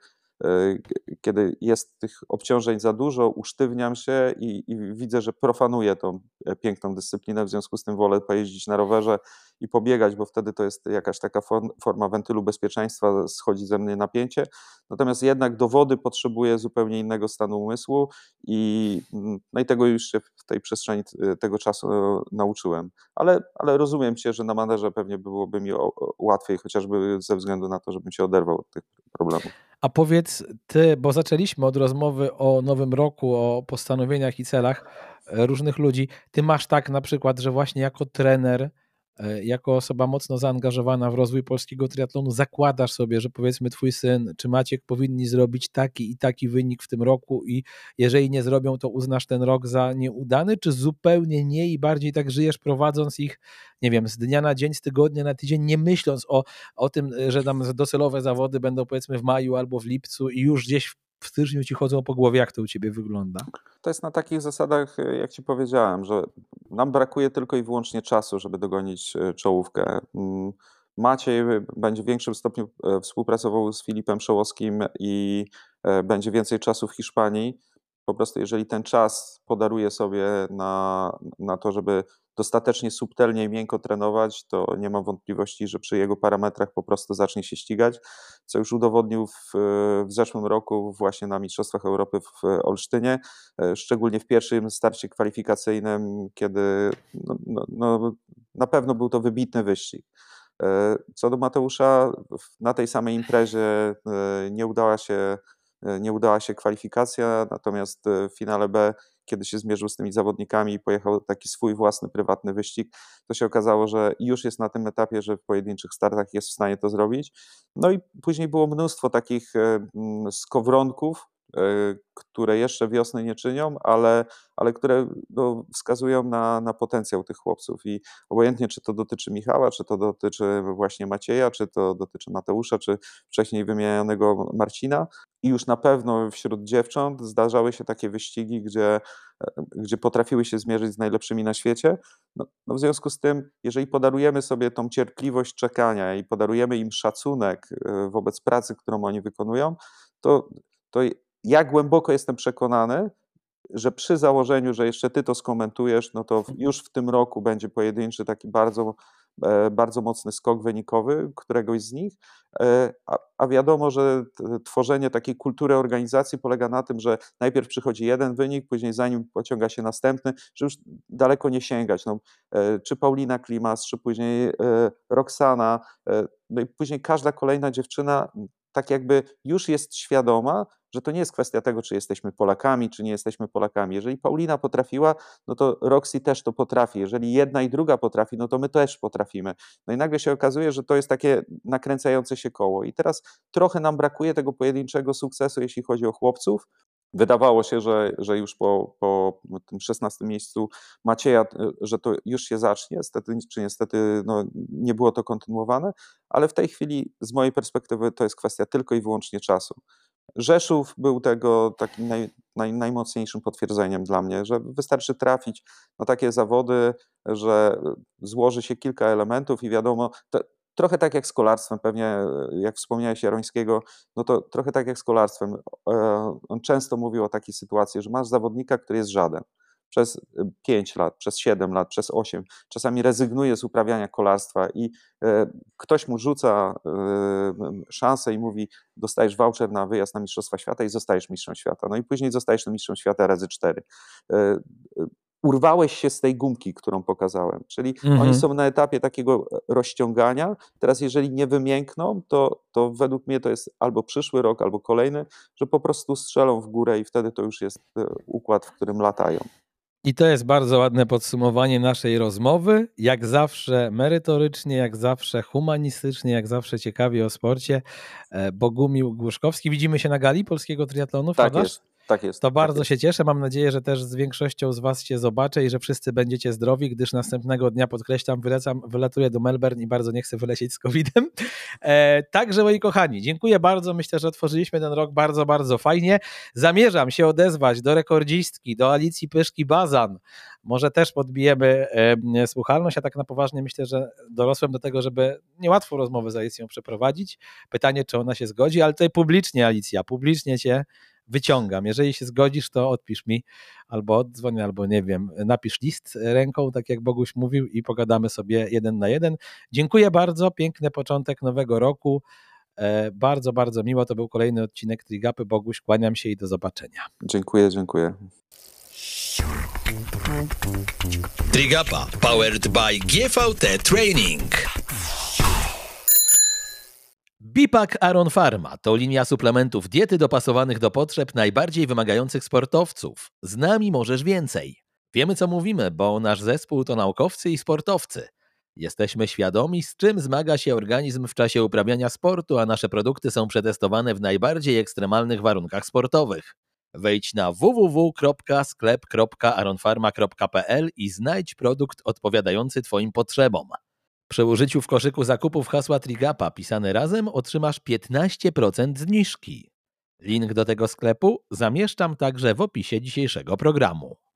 kiedy jest tych obciążeń za dużo, usztywniam się i widzę, że profanuję tą piękną dyscyplinę, w związku z tym wolę pojeździć na rowerze i pobiegać, bo wtedy to jest jakaś taka forma wentylu bezpieczeństwa, schodzi ze mnie napięcie. Natomiast jednak do wody potrzebuję zupełnie innego stanu umysłu no i tego już się w tej przestrzeni tego czasu nauczyłem. Ale rozumiem cię, że na manerze pewnie byłoby mi łatwiej, chociażby ze względu na to, żebym się oderwał od tych problemów. A powiedz ty, bo zaczęliśmy od rozmowy o nowym roku, o postanowieniach i celach różnych ludzi. Ty masz tak na przykład, że właśnie jako trener, jako osoba mocno zaangażowana w rozwój polskiego triatlonu zakładasz sobie, że powiedzmy twój syn czy Maciek powinni zrobić taki i taki wynik w tym roku i jeżeli nie zrobią, to uznasz ten rok za nieudany, czy zupełnie nie i bardziej tak żyjesz prowadząc ich, nie wiem, z dnia na dzień, z tygodnia na tydzień, nie myśląc o tym, że tam docelowe zawody będą powiedzmy w maju albo w lipcu i już gdzieś w styczniu ci chodzą po głowie, jak to u ciebie wygląda? To jest na takich zasadach, jak ci powiedziałem, że nam brakuje tylko i wyłącznie czasu, żeby dogonić czołówkę. Maciej będzie w większym stopniu współpracował z Filipem Szołowskim i będzie więcej czasu w Hiszpanii. Po prostu jeżeli ten czas podaruje sobie na to, żeby dostatecznie subtelnie i miękko trenować, to nie mam wątpliwości, że przy jego parametrach po prostu zacznie się ścigać, co już udowodnił w zeszłym roku właśnie na Mistrzostwach Europy w Olsztynie, szczególnie w pierwszym starcie kwalifikacyjnym, kiedy na pewno był to wybitny wyścig. Co do Mateusza, na tej samej imprezie nie udała się kwalifikacja, natomiast w finale B, kiedy się zmierzył z tymi zawodnikami i pojechał taki swój własny, prywatny wyścig, to się okazało, że już jest na tym etapie, że w pojedynczych startach jest w stanie to zrobić. No i później było mnóstwo takich skowronków, które jeszcze wiosny nie czynią, ale które no, wskazują na potencjał tych chłopców i obojętnie czy to dotyczy Michała, czy to dotyczy właśnie Macieja, czy to dotyczy Mateusza, czy wcześniej wymienionego Marcina i już na pewno wśród dziewcząt zdarzały się takie wyścigi, gdzie potrafiły się zmierzyć z najlepszymi na świecie. No w związku z tym, jeżeli podarujemy sobie tą cierpliwość czekania i podarujemy im szacunek wobec pracy, którą oni wykonują, to ja głęboko jestem przekonany, że przy założeniu, że jeszcze ty to skomentujesz, no to już w tym roku będzie pojedynczy taki bardzo mocny skok wynikowy któregoś z nich, a wiadomo, że tworzenie takiej kultury organizacji polega na tym, że najpierw przychodzi jeden wynik, później za nim pociąga się następny, że już daleko nie sięgać. No, czy Paulina Klimas, czy później Roxana, no i później każda kolejna dziewczyna tak jakby już jest świadoma, że to nie jest kwestia tego, czy jesteśmy Polakami, czy nie jesteśmy Polakami. Jeżeli Paulina potrafiła, no to Roxy też to potrafi. Jeżeli jedna i druga potrafi, no to my też potrafimy. No i nagle się okazuje, że to jest takie nakręcające się koło. I teraz trochę nam brakuje tego pojedynczego sukcesu, jeśli chodzi o chłopców. Wydawało się, że już po tym 16 miejscu Macieja, że to już się zacznie, niestety no, nie było to kontynuowane, ale w tej chwili z mojej perspektywy to jest kwestia tylko i wyłącznie czasu. Rzeszów był tego takim najmocniejszym potwierdzeniem dla mnie, że wystarczy trafić na takie zawody, że złoży się kilka elementów i wiadomo, trochę tak jak z kolarstwem, pewnie jak wspomniałeś Jarońskiego, no to trochę tak jak z kolarstwem. On często mówił o takiej sytuacji, że masz zawodnika, który jest żaden. Przez 5 lat, przez 7 lat, przez 8. Czasami rezygnuje z uprawiania kolarstwa i ktoś mu rzuca szansę i mówi, dostajesz voucher na wyjazd na Mistrzostwa Świata i zostajesz mistrzem świata. No i później zostajesz mistrzem świata razy 4. Urwałeś się z tej gumki, którą pokazałem. Czyli oni są na etapie takiego rozciągania. Teraz jeżeli nie wymiękną, to według mnie to jest albo przyszły rok, albo kolejny, że po prostu strzelą w górę i wtedy to już jest układ, w którym latają. I to jest bardzo ładne podsumowanie naszej rozmowy. Jak zawsze merytorycznie, jak zawsze humanistycznie, jak zawsze ciekawie o sporcie. Bogumił Głuszkowski. Widzimy się na gali Polskiego Triathlonu, tak jest. Tak jest. To bardzo tak się cieszę. Mam nadzieję, że też z większością z Was się zobaczę i że wszyscy będziecie zdrowi, gdyż następnego dnia, podkreślam, wylatuję do Melbourne i bardzo nie chcę wylecieć z COVID-em. Także moi kochani, dziękuję bardzo. Myślę, że otworzyliśmy ten rok bardzo, bardzo fajnie. Zamierzam się odezwać do rekordzistki, do Alicji Pyszki-Bazan. Może też podbijemy słuchalność, a tak na poważnie myślę, że dorosłem do tego, żeby niełatwą rozmowę z Alicją przeprowadzić. Pytanie, czy ona się zgodzi, ale tutaj publicznie, Alicja, publicznie Cię wyciągam. Jeżeli się zgodzisz, to odpisz mi, albo oddzwoń, albo nie wiem, napisz list ręką, tak jak Boguś mówił i pogadamy sobie 1 na 1. Dziękuję bardzo, piękny początek nowego roku. Bardzo, bardzo miło. To był kolejny odcinek Trigapy. Boguś, kłaniam się i do zobaczenia. Dziękuję. Trigapa powered by GVT Training. Bipak Aron Pharma to linia suplementów diety dopasowanych do potrzeb najbardziej wymagających sportowców. Z nami możesz więcej. Wiemy, co mówimy, bo nasz zespół to naukowcy i sportowcy. Jesteśmy świadomi, z czym zmaga się organizm w czasie uprawiania sportu, a nasze produkty są przetestowane w najbardziej ekstremalnych warunkach sportowych. Wejdź na www.sklep.aronpharma.pl i znajdź produkt odpowiadający Twoim potrzebom. Przy użyciu w koszyku zakupów hasła Trigapa pisane razem otrzymasz 15% zniżki. Link do tego sklepu zamieszczam także w opisie dzisiejszego programu.